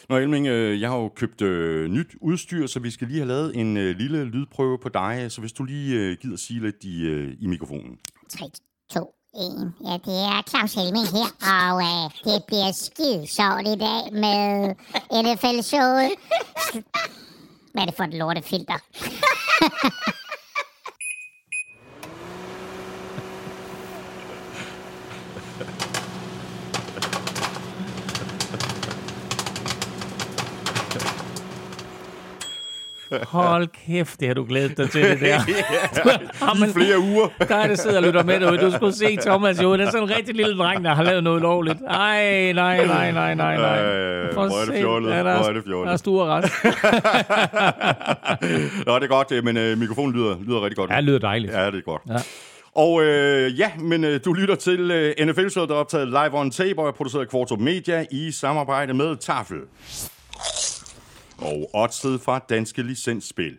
Nå Elming, jeg har jo købt nyt udstyr, så vi skal lige have lavet en lille lydprøve på dig. Så hvis du lige gider sige lidt i mikrofonen. 3, 2, 1. Ja, det er Claus Elming her, og det bliver skide sjovt i dag med NFL-showet. Hvad er det for et lortefilter? Hold kæft, det har du glædet dig til, det der. I flere uger. Der er det sidder og lytter med derude. Du skulle se Thomas jo. Det er sådan en rigtig lille dreng, der har lavet noget lovligt. Ej, nej. Hvor er det fjollet. Der er stor rest. Nå, det er godt, men mikrofonen lyder rigtig godt. Ja, det lyder dejligt. Ja, det er godt. Ja. Og men du lytter til NFL-showet, der er optaget live on tape, og er produceret af Kvartrup Media i samarbejde med Tafel. Og oddset fra Danske Licensspil.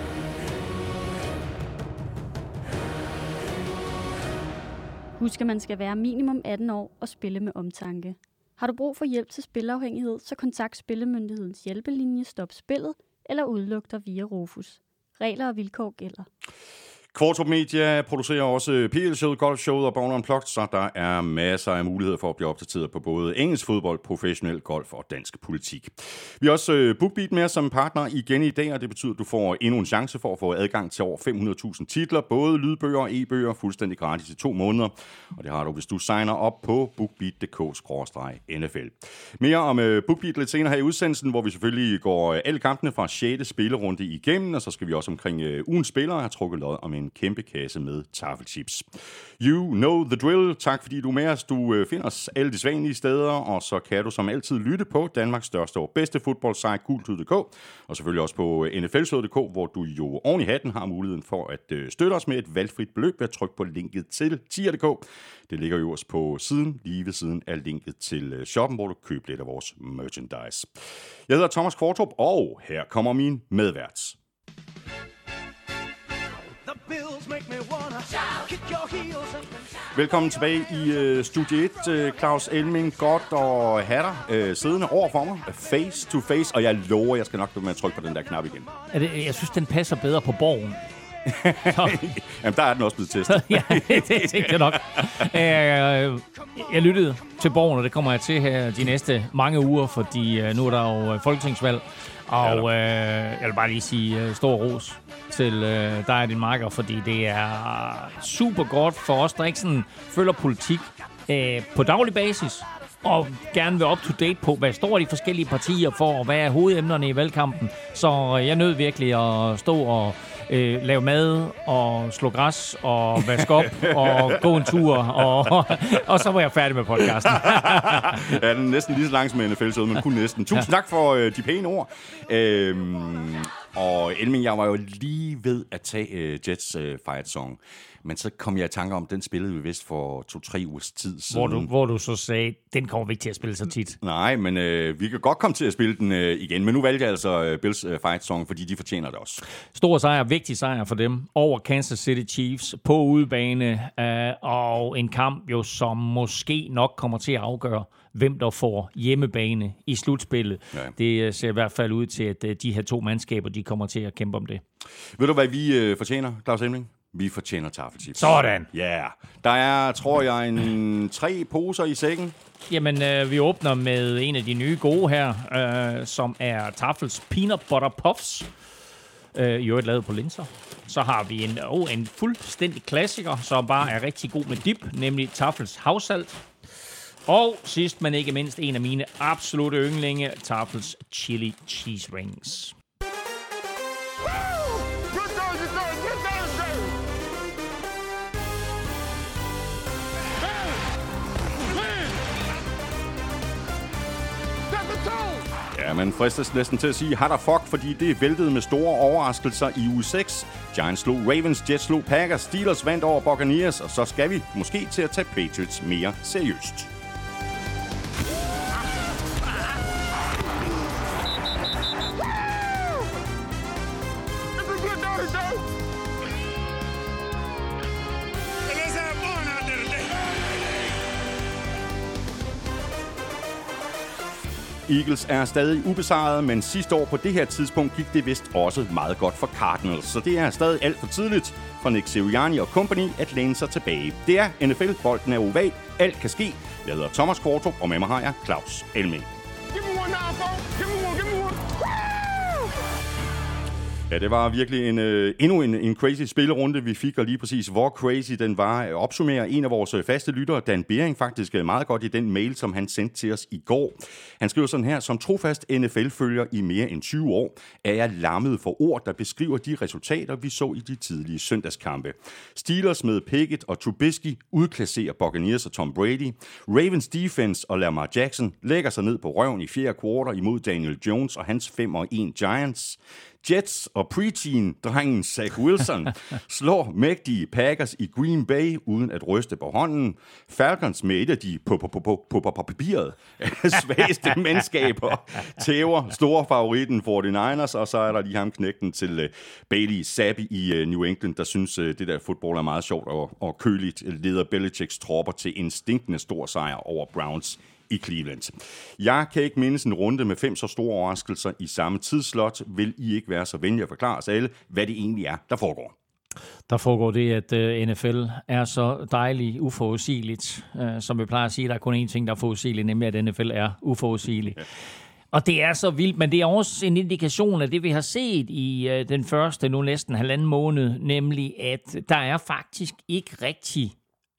Husk, at man skal være minimum 18 år og spille med omtanke. Har du brug for hjælp til spilafhængighed, så kontakt Spillemyndighedens hjælpelinje Stop Spillet eller udluk dig via Rufus. Regler og vilkår gælder. Kvartrup Media producerer også PL-showet, golfshowet og Born Unplugged, så der er masser af muligheder for at blive opdateret på både engelsk fodbold, professionel golf og dansk politik. Vi har også BookBeat med som partner igen i dag, og det betyder, at du får endnu en chance for at få adgang til over 500.000 titler, både lydbøger og e-bøger, fuldstændig gratis i 2 måneder. Og det har du, hvis du signer op på bookbeat.dk/NFL. Mere om BookBeat lidt senere her i udsendelsen, hvor vi selvfølgelig går alle kampene fra 6. spillerunde igennem, og så skal vi også omkring ugens spillere have trukket lod om en kæmpe kasse med tafelchips. You know the drill. Tak fordi du er med os. Du finder os alle de vanlige steder, og så kan du som altid lytte på Danmarks største og bedste fodboldsite, Gultud.dk, og selvfølgelig også på NFLshowet.dk, hvor du jo oven i hatten har muligheden for at støtte os med et valgfrit beløb ved at trykke på linket til tier.dk. Det ligger jo også på siden, lige ved siden af linket til shoppen, hvor du køber lidt af vores merchandise. Jeg hedder Thomas Kvartrup, og her kommer min medvært. Velkommen tilbage i Studie 1, Claus Elming. Godt at have dig siddende over for mig, face to face, og jeg lover, jeg skal nok blive med at trykke på den der knap igen. Jeg synes, den passer bedre på Borgen. Jamen, der er den også blevet testet. Ja, det tænkte jeg nok. Jeg lyttede til Borgen, og det kommer jeg til her de næste mange uger, fordi nu er der jo folketingsvalg. Og jeg vil bare lige sige stor ros til dig og din makker, fordi det er super godt for os, der ikke sådan følger politik på daglig basis, og gerne vil up to date på, hvad står de forskellige partier for, og hvad er hovedemnerne i valgkampen. Så jeg nød virkelig at stå og lave mad og slå græs og vaske op og gå en tur, og så var jeg færdig med podcasten. Ja, den er næsten lige så lang som NFL-showet, men kun næsten. Tusind tak for de pæne ord. Og Elming, jeg var jo lige ved at tage Jets Fight Song, men så kom jeg i tanke om, den spillede vi vist for 2-3 ugers tid siden. Hvor du så sagde, den kommer vi ikke til at spille så tit. Nej, men vi kan godt komme til at spille den igen, men nu valgte jeg altså Bills Fight Song, fordi de fortjener det også. Stor sejr, vigtig sejr for dem over Kansas City Chiefs på udebane, og en kamp jo, som måske nok kommer til at afgøre, hvem der får hjemmebane i slutspillet. Ja. Det ser i hvert fald ud til, at de her 2 mandskaber, de kommer til at kæmpe om det. Ved du, hvad vi fortjener, Claus Elming? Vi fortjener tafelchips. Sådan. Ja. Yeah. Der er, tror jeg, 3 poser i sækken. Jamen, vi åbner med en af de nye gode her, som er Tafels Peanut Butter Puffs. I øvrigt lavet på linser. Så har vi en fuldstændig klassiker, som bare er rigtig god med dip, nemlig Tafels havsalt. Og sidst, men ikke mindst, en af mine absolutte yndlinge, Tafels Chili Cheese Rings. Ja, man fristes næsten til at sige hat og fuck, fordi det er væltet med store overraskelser i uge 6. Giants slog Ravens, Jets slog Packers, Steelers vandt over Buccaneers, og så skal vi måske til at tage Patriots mere seriøst. Eagles er stadig ubesejret, men sidste år på det her tidspunkt gik det vist også meget godt for Cardinals. Så det er stadig alt for tidligt for Nick Sirianni og company at læne sig tilbage. Det er NFL, bolden er oval, alt kan ske. Jeg hedder Thomas Kvartrup, og med mig har jeg Claus Elming. Ja, det var virkelig endnu en crazy spillerunde, vi fik, og lige præcis hvor crazy den var, opsummerer en af vores faste lyttere, Dan Bering, faktisk meget godt i den mail, som han sendte til os i går. Han skriver sådan her: som trofast NFL-følger i mere end 20 år, er jeg lammet for ord, der beskriver de resultater, vi så i de tidlige søndagskampe. Steelers med Pickett og Trubisky udklasserer Buccaneers og Tom Brady. Ravens defense og Lamar Jackson lægger sig ned på røven i fjerde kvartal imod Daniel Jones og hans 5-1 Giants. Jets og preteen-drengen Zach Wilson slår mægtige Packers i Green Bay uden at ryste på hånden. Falcons med et af de på papiret svageste mandskaber tæver store favoritten 49ers, og så er der lige ham knægten til Bailey Zappi i New England, der synes, det der fodbold er meget sjovt og køligt, leder Belichicks tropper til en stinkende stor sejr over Browns i Cleveland. Jeg kan ikke mindes en runde med 5 så store overraskelser i samme tidslot. Vil I ikke være så venlige at forklare os alle, hvad det egentlig er, der foregår? Der foregår det, at NFL er så dejligt uforudsigeligt. Som vi plejer at sige, der er kun én ting, der er forudsigeligt, nemlig at NFL er uforudsigelig. Og det er så vildt, men det er også en indikation af det, vi har set i den første, nu næsten halvanden måned, nemlig at der er faktisk ikke rigtig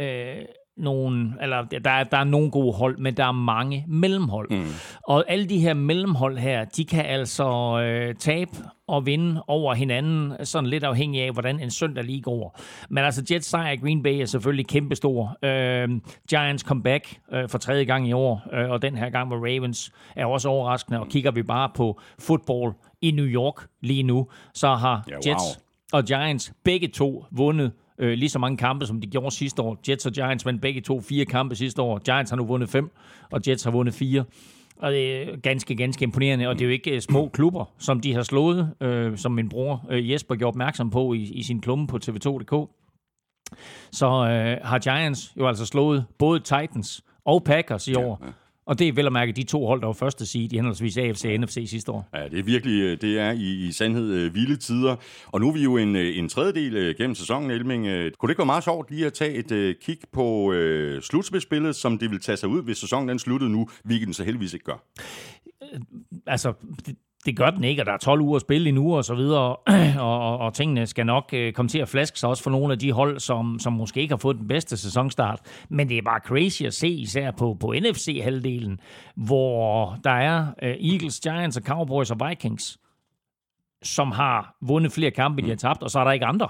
der er nogle gode hold, men der er mange mellemhold. Og alle de her mellemhold her, de kan altså tabe og vinde over hinanden, sådan lidt afhængig af, hvordan en søndag lige går. Men altså Jets sejr i Green Bay er selvfølgelig kæmpestor. Giants comeback for 3. gang i år, og den her gang med Ravens er også overraskende. Og kigger vi bare på football i New York lige nu, så har Jets og Giants begge to vundet lige så mange kampe, som de gjorde sidste år. Jets og Giants vandt begge to 4 kampe sidste år. Giants har nu vundet 5, og Jets har vundet 4. Og det er ganske imponerende, og det er jo ikke små klubber, som de har slået, som min bror Jesper gjorde opmærksom på i sin klumme på tv2.dk. Så har Giants jo altså slået både Titans og Packers i år. Og det er vel at mærke de 2 hold, der var første seed i henholdsvis AFC og NFC sidste år. Ja, det er virkelig, det er i sandhed vilde tider. Og nu er vi jo en tredjedel gennem sæsonen, Elming. Kunne det ikke være meget sjovt lige at tage et kig på slutspilsspillet, som det vil tage sig ud, hvis sæsonen den sluttede nu, hvilket den så heldigvis ikke gør? Altså, det gør den ikke, og der er 12 uger at spille endnu og så videre, og tingene skal nok komme til at flaske sig også for nogle af de hold, som måske ikke har fået den bedste sæsonstart. Men det er bare crazy at se, især på NFC-halvdelen, hvor der er Eagles, Giants og Cowboys og Vikings, som har vundet flere kampe, de har tabt, og så er der ikke andre.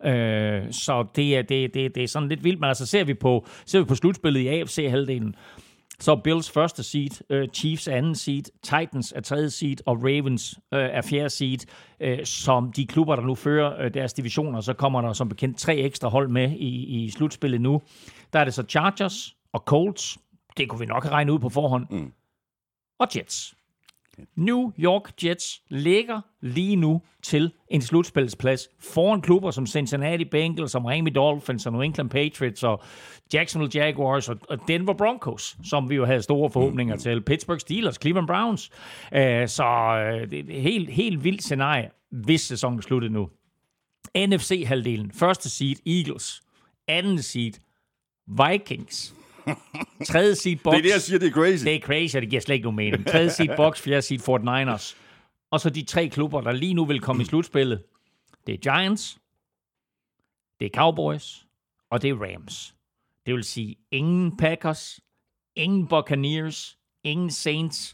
Så det er sådan lidt vildt, men altså ser vi på slutspillet i AFC-halvdelen, så Bills første seed, Chiefs anden seed, Titans er tredje seed, og Ravens er fjerde seed. Som de klubber, der nu fører deres divisioner, så kommer der som bekendt 3 ekstra hold med i slutspillet nu. Der er det så Chargers og Colts. Det kunne vi nok have regnet ud på forhånd. Og Jets. New York Jets ligger lige nu til en slutspilsplads foran klubber som Cincinnati Bengals, som Miami Dolphins og New England Patriots og Jacksonville Jaguars og Denver Broncos, som vi jo havde store forhåbninger til. Pittsburgh Steelers, Cleveland Browns. Så det er helt vildt scenarie, hvis sæsonen slutter nu. NFC-halvdelen. Første seed Eagles. Anden seed Vikings. Tredje seed Bucks. Det er det, jeg siger, det er crazy. Det er crazy, og det giver slet ikke nogen mening. Tredje seed Bucks, fjerde seed 49ers. Og så de 3 klubber, der lige nu vil komme i slutspillet. Det er Giants, det er Cowboys, og det er Rams. Det vil sige ingen Packers, ingen Buccaneers, ingen Saints.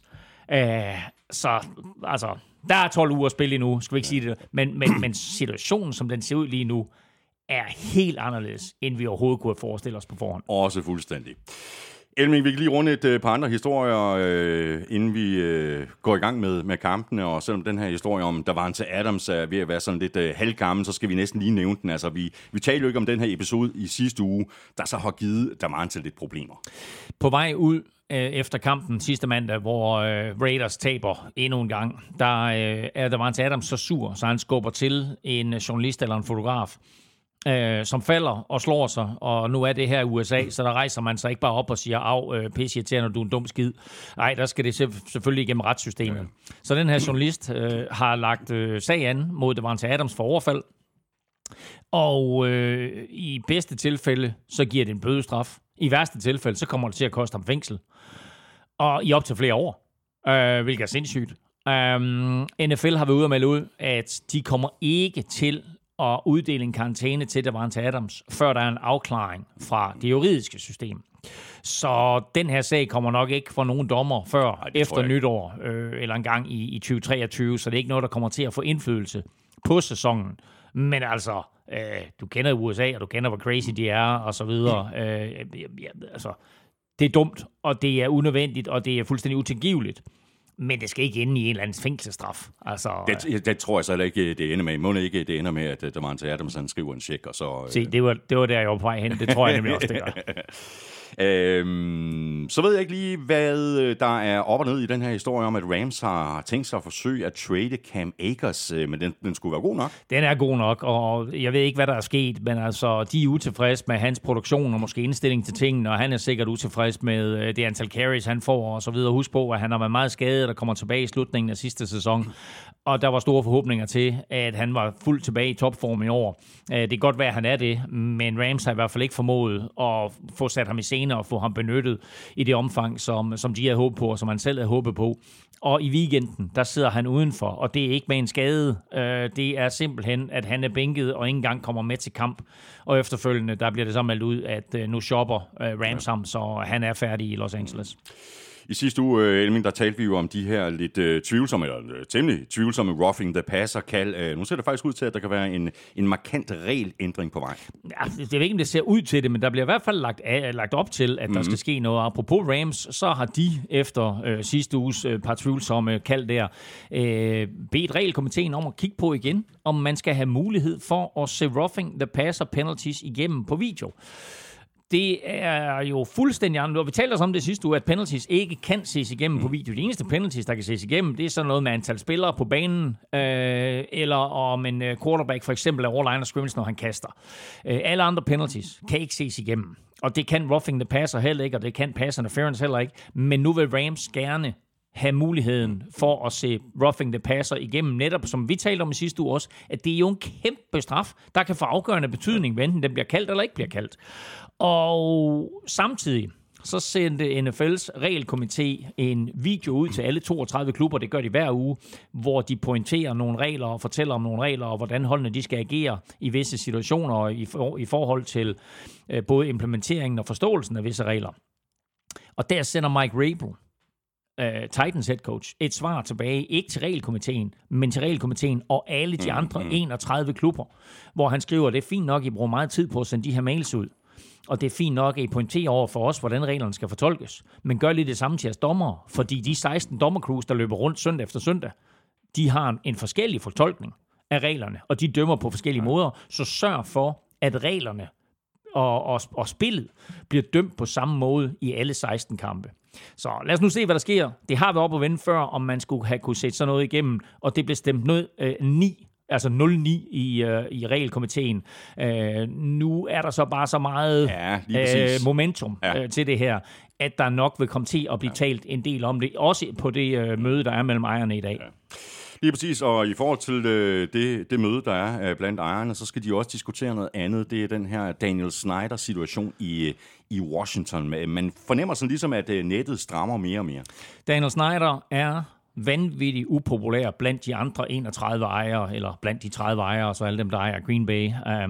Så altså, der er 12 uger at spille endnu, skal vi ikke sige det. Men situationen, som den ser ud lige nu, er helt anderledes, end vi overhovedet kunne forestille os på forhånd. Også fuldstændig. Elming, vi kan lige runde et par andre historier, inden vi går i gang med kampene, og selvom den her historie om Davante Adams er ved at være sådan lidt halvgammel, så skal vi næsten lige nævne den. Altså, vi taler jo ikke om den her episode i sidste uge, der så har givet Davante lidt problemer. På vej ud efter kampen sidste mandag, hvor Raiders taber endnu en gang, der er Davante Adams så sur, så han skubber til en journalist eller en fotograf, som falder og slår sig, og nu er det her i USA, så der rejser man sig ikke bare op og siger, af, pisse irriterende, du er en dum skid. Nej, der skal det selvfølgelig igennem retssystemet. Ja. Så den her journalist har lagt sag an mod Davante Adams for overfald, og i bedste tilfælde, så giver det en bødestraf. I værste tilfælde, så kommer det til at koste ham fængsel. Og i op til flere år, hvilket er sindssygt. NFL har været ude og melde ud, at de kommer ikke til at uddele en karantæne til Davante Adams, før der er en afklaring fra det juridiske system. Så den her sag kommer nok ikke fra nogen dommer før efter nytår, eller en gang i 2023, så det er ikke noget, der kommer til at få indflydelse på sæsonen. Men altså, du kender USA, og du kender, hvor crazy de er, og så videre. Altså, det er dumt, og det er unødvendigt, og det er fuldstændig utilgiveligt. Men det skal ikke ende i en eller anden fængselsstraf. Altså, det tror jeg så heller ikke, det ender med. Må ikke det ender med, at Davante Adams han skriver en check, og så... Se, det var der, jeg var på vej hen. Det tror jeg nemlig også, det gør. Så ved jeg ikke lige, hvad der er op og ned i den her historie om, at Rams har tænkt sig at forsøge at trade Cam Akers, men den skulle være god nok. Den er god nok, og jeg ved ikke, hvad der er sket, men altså, de er utilfredse med hans produktion og måske indstilling til tingene, og han er sikkert utilfreds med det antal carries, han får og så videre. Husk på, at han har været meget skadet og kommer tilbage i slutningen af sidste sæson, og der var store forhåbninger til, at han var fuldt tilbage i topform i år. Det kan godt være, at han er det, men Rams har i hvert fald ikke formået at få sat ham i scene og få ham benyttet i det omfang, som de havde håbet på, og som han selv havde håbet på. Og i weekenden, der sidder han udenfor, og det er ikke med en skade. Det er simpelthen, at han er bænket og ikke engang kommer med til kamp. Og efterfølgende, der bliver det så meldt ud, at nu shopper Rams ham, så han er færdig i Los Angeles. I sidste uge, Elming, der talte vi jo om de her lidt tvivlsomme, eller temmelig tvivlsomme roughing the passer kald. Nu ser det faktisk ud til, at der kan være en markant regelændring på vej. Ja, det er ikke, om det ser ud til det, men der bliver i hvert fald lagt op til, at der skal ske noget. Apropos Rams, så har de efter sidste uges par tvivlsomme kald der bedt regelkomiteen om at kigge på igen, om man skal have mulighed for at se roughing the passer penalties igennem på video. Det er jo fuldstændig andet. Vi talte også om det sidste uge, at penalties ikke kan ses igennem på video. De eneste penalties, der kan ses igennem, det er sådan noget med antal spillere på banen, eller om en quarterback for eksempel er over line of scrimmage, når han kaster. Alle andre penalties kan ikke ses igennem. Og det kan roughing the passer heller ikke, og det kan pass interference heller ikke. Men nu vil Rams gerne have muligheden for at se roughing the passer igennem, netop som vi talte om i sidste uge også, at det er jo en kæmpe straf, der kan få afgørende betydning, enten den bliver kaldt eller ikke bliver kaldt. Og samtidig så sendte NFL's regelkomité en video ud til alle 32 klubber, det gør de hver uge, hvor de pointerer nogle regler og fortæller om nogle regler, og hvordan holdene de skal agere i visse situationer i forhold til både implementeringen og forståelsen af visse regler. Og der sender Mike Rabel, Titans head coach, et svar tilbage, ikke til regelkomiteen, men til regelkomiteen og alle de andre 31 klubber, hvor han skriver, at det er fint nok, at I bruger meget tid på at sende de her mails ud, og det er fint nok, at I pointerer over for os, hvordan reglerne skal fortolkes, men gør lige det samme til jeres dommere, fordi de 16 dommercrews, der løber rundt søndag efter søndag, de har en forskellig fortolkning af reglerne, og de dømmer på forskellige måder, så sørg for, at reglerne og spillet bliver dømt på samme måde i alle 16 kampe. Så lad os nu se, hvad der sker. Det har været op at vende før, om man skulle have kunne sætte sådan noget igennem, og det blev stemt 0-9 i regelkomiteen. Nu er der så bare så meget momentum til det her, at der nok vil komme til at blive talt en del om det, også på det møde, der er mellem ejerne i dag. Ja. Lige præcis, og i forhold til det møde, der er blandt ejerne, så skal de også diskutere noget andet. Det er den her Daniel Snyder-situation i Washington. Man fornemmer sådan ligesom, at nettet strammer mere og mere. Daniel Snyder er vanvittigt upopulær blandt de andre 31 ejere, eller blandt de 30 ejere, så alle dem, der ejer Green Bay.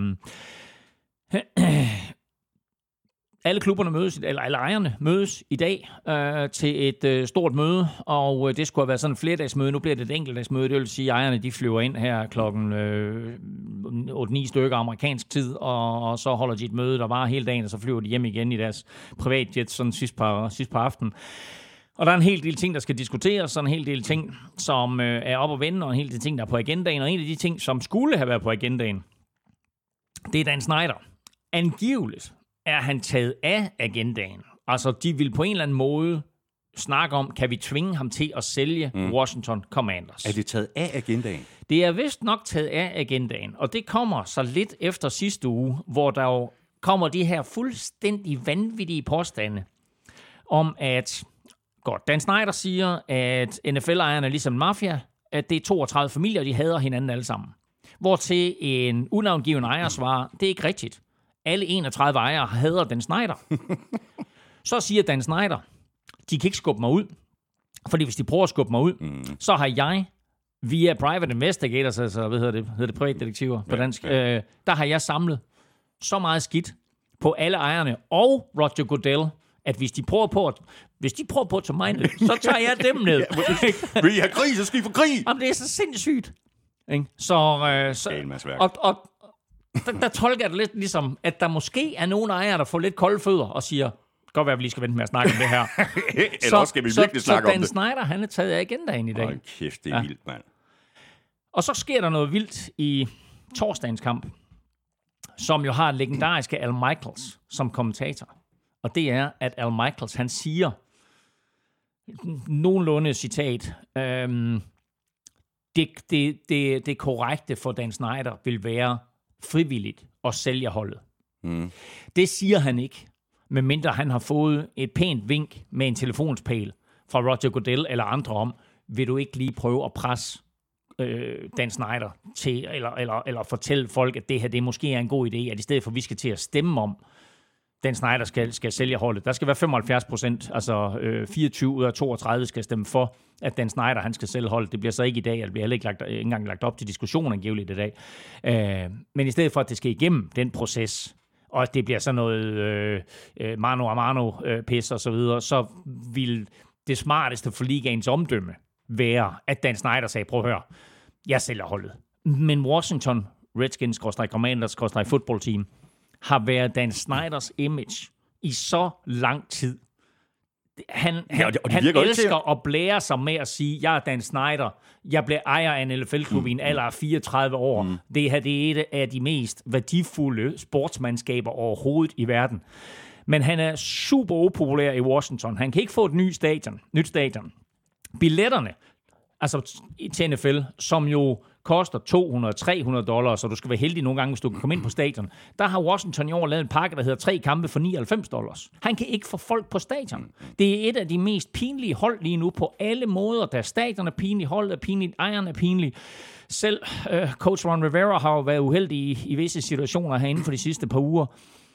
Alle klubberne mødes, eller alle ejerne mødes i dag til et stort møde, og det skulle have været sådan et flerdagsmøde. Nu bliver det et enkeltdagsmøde, det vil sige, at ejerne de flyver ind her klokken 8-9 stykker amerikansk tid, og så holder de et møde, der varer hele dagen, og så flyver de hjem igen i deres privatjet sådan sidst på aften. Og der er en hel del ting, der skal diskuteres, så en hel del ting, som er op at vende, og en hel del ting, der er på agendaen, og en af de ting, som skulle have været på agendaen, det er Dan Snyder. Angiveligt er han taget af agendaen. Altså, de vil på en eller anden måde snak om, kan vi tvinge ham til at sælge Washington Commanders. Er det taget af agendaen? Det er vist nok taget af agendaen, og det kommer så lidt efter sidste uge, hvor der jo kommer de her fuldstændig vanvittige påstande om, at Dan Snyder siger, at NFL-ejerne er ligesom mafia, at det er 32 familier, de hader hinanden alle sammen. Hvortil en unavngiven ejer svarer, det er ikke rigtigt. Alle 31 ejere hader Dan Snyder. Så siger Dan Snyder, de kan ikke skubbe mig ud, fordi hvis de prøver at skubbe mig ud, så har jeg via private investigators, altså hvad hedder det privatdetektiver på dansk, der har jeg samlet så meget skidt på alle ejerne og Roger Goodell, at hvis de prøver på at tage mig ned, så tager jeg dem ned. Vil I have krig, så skal I få krig! Jamen, det er så sindssygt. Ikke? Der tolker jeg det lidt ligesom, at der måske er nogle ejere, der får lidt kolde fødder og siger, godt være, at vi lige skal vente med at snakke om det her. Eller skal vi virkelig snakke om det? Så Dan Snyder, han er taget af agendaen i dag. Hold kæft, det er vildt, mand. Og så sker der noget vildt i torsdagens kamp, som jo har legendariske Al Michaels som kommentator. Og det er, at Al Michaels, han siger, nogenlunde citat, det korrekte for Dan Snyder vil være frivilligt at sælge holdet. Det siger han ikke, medmindre han har fået et pænt vink med en telefonspæl fra Roger Goodell eller andre om, vil du ikke lige prøve at presse Dan Snyder til, eller fortælle folk, at det her det måske er en god idé, at i stedet for, at vi skal til at stemme om, Dan Snyder skal sælge holdet. Der skal være 75%, altså 24 ud af 32 skal stemme for, at Dan Snyder han skal sælge holdet. Det bliver så ikke i dag, det bliver heller ikke engang lagt op til diskussion angiveligt i dag. Men i stedet for, at det skal igennem den proces, og at det bliver sådan noget mano a mano pis og så videre, så vil det smarteste for ligaens omdømme være, at Dan Snyder sagde, prøv at høre, jeg sælger holdet. Men Washington Redskins, Commanders, football team, har været Dan Snyders image i så lang tid. Han elsker at blære sig med at sige, jeg er Dan Snyder, jeg blev ejer af en NFL-klub i en alder af 34 år. Det her det er et af de mest værdifulde sportsmandskaber overhovedet i verden. Men han er super upopulær i Washington. Han kan ikke få et nyt stadion. Billetterne, altså til NFL, som jo koster $200-300, så du skal være heldig nogle gange, hvis du kan komme ind på stadion. Der har Washington i år lavet en pakke, der hedder 3 kampe for $99. Han kan ikke få folk på stadion. Det er et af de mest pinlige hold lige nu på alle måder. Der stadion er pinlig, holdet er pinligt, ejeren er pinlig. Selv coach Ron Rivera har jo været uheldig i visse situationer herinde for de sidste par uger.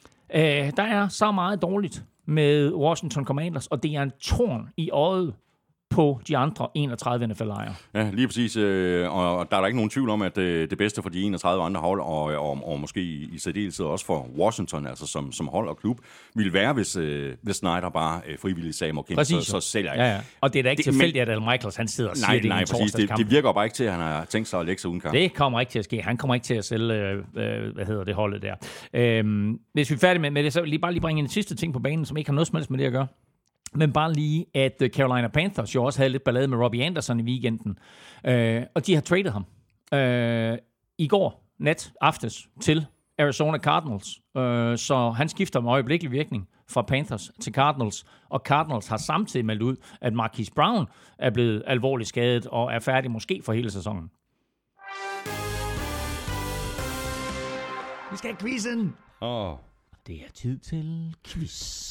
Der er så meget dårligt med Washington Commanders, og det er en torn i øjet på de andre 31 NFL-ejere. Ja, lige præcis. Og der er der ikke nogen tvivl om, at det bedste for de 31 andre hold, og måske i særdeleshed også for Washington, altså som hold og klub, ville være, hvis Snyder bare frivilligt sagde, okay, så sælger jeg. Ja. Og det er da ikke tilfældigt, at Al Michaels han sidder og siger det i en torsdagskamp. Det virker bare ikke til, at han har tænkt sig at lægge sig uden kamp. Det kommer ikke til at ske. Han kommer ikke til at sælge, det holdet der. Hvis vi er færdige med det, så lige bringe en sidste ting på banen, som ikke har noget som helst med det at gøre. Men bare lige, at Carolina Panthers jo også havde lidt ballade med Robbie Anderson i weekenden. Og de har traded ham i går aftes til Arizona Cardinals. Så han skifter med øjeblikkelig virkning fra Panthers til Cardinals. Og Cardinals har samtidig meldt ud, at Marquise Brown er blevet alvorligt skadet og er færdig måske for hele sæsonen. Vi skal have quizzen! Det er tid til quiz.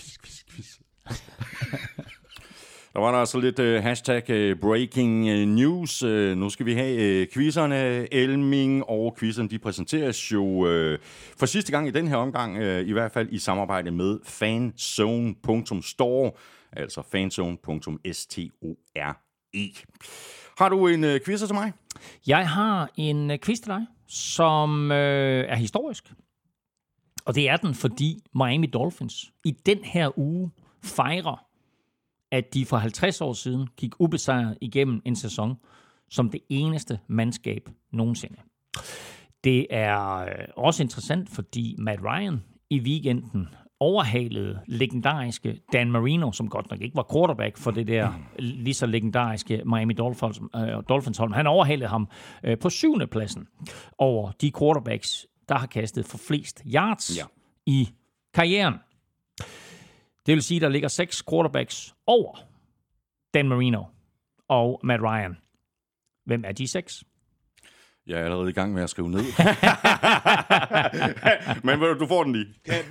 Der var der altså lidt hashtag breaking news. Nu skal vi have quizzerne. Elming og quizzerne, de præsenteres jo for sidste gang i den her omgang, i hvert fald i samarbejde med fanzone.store, altså fanzone.store. Har du en quiz til mig? Jeg har en quiz til dig, som er historisk. Og det er den, fordi Miami Dolphins i den her uge fejrer, at de for 50 år siden gik ubesejret igennem en sæson som det eneste mandskab nogensinde. Det er også interessant, fordi Matt Ryan i weekenden overhalede legendariske Dan Marino, som godt nok ikke var quarterback for det der lige så legendariske Miami Dolphins hold. Han overhalede ham på 7. pladsen over de quarterbacks, der har kastet for flest yards i karrieren. Det vil sige, at der ligger 6 quarterbacks over Dan Marino og Matt Ryan. Hvem er de 6? Jeg er allerede i gang med at skrive ned. Men du får den lige.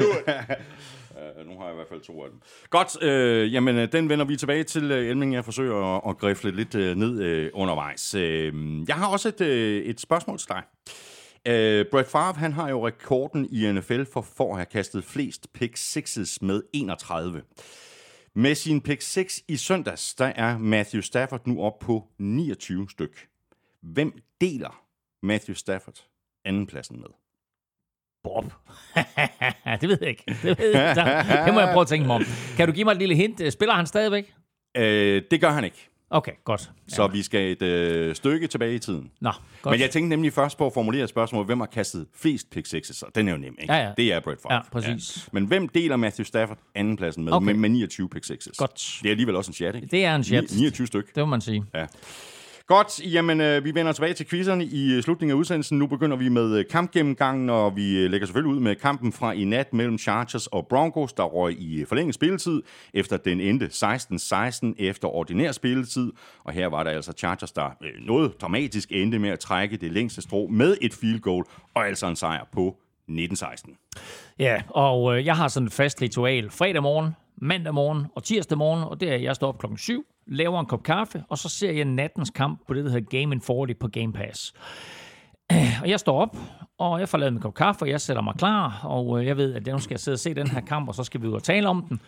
Nu har jeg i hvert fald 2 af dem. Godt, jamen den vender vi tilbage til, Elming. Jeg forsøger at grifle lidt ned undervejs. Jeg har også et spørgsmål til dig. Brett Favre, han har jo rekorden i NFL for at have kastet flest pick sixes med 31. Med sin pick 6 i søndags, der er Matthew Stafford nu op på 29 styk. Hvem deler Matthew Stafford andenpladsen med? Bob. Det ved jeg ikke. Det må jeg prøve at tænke mig om. Kan du give mig et lille hint? Spiller han stadigvæk? Det gør han ikke. Okay, godt. Så vi skal et stykke tilbage i tiden. Nå, godt. Men jeg tænkte nemlig først på at formulere et spørgsmål. Hvem har kastet flest pick sixes? Og den er jo nem, ikke? Ja. Det er Brett Favre. Ja, præcis. Ja. Men hvem deler Matthew Stafford andenpladsen med, med 29 pick sixes? Godt. Det er alligevel også en chat, ikke? Det er en chat. 29 styk. Det må man sige. Ja. Godt, jamen vi vender tilbage til quizzerne i slutningen af udsendelsen. Nu begynder vi med kampgennemgangen, og vi lægger selvfølgelig ud med kampen fra i nat mellem Chargers og Broncos, der røg i forlænget spilletid, efter den endte 16-16 efter ordinær spilletid. Og her var der altså Chargers, der noget dramatisk endte med at trække det længste strå med et field goal, og altså en sejr på 19-16. Ja, og jeg har sådan et fast ritual fredag morgen, mandag morgen og tirsdag morgen, og det er, jeg står op 7, laver en kop kaffe, og så ser jeg nattens kamp på det, der hedder Game in 40 på Game Pass. Og jeg står op, og jeg får lavet min kop kaffe, og jeg sætter mig klar, og jeg ved, at nu skal jeg sidde og se den her kamp, og så skal vi ud og tale om den.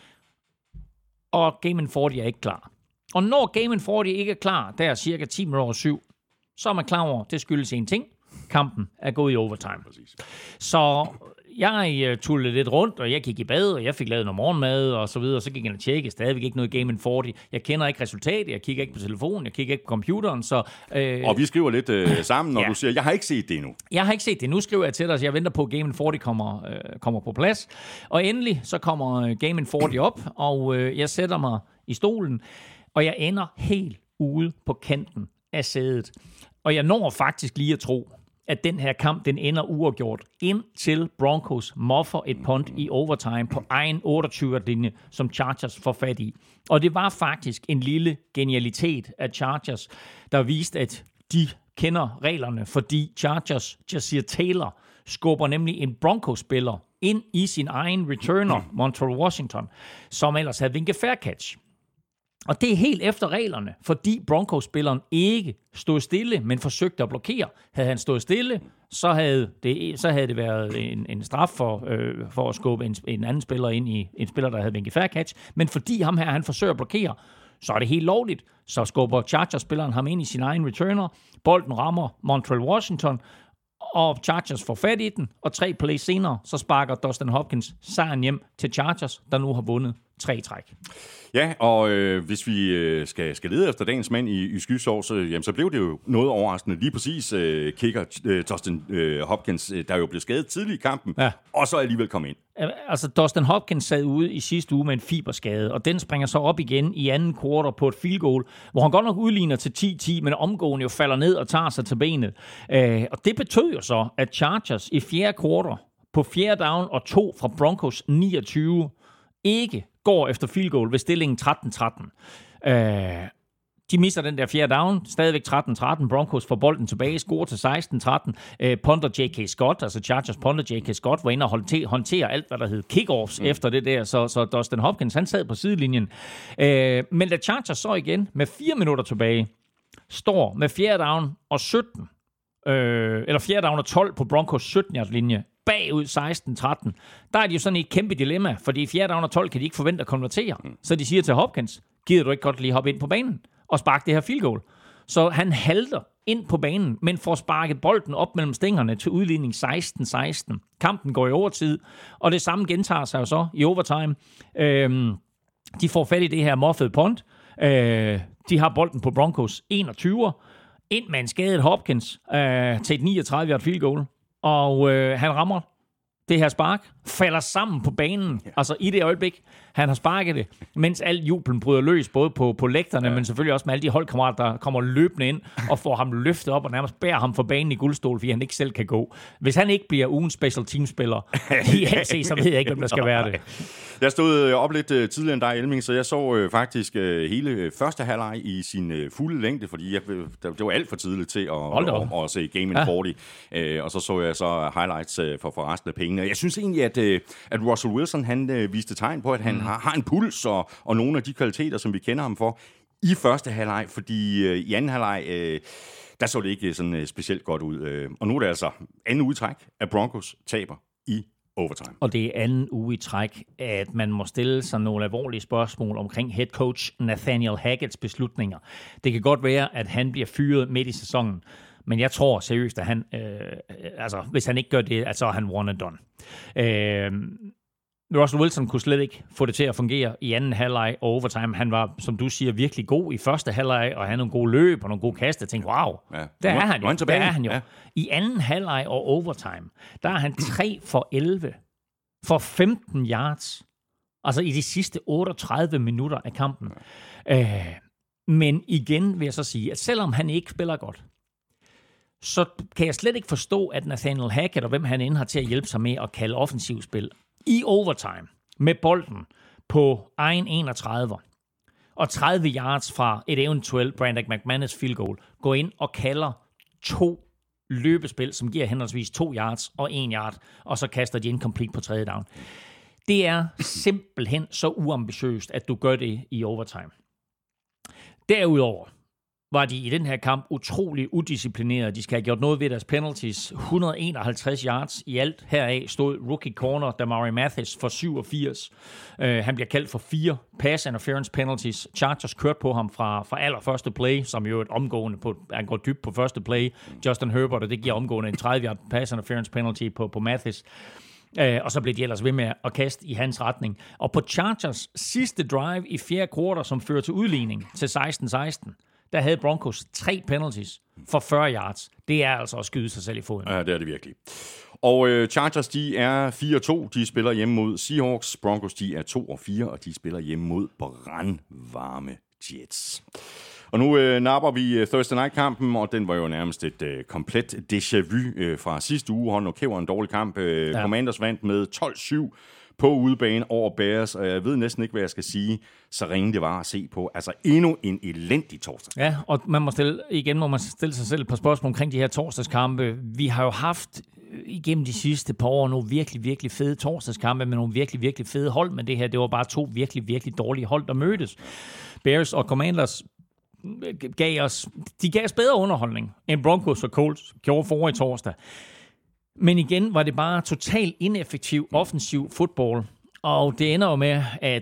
Og Game in 40 er ikke klar. Og når Game in 40 ikke er klar, der er cirka 10 minutter over 7, så er man klar over, at det skyldes en ting. Kampen er gået i overtime. Præcis. Så jeg tullede lidt rundt, og jeg gik i bad, og jeg fik lavet noget morgenmad, og så videre, og så gik jeg og tjekke, stadigvæk ikke noget Game in 40. Jeg kender ikke resultatet, jeg kigger ikke på telefonen, jeg kigger ikke på computeren, så... Og vi skriver lidt sammen, når du siger, jeg har ikke set det endnu. Jeg har ikke set det. Nu skriver jeg til dig, så jeg venter på, at Game in 40 kommer på plads. Og endelig, så kommer Game in 40 op, og jeg sætter mig i stolen, og jeg ender helt ude på kanten af sædet. Og jeg når faktisk lige at tro, at den her kamp, den ender uafgjort, indtil Broncos moffer et punt i overtime på egen 28-linje, som Chargers får fat i. Og det var faktisk en lille genialitet af Chargers, der viste, at de kender reglerne, fordi Chargers Jasir Taylor skubber nemlig en Broncos-spiller ind i sin egen returner, Montreal Washington, som ellers havde vinket fair catch. Og det er helt efter reglerne, fordi Broncos-spilleren ikke stod stille, men forsøgte at blokere. Havde han stået stille, så havde det været en straf for at skubbe en anden spiller ind i en spiller, der havde vinket fair catch. Men fordi ham her, han forsøger at blokere, så er det helt lovligt. Så skubber Chargers-spilleren ham ind i sin egen returner. Bolden rammer Montreal Washington, og Chargers får fat i den, og 3 plays senere, så sparker Dustin Hopkins sejren hjem til Chargers, der nu har vundet 3 træk. Ja, og hvis vi skal lede efter dagens mand i skysovs, jamen, så blev det jo noget overraskende. Lige præcis kicker Dustin Hopkins, der jo blev skadet tidligt i kampen, og så alligevel kom ind. Altså, Dustin Hopkins sad ude i sidste uge med en fiberskade, og den springer så op igen i anden kvartal på et field goal, hvor han godt nok udligner til 10-10, men omgående jo falder ned og tager sig til benet. Og det betød jo så, at Chargers i fjerde kvartal på 4. down og 2 fra Broncos 29 ikke går efter field goal ved stillingen 13-13. De mister den der 4. down, stadigvæk 13-13. Broncos får bolden tilbage, scorer til 16-13. Punter J.K. Scott, altså Chargers punter J.K. Scott, var inde og håndtere alt, hvad der hed kickoffs efter det der, så Dustin Hopkins, han sad på sidelinjen. Men da Chargers så igen med 4 minutter tilbage, står med 4. down og 17, eller 4. down og 12 på Broncos 17-yard linje, bagud 16-13, der er de jo sådan et kæmpe dilemma, fordi 4. down og 12 kan de ikke forvente at konvertere. Så de siger til Hopkins, gider du ikke godt lige hoppe ind på banen og sparke det her field goal? Så han halter ind på banen, men får sparket bolden op mellem stængerne til udligning 16-16. Kampen går i overtid, og det samme gentager sig jo så i overtime. De får fat i det her muffede punt. De har bolden på Broncos 21. Ind med en skadet Hopkins til et 39-yard field goal. Og han rammer det her spark, falder sammen på banen, altså i det øjeblik, han har sparket det, mens al jublen bryder løs, både på lægterne, men selvfølgelig også med alle de holdkammerater, der kommer løbende ind og får ham løftet op og nærmest bærer ham for banen i guldstol, fordi han ikke selv kan gå. Hvis han ikke bliver ugens special teamspiller i AC, så ved jeg ikke, hvem der skal være det. Jeg stod op lidt tidligere end dig, Elming, så jeg så faktisk hele første halvleg i sin fulde længde, fordi det var alt for tidligt til at se Game in 40. Og så jeg så highlights for resten af pengene. Jeg synes egentlig, at Russell Wilson han viste tegn på, at han har en puls og nogle af de kvaliteter, som vi kender ham for i første halvleg, fordi i anden halvleg der så det ikke sådan specielt godt ud. Og nu er det altså anden udtræk, at Broncos taber i overtime. Og det er anden uge i træk, at man må stille sig nogle alvorlige spørgsmål omkring head coach Nathaniel Hackett's beslutninger. Det kan godt være, at han bliver fyret midt i sæsonen, men jeg tror seriøst, at han, hvis han ikke gør det, at så er han one and done. Russell Wilson kunne slet ikke få det til at fungere i anden halvleg og overtime. Han var, som du siger, virkelig god i første halvleg, og han havde nogle gode løb og nogle gode kast. Jeg tænkte, wow, der er han jo. Ja. I anden halvleg og overtime, der er han 3 for 11 for 15 yards. Altså i de sidste 38 minutter af kampen. Men igen vil jeg så sige, at selvom han ikke spiller godt, så kan jeg slet ikke forstå, at Nathaniel Hackett og hvem han end har til at hjælpe sig med at kalde offensiv spil i overtime med bolden på egen 31 og 30 yards fra et eventuelt Brandon McManus field goal, går ind og kalder 2 løbespil, som giver henholdsvis 2 yards og 1 yard, og så kaster de incomplete på tredje down. Det er simpelthen så uambitiøst, at du gør det i overtime. Derudover var de i den her kamp utrolig udisciplinerede. De skal have gjort noget ved deres penalties. 151 yards i alt. Heraf stod rookie corner Damari Mathis for 87. Han bliver kaldt for 4 pass interference penalties. Chargers kørte på ham fra allerførste play, som jo et omgående han går dybt på første play. Justin Herbert, og det giver omgående en 30-yard pass interference penalty på Mathis. Og så blev de ellers ved med at kaste i hans retning. Og på Chargers sidste drive i fjerde kvartal, som fører til udligning til 16-16, der havde Broncos 3 penalties for 40 yards. Det er altså at skyde sig selv i foden. Ja, det er det virkelig. Og Chargers, de er 4-2. De spiller hjemme mod Seahawks. Broncos, de er 2-4, og de spiller hjemme mod brandvarme Jets. Og nu napper vi Thursday Night-kampen, og den var jo nærmest et komplet déjà vu fra sidste uge. Hold nu kæft, en dårlig kamp. Commanders vandt med 12-7 på udebane over Bears, og jeg ved næsten ikke, hvad jeg skal sige, så ringe det var at se på. Altså endnu en elendig torsdag. Ja, og man må stille sig selv et par spørgsmål omkring de her torsdagskampe. Vi har jo haft igennem de sidste par år nogle virkelig, virkelig fede torsdagskampe med nogle virkelig, virkelig fede hold, men det her, det var bare 2 virkelig, virkelig dårlige hold, der mødtes. Bears og Commanders gav os bedre underholdning end Broncos og Colts gjorde forrige torsdag. Men igen var det bare totalt ineffektiv offensiv fodbold, og det ender jo med,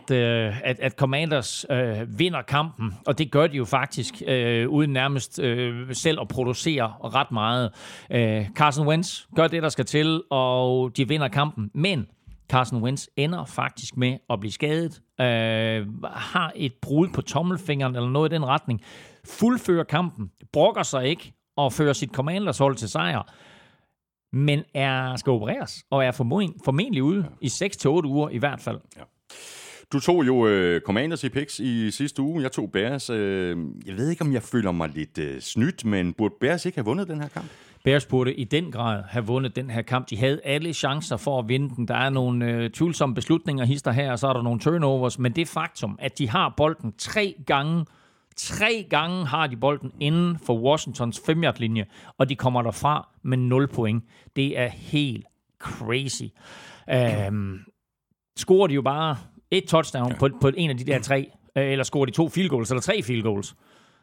at Commanders vinder kampen, og det gør de jo faktisk uden nærmest selv at producere ret meget. Carson Wentz gør det, der skal til, og de vinder kampen, men Carson Wentz ender faktisk med at blive skadet, har et brud på tommelfingeren eller noget i den retning, fuldfører kampen, brokker sig ikke og fører sit Commanders hold til sejr, men skal opereres og er formentlig ude i 6-8 uger i hvert fald. Ja. Du tog jo Commanders i picks i sidste uge. Jeg tog Bears. Jeg ved ikke, om jeg føler mig lidt snydt, men burde Bears ikke have vundet den her kamp? Bears burde i den grad have vundet den her kamp. De havde alle chancer for at vinde den. Der er nogle tvivlsomme beslutninger hister her, og så er der nogle turnovers. Men det faktum, at de har bolden 3 gange har de bolden inden for Washingtons 5-yard-linje, og de kommer derfra med 0 point. Det er helt crazy. Scorer de jo bare et touchdown på en af de der 3, eller scorer de 2 field goals, eller 3 field goals,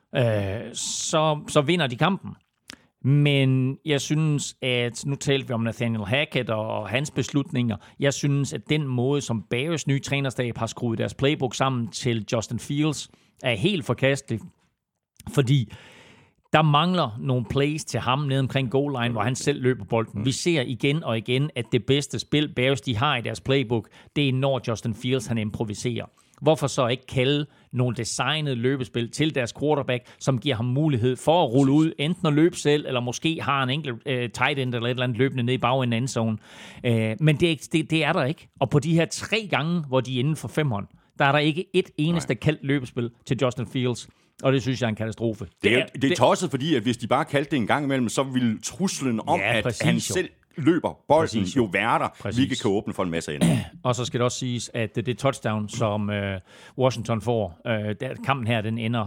så vinder de kampen. Men jeg synes, at nu talte vi om Nathaniel Hackett og hans beslutninger. Jeg synes, at den måde, som Bears nye trænerstab har skruet deres playbook sammen til Justin Fields, er helt forkastelig. Fordi der mangler nogle plays til ham nede omkring goal line, hvor han selv løber bolden. Vi ser igen og igen, at det bedste spil, Bears de har i deres playbook, det er når Justin Fields han improviserer. Hvorfor så ikke kalde nogle designede løbespil til deres quarterback, som giver ham mulighed for at rulle ud, enten at løbe selv, eller måske har en enkelt tight end eller et eller andet løbende ned i bagenden af endzone. Men det er der ikke. Og på de her 3 gange, hvor de er inden for 5 hånd, der er der ikke et eneste kaldt løbespil til Justin Fields. Og det synes jeg er en katastrofe. Det er tosset, fordi at hvis de bare kaldte det en gang imellem, så ville truslen om, at han selv løber bolden jo være der, hvilket kan åbne for en masse ender. Og så skal det også siges, at det touchdown, som Washington får, kampen her, den ender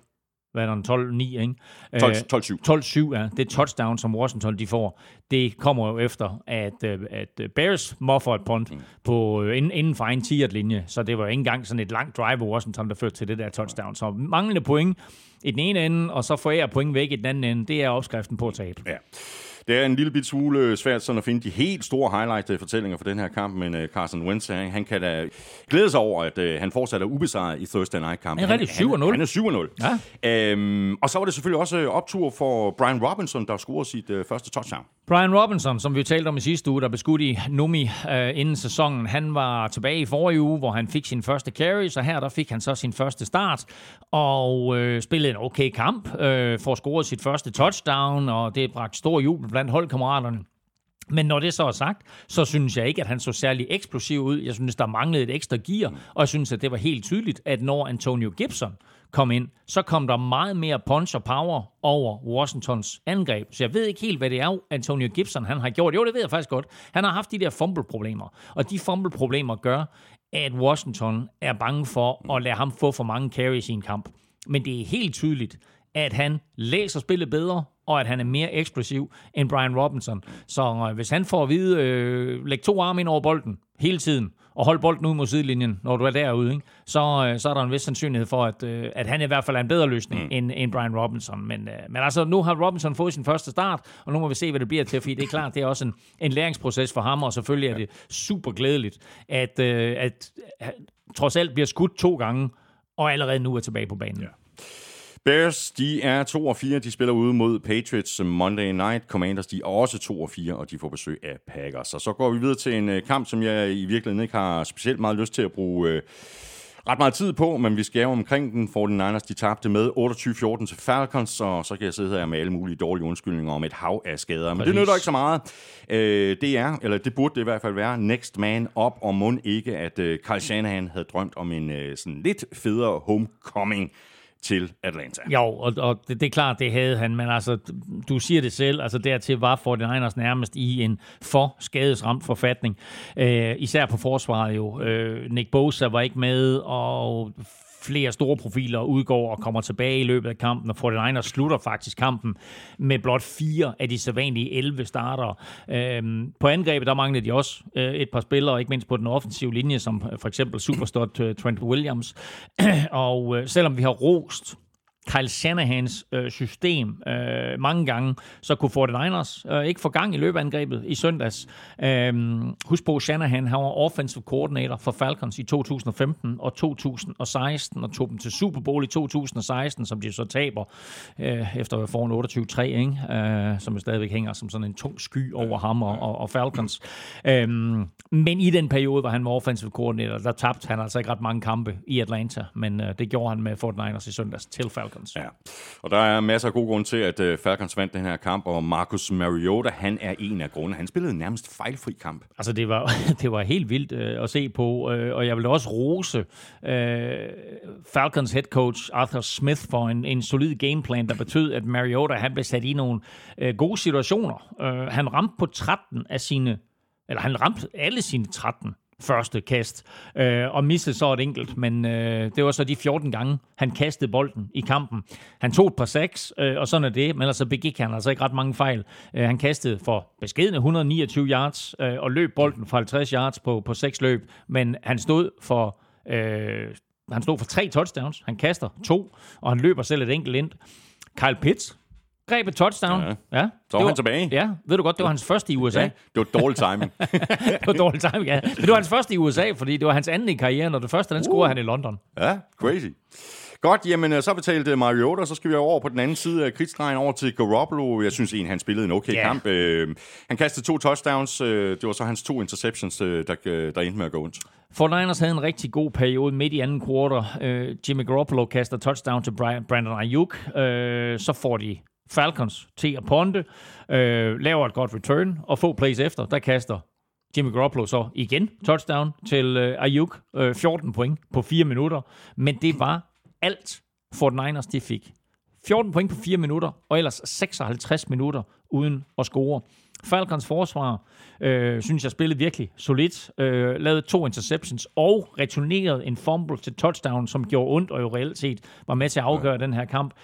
12-9, ikke? 12-7. Ja. Det touchdown, som Washington de får, det kommer jo efter, at Bears muffer et punt på inden for egen 10-linje, så det var ikke engang sådan et langt drive af Washington, der førte til det der touchdown. Så manglende point i den ene ende, og så forærer point væk i den anden ende, det er opskriften på at tabe. Ja. Det er en lille bit smule svært sådan at finde de helt store highlight-fortællinger for den her kamp, men Carson Wentz, han kan da glæde sig over, at han fortsat er ubesejret i Thursday Night-kampen. Han er rigtig 7-0. Han er 7-0. Ja. Og så var det selvfølgelig også optur for Brian Robinson, der scorede sit første touchdown. Brian Robinson, som vi talte om i sidste uge, der blev skudt i Numi inden sæsonen, han var tilbage i forrige uge, hvor han fik sin første carry, så her der fik han så sin første start, og spillede en okay kamp, for scoret sit første touchdown, og det bragte stor jubel blandt holdkammeraterne. Men når det så er sagt, så synes jeg ikke, at han så særlig eksplosiv ud. Jeg synes, der manglede et ekstra gear, og jeg synes, at det var helt tydeligt, at når Antonio Gibson kom ind, så kom der meget mere punch og power over Washingtons angreb. Så jeg ved ikke helt, hvad det er, Antonio Gibson han har gjort. Jo, det ved jeg faktisk godt. Han har haft de der fumble-problemer, og de fumble-problemer gør, at Washington er bange for at lade ham få for mange carries i en kamp. Men det er helt tydeligt, at han læser spillet bedre, og at han er mere eksplosiv end Brian Robinson. Så hvis han får at vide, læg 2 arme ind over bolden hele tiden, og hold bolden ud mod sidelinjen, når du er derude, ikke? Så er der en vis sandsynlighed for, at han i hvert fald er en bedre løsning end Brian Robinson. Men altså, nu har Robinson fået sin første start, og nu må vi se, hvad det bliver til, fordi det er klart, det er også en læringsproces for ham, og selvfølgelig er det super glædeligt, at trods alt bliver skudt 2 gange, og allerede nu er tilbage på banen. Ja. Bears, de er 2-4. De spiller ude mod Patriots Monday Night. Commanders, de er også 2-4, og de får besøg af Packers. Og så går vi videre til en kamp, som jeg i virkeligheden ikke har specielt meget lyst til at bruge ret meget tid på, men vi skal jo omkring den. 49ers, de tabte med 28-14 til Falcons, og så kan jeg sidde her med alle mulige dårlige undskyldninger om et hav af skader. Men det nytter ikke så meget. Det burde det i hvert fald være next man up, og mon ikke, at Kyle Shanahan havde drømt om en sådan lidt federe homecoming til Atlanta. Jo, og det er klart, det havde han, men altså, du siger det selv, altså dertil var 49ers nærmest i en for skadesramt forfatning. Især på forsvaret jo. Nick Bosa var ikke med, og flere store profiler udgår og kommer tilbage i løbet af kampen, og 49ers slutter faktisk kampen med blot 4 af de sædvanlige 11 startere. På angrebet, der manglede de også et par spillere, ikke mindst på den offensive linje, som for eksempel superstar Trent Williams. Og selvom vi har rost Kyle Shanahans system mange gange, så kunne 49ers ikke få gang i løbeangrebet i søndags. Husk på, Shanahan han var offensive coordinator for Falcons i 2015 og 2016, og tog dem til Super Bowl i 2016, som de så taber efter at få en 28-3, ikke? Som stadigvæk hænger som sådan en tung sky over ham og Falcons. Men i den periode, hvor han var offensive coordinator, der tabte han altså ikke ret mange kampe i Atlanta, men det gjorde han med 49ers i søndags til Falcons. Ja, og der er masser af gode grunde til, at Falcons vandt den her kamp, og Marcus Mariota, han er en af grundene. Han spillede nærmest fejlfri kamp. Altså, det var helt vildt at se på, og jeg vil også rose Falcons head coach Arthur Smith for en solid gameplan, der betød, at Mariota, han blev sat i nogle gode situationer. Han ramte alle sine 13 første kast, og missede så et enkelt, men det var så de 14 gange, han kastede bolden i kampen. Han tog et par sacks, og sådan er det, men ellers så begik han altså ikke ret mange fejl. Han kastede for beskedne 129 yards, og løb bolden for 50 yards på 6 løb, men han stod for 3 touchdowns, han kaster 2, og han løber selv et enkelt ind. Kyle Pitts greb et touchdown. Ja. Så var han tilbage. Ja, ved du godt, det var hans første i USA. Ja, det var dårlig timing. Det var dårlig timing, ja. Men det var hans første i USA, fordi det var hans anden i karrieren, og det første, den scorede han i London. Ja, crazy. Godt, jamen så betalte Mariota, så skal vi over på den anden side af kridtstregen over til Garoppolo. Jeg synes han spillede en okay kamp. Han kastede 2 touchdowns. Det var så hans 2 interceptions, der endte med at gå ondt. 49ers havde en rigtig god periode midt i anden kvartal. Jimmy Garoppolo kaster touchdown til Brandon Ayuk. Så får de Falcons til at ponte, laver et godt return, og få plays efter, der kaster Jimmy Garoppolo så igen touchdown til Ayuk. 14 point på 4 minutter. Men det var alt, 49ers de fik. 14 point på 4 minutter, og ellers 56 minutter uden at score. Falcons forsvar, synes jeg, spillede virkelig solidt. Lavede 2 interceptions og returnerede en fumble til touchdown, som gjorde ondt, og jo reelt set var med til at afgøre den her kamp.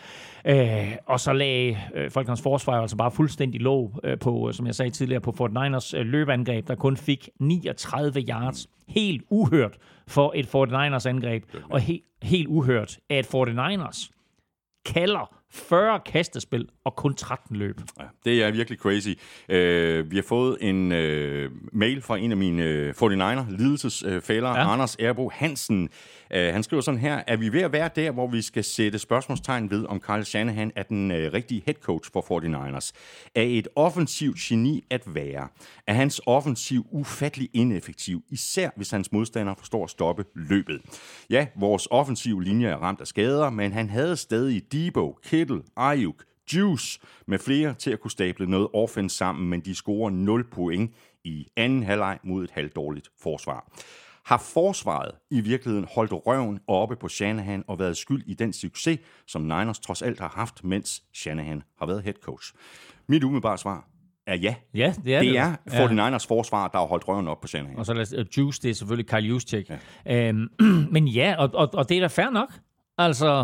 Og så lagde Falcons forsvar altså bare fuldstændig låg på, som jeg sagde tidligere, på 49ers løbeangreb, der kun fik 39 yards. Helt uhørt for et 49ers angreb, og helt uhørt, at 49ers kalder 40 kastespil og kun 13 løb. Ja, det er virkelig crazy. Vi har fået en mail fra en af mine 49er-lidelsesfæller, Anders Erbo Hansen. Han skriver sådan her: er vi ved at være der, hvor vi skal sætte spørgsmålstegn ved, om Kyle Shanahan er den rigtige head coach for 49ers? Er et offensivt geni at være? Er hans offensiv ufattelig ineffektiv, især hvis hans modstander forstår at stoppe løbet? Ja, vores offensiv linje er ramt af skader, men han havde stadig Debo, Kittle, Ayuk, Juice med flere til at kunne stable noget offense sammen, men de scorer 0 point i anden halvleg mod et halvdårligt forsvar. Har forsvaret i virkeligheden holdt røven oppe på Shanahan og været skyld i den succes, som Niners trods alt har haft, mens Shanahan har været head coach? Mit umiddelbare svar er ja. Ja, det er 49ers forsvar, der har holdt røven op på Shanahan. Og så Juice, det er selvfølgelig Kyle Juszczyk. Ja. Men ja, og det er da fair nok. Altså,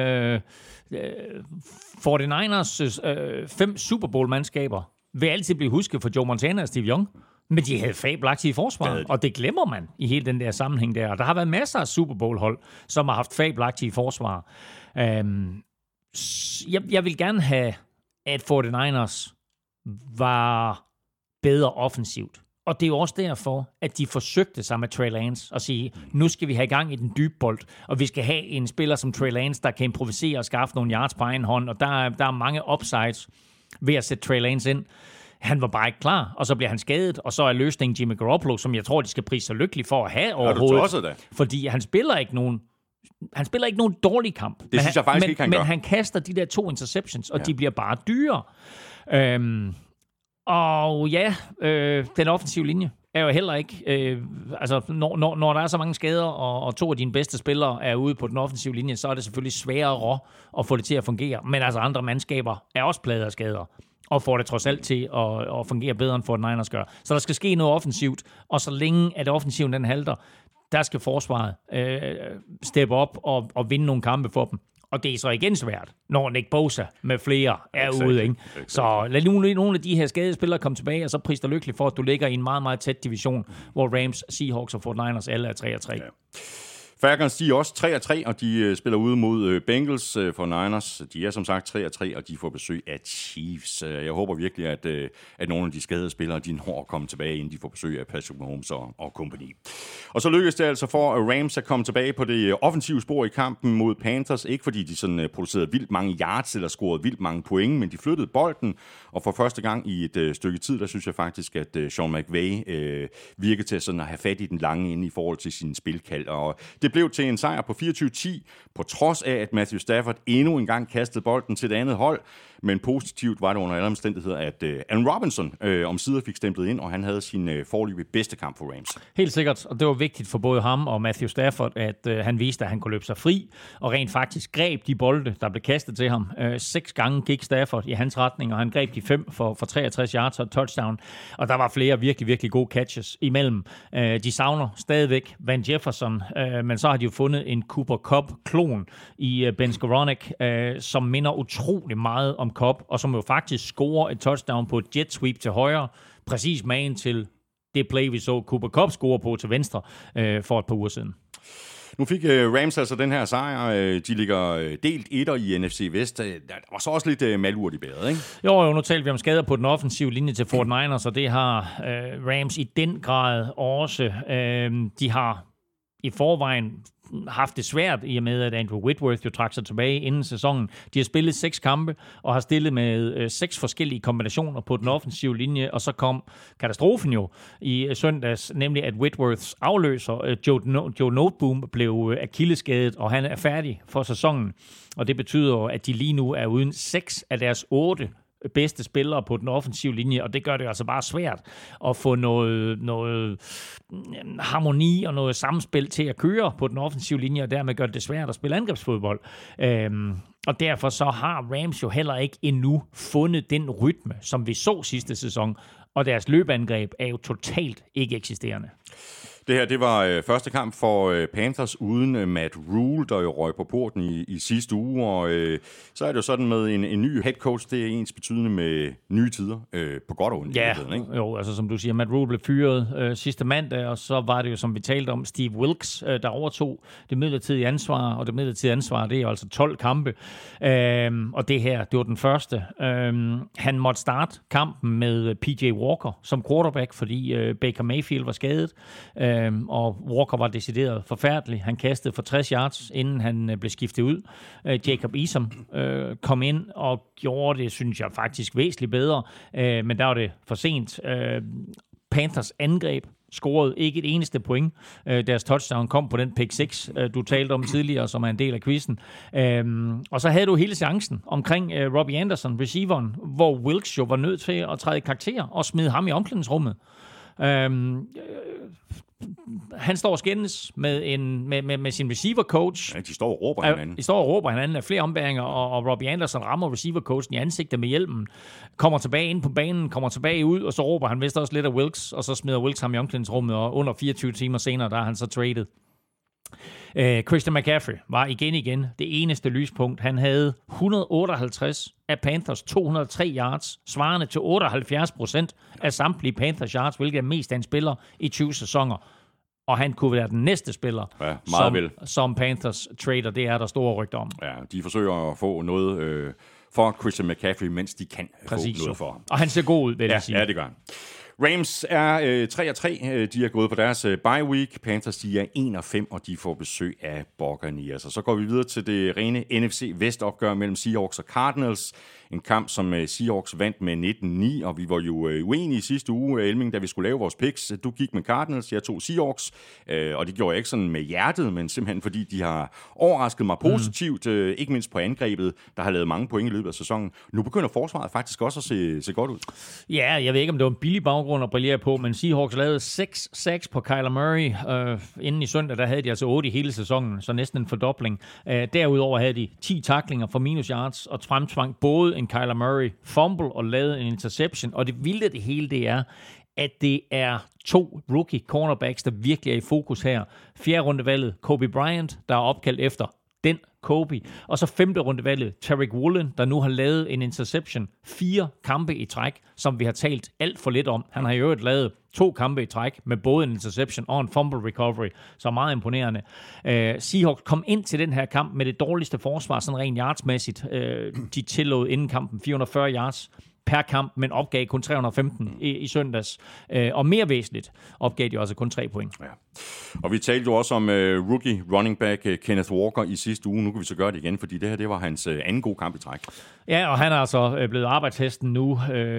49ers 5 Super Bowl-mandskaber vil altid blive husket for Joe Montana og Steve Young. Men de havde fabelagtige forsvar, og det glemmer man i hele den der sammenhæng der. Og der har været masser af Super Bowl-hold, som har haft fabelagtige forsvar. Jeg vil gerne have, at 49ers var bedre offensivt. Og det er jo også derfor, at de forsøgte sig med Trey Lance og sige, nu skal vi have gang i den dybe bold, og vi skal have en spiller som Trey Lance, der kan improvisere og skaffe nogle yards på egen hånd, og der er mange upsides ved at sætte Trey Lance ind. Han var bare ikke klar, og så bliver han skadet, og så er løsningen Jimmy Garoppolo, som jeg tror, de skal prise sig lykkelig for at have overhovedet. Fordi han spiller ikke nogen dårlig kamp. Det synes jeg faktisk ikke, han gør. Men han kaster de der 2 interceptions, og de bliver bare dyre. Og ja, den offensive linje er jo heller ikke... altså, når der er så mange skader, og 2 af dine bedste spillere er ude på den offensive linje, så er det selvfølgelig sværere at få det til at fungere. Men altså, andre mandskaber er også plaget af skader, og får det trods alt til at fungere bedre, end 49ers gør. Så der skal ske noget offensivt, og så længe at offensiven den halter, der skal forsvaret steppe op og vinde nogle kampe for dem. Og det er så igen svært, når Nick Bosa med flere er ude. Ikke? Så lad nogle af de her skadespillere komme tilbage, og så pris dig lykkelig for, at du ligger i en meget, meget tæt division, hvor Rams, Seahawks og 49ers alle er 3-3. Ja. Falcons, de er også 3-3, og de spiller ude mod Bengals for Niners. De er som sagt 3-3, og de får besøg af Chiefs. Jeg håber virkelig, at nogle af de skadede spillere, de når at komme tilbage, inden de får besøg af Patrick Mahomes og company. Og så lykkedes det altså for Rams at komme tilbage på det offensive spor i kampen mod Panthers. Ikke fordi de sådan producerede vildt mange yards eller scorede vildt mange point, men de flyttede bolden. Og for første gang i et stykke tid, der synes jeg faktisk, at Sean McVay virkede til sådan at have fat i den lange ende i forhold til sin spilkald. Og det blev til en sejr på 24-10, på trods af, at Matthew Stafford endnu en gang kastede bolden til det andet hold. Men positivt var det under alle omstændigheder, at Allen Robinson omsider fik stemplet ind, og han havde sin foreløbige bedste kamp for Rams. Helt sikkert, og det var vigtigt for både ham og Matthew Stafford, at han viste, at han kunne løbe sig fri, og rent faktisk greb de bolde, der blev kastet til ham. 6 gange gik Stafford i hans retning, og han greb de 5 for 63 yards og touchdown. Og der var flere virkelig, virkelig gode catches imellem. De savner stadigvæk Van Jefferson, men så har de jo fundet en Cooper Kupp-klon i Ben Skowronek, som minder utrolig meget om Kupp, og som jo faktisk scorer et touchdown på et jet sweep til højre, præcis magen til det play, vi så Cooper Kupp score på til venstre for et par uger siden. Nu fik Rams altså den her sejr. De ligger delt etter i NFC Vest. Der var så også lidt malurt i bæret, ikke? Jo, nu talte vi om skader på den offensive linje til 49ers, og det har Rams i den grad også. De har i forvejen haft det svært, i og med, at Andrew Whitworth jo trak sig tilbage inden sæsonen. De har spillet 6 kampe, og har stillet med 6 forskellige kombinationer på den offensive linje, og så kom katastrofen jo i søndags, nemlig at Whitworths afløser, Joe Noteboom, blev akilleskadet, og han er færdig for sæsonen. Og det betyder, at de lige nu er uden 6 af deres 8 bedste spillere på den offensive linje, og det gør det altså bare svært at få noget harmoni og noget samspil til at køre på den offensive linje, og dermed gør det svært at spille angrebsfodbold. Og derfor så har Rams jo heller ikke endnu fundet den rytme, som vi så sidste sæson, og deres løbeangreb er jo totalt ikke eksisterende. Det her, det var første kamp for Panthers uden Matt Rhule, der jo røg på porten i sidste uge, og så er det jo sådan med en ny head coach, det er ens betydende med nye tider, på godt og ondt. Ja, ikke? Jo, altså som du siger, Matt Rhule blev fyret sidste mandag, og så var det jo, som vi talte om, Steve Wilkes, der overtog det midlertidige ansvar, og det midlertidige ansvar, det er jo altså 12 kampe, og det her, det var den første. Han måtte starte kampen med PJ Walker som quarterback, fordi Baker Mayfield var skadet, og Walker var decideret forfærdelig. Han kastede for 60 yards, inden han blev skiftet ud. Jacob Eason kom ind og gjorde det, synes jeg, faktisk væsentligt bedre, men der var det for sent. Panthers angreb scorede ikke et eneste point. Deres touchdown kom på den pick 6, du talte om tidligere, som er en del af quizzen. Og så havde du hele chancen omkring Robbie Anderson, receiveren, hvor Wilkes jo var nødt til at træde i karakter og smide ham i omklædningsrummet. Han står og skændes med sin receiver coach. Ja, de står og råber hinanden. De står og råber hinanden af flere ombæringer, og Robbie Anderson rammer receiver coachen i ansigtet med hjelmen, kommer tilbage ind på banen, kommer tilbage ud, og så råber han vist også lidt af Wilkes, og så smider Wilkes ham i omklædningsrummet, og under 24 timer senere, der er han så traded. Christian McCaffrey var igen det eneste lyspunkt. Han havde 158 af Panthers 203 yards, svarende til 78% af samtlige Panthers yards, hvilket er mest af en spiller i 20 sæsoner. Og han kunne være den næste spiller, som Panthers trader. Det er der store rygter om. Ja, de forsøger at få noget for Christian McCaffrey, mens de kan få noget for. Og han ser god ud, vil jeg sige. Ja, det gør han. Rams er 3-3. De er gået på deres bye week. Panthers, de er 1-5, og de får besøg af Buccaneers. Og så går vi videre til det rene NFC Vest-opgør mellem Seahawks og Cardinals. En kamp, som Seahawks vandt med 19-9, og vi var jo uenige i sidste uge, Elming, da vi skulle lave vores picks. Du gik med Cardinals, jeg tog Seahawks, og det gjorde jeg ikke sådan med hjertet, men simpelthen fordi de har overrasket mig positivt, ikke mindst på angrebet, der har lavet mange point i løbet af sæsonen. Nu begynder forsvaret faktisk også at se godt ud. Ja, jeg ved ikke, om det var en billig baggrund at brillere på, men Seahawks lavede 6 sacks på Kyler Murray. Inden i søndag, der havde de altså 8 i hele sæsonen, så næsten en fordobling. Derudover havde de 10 tacklinger for minus yards, og fremtvang både en Kyler Murray fumble og lavede en interception. Og det vilde det hele, det er, at det er 2 rookie cornerbacks, der virkelig er i fokus her. 4. rundevalget Kobe Bryant, der er opkaldt efter den Kobe. Og så 5. rundevalget Tariq Woolen, der nu har lavet en interception 4 kampe i træk, som vi har talt alt for lidt om. Han har i øvrigt lavet 2 kampe i træk med både en interception og en fumble recovery, så meget imponerende. Seahawks kom ind til den her kamp med det dårligste forsvar, sådan rent yardsmæssigt. De tillod inden kampen 440 yards per kamp, men opgav kun 315 i søndags. Og mere væsentligt opgav de også kun 3 point. Ja. Og vi talte jo også om rookie running back Kenneth Walker i sidste uge. Nu kan vi så gøre det igen, fordi det her var hans anden gode kamp i træk. Ja, og han er altså blevet arbejdshesten nu.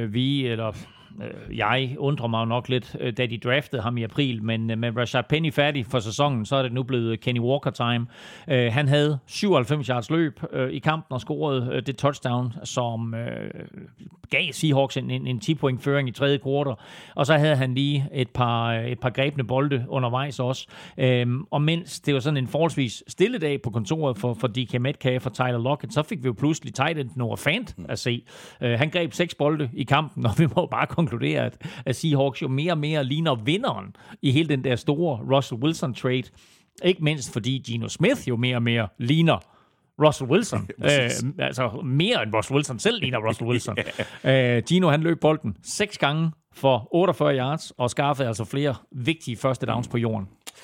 Jeg undrer mig nok lidt, da de draftede ham i april, men med Rashad Penny færdig for sæsonen, så er det nu blevet Kenny Walker-time. Han havde 97 yards løb i kampen og scorede det touchdown, som gav Seahawks en 10-point-føring i tredje kvartal. Og så havde han lige et par grebne bolde undervejs også. Og mens det var sådan en forholdsvis stille dag på kontoret for DK Metcalf og Tyler Lockett, så fik vi jo pludselig tight end Noah Fant at se. Han greb 6 bolde i kampen, og vi må bare konkludere, at Seahawks jo mere og mere ligner vinderen i hele den der store Russell Wilson-trade. Ikke mindst fordi Geno Smith jo mere og mere ligner Russell Wilson. Altså mere end Russell Wilson selv ligner Russell Wilson. Geno, han løb bolden 6 gange for 48 yards og skaffede altså flere vigtige første downs på jorden.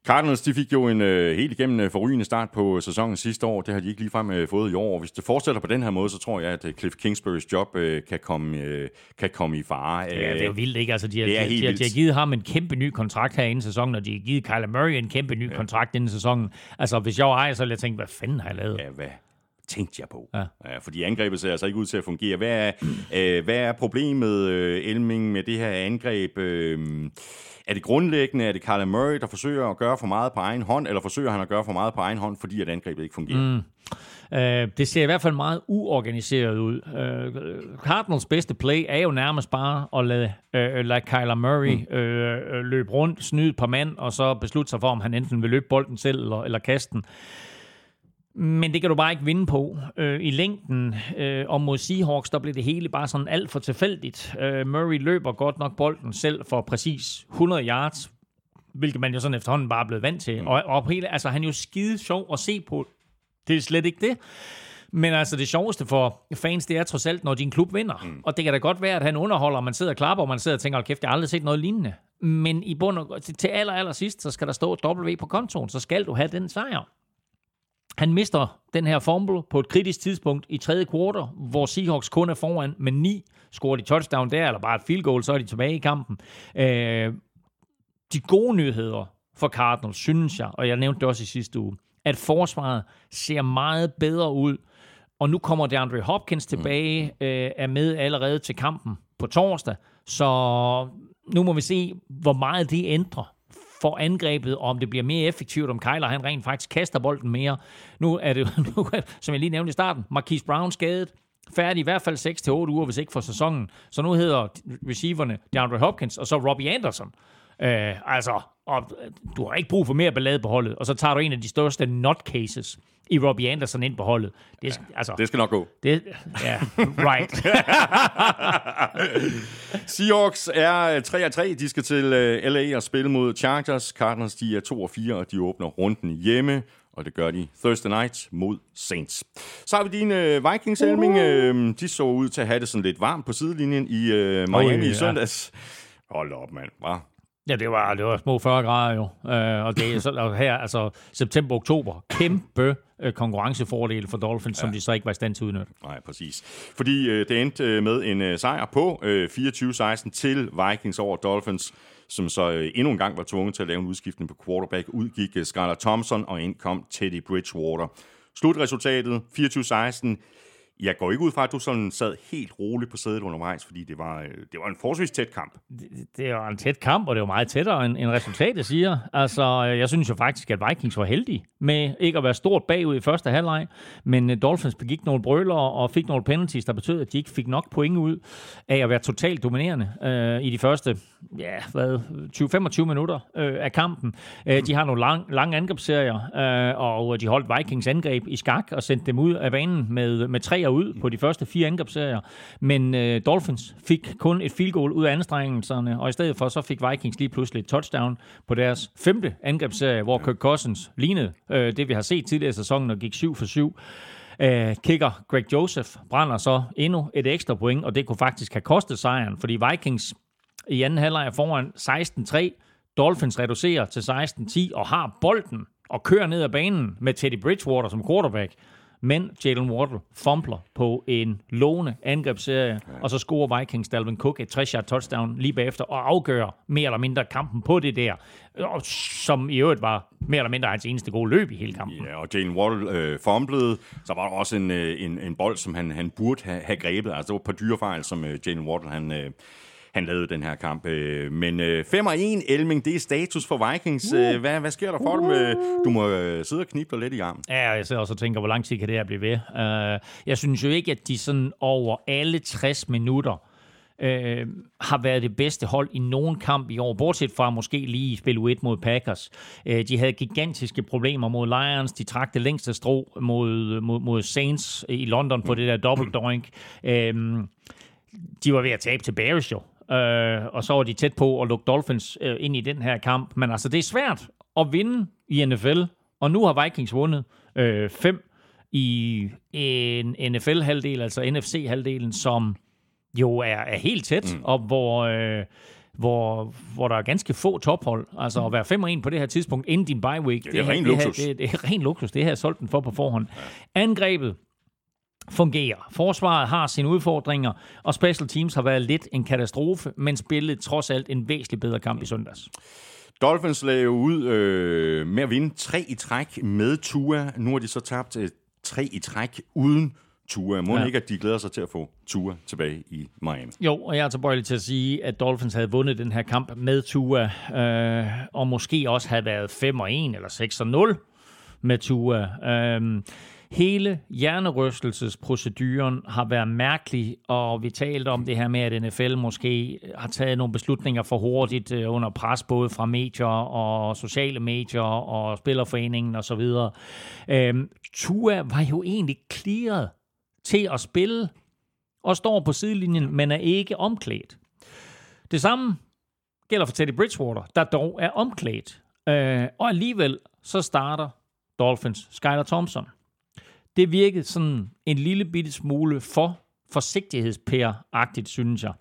Cardinals, de fik jo en helt igennem forrygende start på sæsonen sidste år. Det har de ikke ligefrem fået i år. Hvis det fortsætter på den her måde, så tror jeg, at Cliff Kingsburys job kan komme i fare. Ja, det er jo vildt, ikke? Altså, de har givet ham en kæmpe ny kontrakt her inden sæsonen, og de har givet Kyler Murray en kæmpe ny kontrakt inden sæsonen. Altså, hvis jeg var ejer, så ville jeg tænke, hvad fanden har jeg lavet? Ja, hvad tænkte jeg på? Ja. Fordi angrebet ser altså ikke ud til at fungere. Hvad er problemet, Elming, med det her angreb? Er det grundlæggende, er det Kyler Murray, der forsøger at gøre for meget på egen hånd, eller forsøger han at gøre for meget på egen hånd, fordi at angrebet ikke fungerer? Det ser i hvert fald meget uorganiseret ud. Cardinals bedste play er jo nærmest bare at lade Kyler Murray løbe rundt, snyde et par mand, og så beslutte sig for, om han enten vil løbe bolden selv eller kaste den. Men det kan du bare ikke vinde på. I længden og mod Seahawks, der blev det hele bare sådan alt for tilfældigt. Murray løber godt nok bolden selv for præcis 100 yards, hvilket man jo sådan efterhånden bare er blevet vant til. Og hele, altså, han er jo skide sjov at se på. Det er slet ikke det. Men altså det sjoveste for fans, det er trods alt, når din klub vinder. Og det kan da godt være, at han underholder, og man sidder og klapper, og man sidder og tænker, kæft, jeg har aldrig set noget lignende. Men i bund og til aller sidst, så skal der stå W på kontoen, så skal du have den sejr. Han mister den her fumble på et kritisk tidspunkt i tredje kvartal, hvor Seahawks kun er foran med 9. Scorer de touchdown der, eller bare et field goal, så er de tilbage i kampen. De gode nyheder for Cardinals, synes jeg, og jeg nævnte det også i sidste uge, at forsvaret ser meget bedre ud. Og nu kommer DeAndre Hopkins tilbage, er med allerede til kampen på torsdag. Så nu må vi se, hvor meget det ændrer for angrebet, og om det bliver mere effektivt, om Kyler han rent faktisk kaster bolden mere. Nu er det, som jeg lige nævnte i starten, Marquise Brown skadet, færdig i hvert fald 6 til 8 uger, hvis ikke for sæsonen. Så nu hedder receiverne DeAndre Hopkins, og så Robbie Anderson. Og du har ikke brug for mere ballade på holdet, og så tager du en af de største nutcases i Robbie Anderson ind på holdet. Det skal nok gå. Right. Seahawks er 3-3. De skal til LA og spille mod Chargers. Cardinals, de er 2-4, og de åbner runden hjemme, og det gør de Thursday night mod Saints. Så har vi dine Vikings, Elming. De så ud til at have det sådan lidt varmt på sidelinjen i Miami i søndags. Hold op, mand. Hva? Ja, det var små 40 grader jo. Og det er så her, altså september-oktober, kæmpe konkurrencefordel for Dolphins, som de så ikke var i stand til at udnytte. Nej, præcis. Fordi det endte med en sejr på 24-16 til Vikings over Dolphins, som så endnu en gang var tvunget til at lave en udskiftning på quarterback. Udgik Skylar Thompson, og ind kom Teddy Bridgewater. Slutresultatet 24-16. Jeg går ikke ud fra, at du sådan sad helt roligt på sædet undervejs, fordi det var en forholdsvis tæt kamp. Det var en tæt kamp, og det var meget tættere end resultatet siger. Altså, jeg synes jo faktisk, at Vikings var heldige med ikke at være stort bagud i første halvleg, men Dolphins begik nogle brøler og fik nogle penalties, der betød, at de ikke fik nok point ud af at være totalt dominerende i de første 20-25 minutter af kampen. De har nogle lange angrebsserier, og de holdt Vikings angreb i skak og sendte dem ud af banen med 3 ud på de første 4 angrebsserier. Men Dolphins fik kun et field goal ud af anstrengelserne, og i stedet for så fik Vikings lige pludselig et touchdown på deres 5. angrebsserie, hvor Kirk Cousins lignede det, vi har set tidligere i sæsonen, og gik 7 for 7. Kicker Greg Joseph brænder så endnu et ekstra point, og det kunne faktisk have kostet sejren, fordi Vikings i anden halvleg er foran 16-3. Dolphins reducerer til 16-10 og har bolden og kører ned ad banen med Teddy Bridgewater som quarterback. Men Jalen Waddle fumbler på en lovende angrebsserie, og så scorer Vikings Dalvin Cook et 3-yard touchdown lige bagefter og afgør mere eller mindre kampen på det der, som i øvrigt var mere eller mindre hans eneste gode løb i hele kampen. Ja, og Jalen Waddle fumblede, så var der også en bold, som han burde have grebet. Altså det var et par dyrefejl, som Jalen Waddle han lavede den her kamp. Men 5-1, Elming, det er status for Vikings. Hvad sker der for dem? Du må sidde og knibe dig lidt i armen. Ja, jeg sidder også og tænker, hvor lang tid kan det her blive ved? Jeg synes jo ikke, at de sådan over alle 60 minutter har været det bedste hold i nogen kamp i år, bortset fra måske lige i spil 1 mod Packers. De havde gigantiske problemer mod Lions, de trak det længste strå mod Saints i London på det der dobbelt-doink. De var ved at tabe til Bears jo. Og så var de tæt på at lukke Dolphins ind i den her kamp. Men altså, det er svært at vinde i NFL, og nu har Vikings vundet 5 i en NFL-halvdel, altså NFC-halvdelen, som jo er helt tæt, og hvor hvor der er ganske få tophold. Altså at være 5-1 på det her tidspunkt, inden din bye week, det er ren luksus. Det er ren luksus. Det her er solgt den for på forhånd. Ja. Angrebet fungerer. Forsvaret har sine udfordringer, og special teams har været lidt en katastrofe, men spillet trods alt en væsentligt bedre kamp i søndags. Dolphins lagde jo ud med at vinde 3 i træk med Tua. Nu har de så tabt 3 i træk uden Tua. Må ikke, at de glæder sig til at få Tua tilbage i Miami? Jo, og jeg er tilbøjelig til at sige, at Dolphins havde vundet den her kamp med Tua, og måske også havde været 5-1 eller 6-0 med Tua. Hele hjernerystelsesproceduren har været mærkelig, og vi talte om det her med, at NFL måske har taget nogle beslutninger for hurtigt under pres, både fra medier og sociale medier og spillerforeningen osv. Tua var jo egentlig clearet til at spille og står på sidelinjen, men er ikke omklædt. Det samme gælder for Teddy Bridgewater, der dog er omklædt. Og alligevel så starter Dolphins Skylar Thompson. Det virkede sådan en lille bitte smule for forsigtighedspær-agtigt, synes jeg.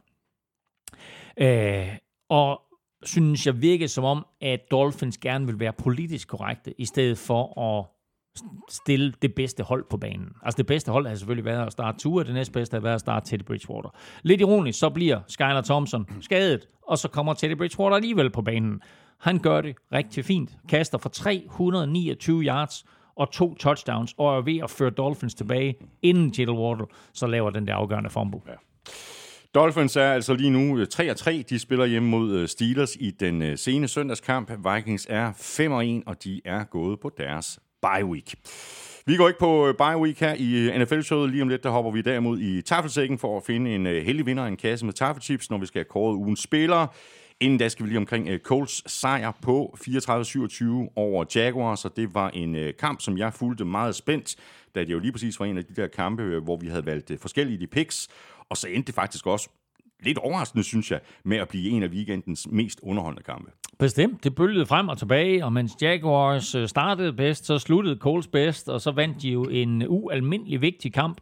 Og synes jeg virkede som om, at Dolphins gerne vil være politisk korrekte, i stedet for at stille det bedste hold på banen. Altså det bedste hold har selvfølgelig været at starte Tua, det næstbedste har været at starte Teddy Bridgewater. Lidt ironisk, så bliver Skylar Thompson skadet, og så kommer Teddy Bridgewater alligevel på banen. Han gør det rigtig fint. Kaster for 329 yards og 2 touchdowns, og er ved at føre Dolphins tilbage, inden Jalen Waddle så laver den der afgørende fumble. Ja. Dolphins er altså lige nu 3-3. De spiller hjemme mod Steelers i den sene søndagskamp. Vikings er 5-1, og de er gået på deres bye week. Vi går ikke på bye week her i NFL-showet. Lige om lidt, der hopper vi derimod i taffelsækken for at finde en heldig vinder af en kasse med taffelchips, når vi skal have kåret ugens spillere. Inden da skal vi lige omkring Colts sejr på 34-27 over Jaguars, og det var en kamp, som jeg fulgte meget spændt, da det jo lige præcis var en af de der kampe, hvor vi havde valgt forskellige de picks, og så endte det faktisk også lidt overraskende, synes jeg, med at blive en af weekendens mest underholdende kampe. Bestemt. Det bølgede frem og tilbage, og mens Jaguars startede bedst, så sluttede Colts bedst, og så vandt de jo en ualmindelig vigtig kamp.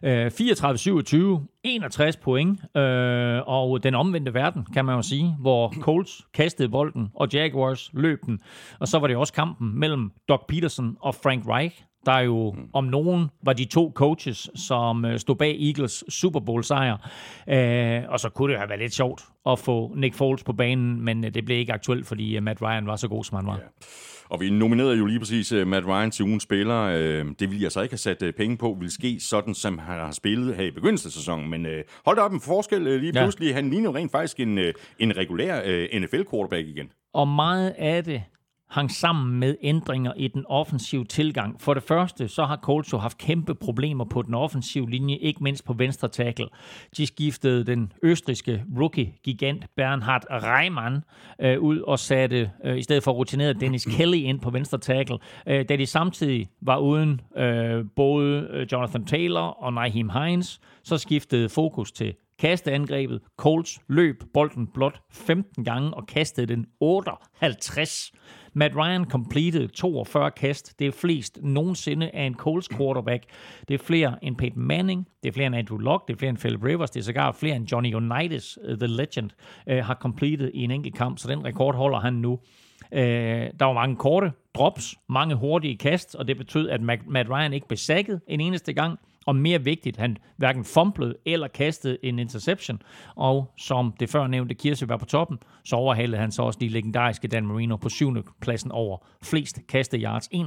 34-27, 61 point, og den omvendte verden, kan man jo sige, hvor Colts kastede bolden, og Jaguars løb den. Og så var det også kampen mellem Doug Peterson og Frank Reich, der jo om nogen var de 2 coaches, som stod bag Eagles Super Bowl sejr. Og så kunne det have været lidt sjovt at få Nick Foles på banen, men det blev ikke aktuelt, fordi Matt Ryan var så god, som han var. Ja. Og vi nominerede jo lige præcis Matt Ryan til ugens spiller. Det ville jeg så ikke have sat penge på, ville ske sådan, som han har spillet her i begyndelsen af sæsonen. Men hold da op en forskel lige pludselig. Ja. Han ligner jo rent faktisk en regulær NFL-quarterback igen. Og meget af det hang sammen med ændringer i den offensive tilgang. For det første, så har Colts jo haft kæmpe problemer på den offensive linje, ikke mindst på venstre tackle. De skiftede den østrigske rookie-gigant Bernhard Reimann ud og satte i stedet for rutineret Dennis Kelly ind på venstre tackle, da de samtidig var uden både Jonathan Taylor og Nyheim Hines, så skiftede fokus til kasteangrebet. Colts løb bolden blot 15 gange og kastede den 58. Matt Ryan completed 42 kast. Det er flest nogensinde af en Colts quarterback. Det er flere end Peyton Manning, det er flere end Andrew Luck, det er flere end Philip Rivers, det er sågar flere end Johnny Unitas, the legend, har completed i en enkelt kamp, så den rekord holder han nu. Der var mange korte drops, mange hurtige kast, og det betød, at Matt Ryan ikke blev sacket en eneste gang. Og mere vigtigt, han hverken fumblede eller kastede en interception. Og som det før nævnte Kirsey var på toppen, så overhalede han så også de legendariske Dan Marino på 7. pladsen over flest kastet yards. 61.500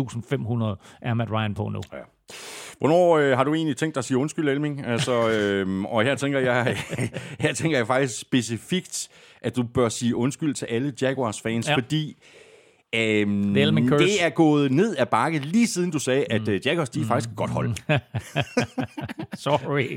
er Matt Ryan på nu. Ja. Hvornår har du egentlig tænkt dig at sige undskyld, Elming? Altså, og her tænker jeg faktisk specifikt, at du bør sige undskyld til alle Jaguars-fans, fordi det er gået ned ad bakke, lige siden du sagde, at Jaguars, de er faktisk et godt hold. Sorry.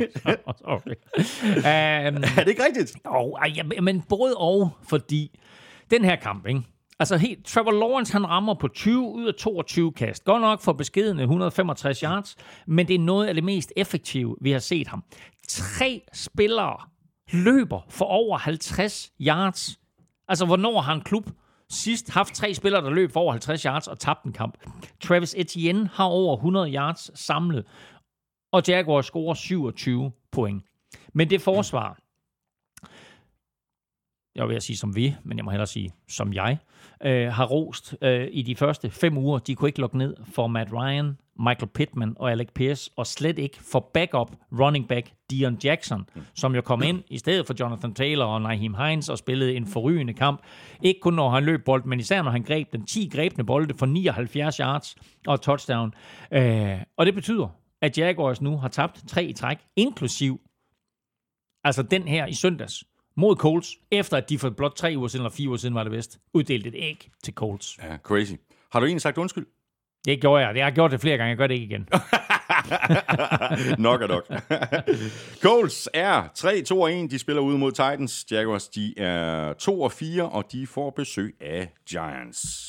Er det ikke rigtigt? Men både og, fordi den her kamp, ikke? Altså Trevor Lawrence, han rammer på 20 ud af 22 kast. Godt nok for beskedne 165 yards, men det er noget af det mest effektive, vi har set ham. 3 spillere løber for over 50 yards. Altså, hvornår har en klub sidst haft 3 spillere, der løb for over 50 yards og tabte en kamp? Travis Etienne har over 100 yards samlet, og Jaguars scorer 27 point. Men det forsvar, jeg vil sige som vi, men jeg må hellere sige som jeg, har rost i de første 5 uger. De kunne ikke lukke ned for Matt Ryan, Michael Pittman og Alec Pierce, og slet ikke for backup running back Deion Jackson, som jo kom ind i stedet for Jonathan Taylor og Nyheim Hines og spillede en forrygende kamp. Ikke kun når han løb bold, men især når han greb den 10 grebne bolde for 79 yards og touchdown. Og det betyder, at Jaguars nu har tabt 3 i træk, inklusiv altså den her i søndags mod Colts, efter at de for blot 3 uger siden, eller 4 uger siden var det vist, uddelt et æg til Colts. Ja, crazy. Har du egentlig sagt undskyld? Det gjorde jeg. Jeg har gjort det flere gange. Jeg gør det ikke igen. Nok er nok. Colts er 3-2-1. De spiller ude mod Titans. Jaguars, de er 2-4, og de får besøg af Giants.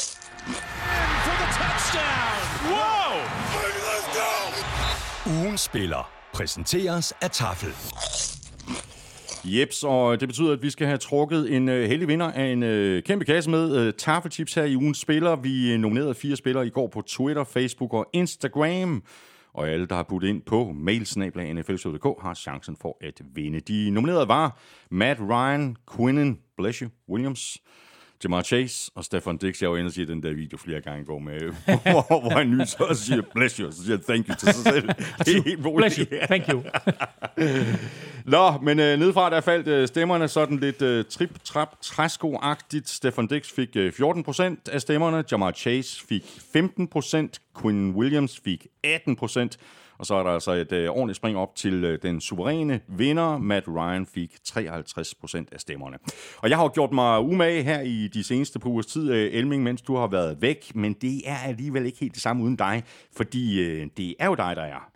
Ugens spiller præsenteres af Tafel. Jeps, og det betyder, at vi skal have trukket en heldig vinder af en kæmpe kasse med Tafelchips her i ugens spiller. Vi nominerede 4 spillere i går på Twitter, Facebook og Instagram. Og alle, der har puttet ind på mailsnabla.nflshow.dk, har chancen for at vinde. De nominerede var Matt Ryan, Quinnen, bless you, Williams, Ja'Marr Chase og Stefon Diggs. Jeg har jo endda set den der video flere gange i går med, hvor han nyser og siger bless you, og så siger thank you til sig selv. Det er helt roligt. Bless you, thank you. Nå, men nedefra der faldt stemmerne sådan lidt trip-trap-træsko-agtigt. Stefon Diggs fik 14% af stemmerne, Ja'Marr Chase fik 15%, Quinnen Williams fik 18%, og så er der altså et ordentligt spring op til den suveræne vinder. Matt Ryan fik 53% af stemmerne. Og jeg har jo gjort mig umage her i de seneste par ugers tid, Elming, mens du har været væk, men det er alligevel ikke helt det samme uden dig, fordi det er jo dig, der er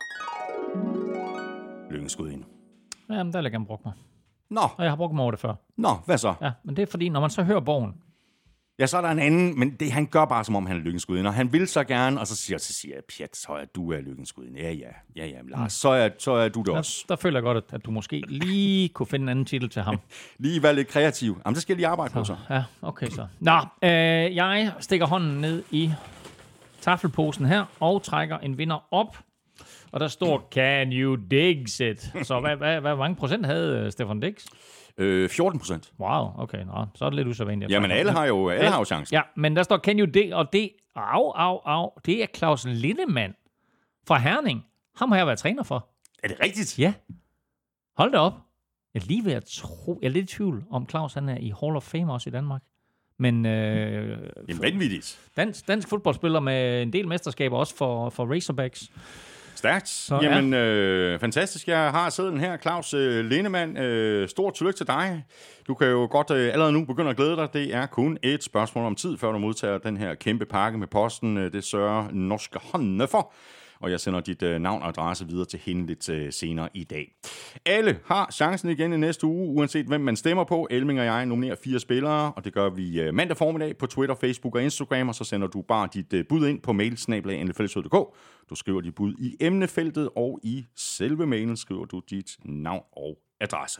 lykkenskud ind. Jamen, der vil jeg gerne bruge mig. Nå. Og jeg har brugt mig over det før. Nå, hvad så? Ja, men det er fordi, når man så hører Borgen. Ja, så er der en anden, men det, han gør bare, som om han er lykkensgudinde, og han vil så gerne, og så siger jeg, pjat, så er du lykkensgudinde. Ja, Lars, så er du det også. Der føler jeg godt, at du måske lige kunne finde en anden titel til ham. Lige være lidt kreativ. Jamen, det skal jeg lige arbejde på så. Ja, okay så. Nå, jeg stikker hånden ned i tafelposen her, og trækker en vinder op. Og der står, can you Diggs it? Så hvad mange procent havde Stefon Diggs? 14%. Wow, okay. Nå, så er det lidt usædvanligt. Jamen, alle har jo chancen. Ja, men der står, can you Diggs, og det, det er Claus Lindemann fra Herning. Ham har jeg været træner for. Er det rigtigt? Ja. Hold da op. Jeg er lige ved at tro, jeg er lidt i tvivl om Claus, han er i Hall of Fame også i Danmark. Men vanvittigt. Dansk fodboldspiller med en del mesterskaber også for Razorbacks. Stærkt. Så, jamen, fantastisk. Jeg har siddet her, Claus Lindemann. Stort tillykke til dig. Du kan jo godt allerede nu begynde at glæde dig. Det er kun et spørgsmål om tid, før du modtager den her kæmpe pakke med posten. Det sørger Norske Hånde for. Og jeg sender dit navn og adresse videre til hende lidt senere i dag. Alle har chancen igen i næste uge, uanset hvem man stemmer på. Elming og jeg nominerer 4 spillere, og det gør vi mandag formiddag på Twitter, Facebook og Instagram, og så sender du bare dit bud ind på mail@nflshow.dk. Du skriver dit bud i emnefeltet, og i selve mailen skriver du dit navn og adresse.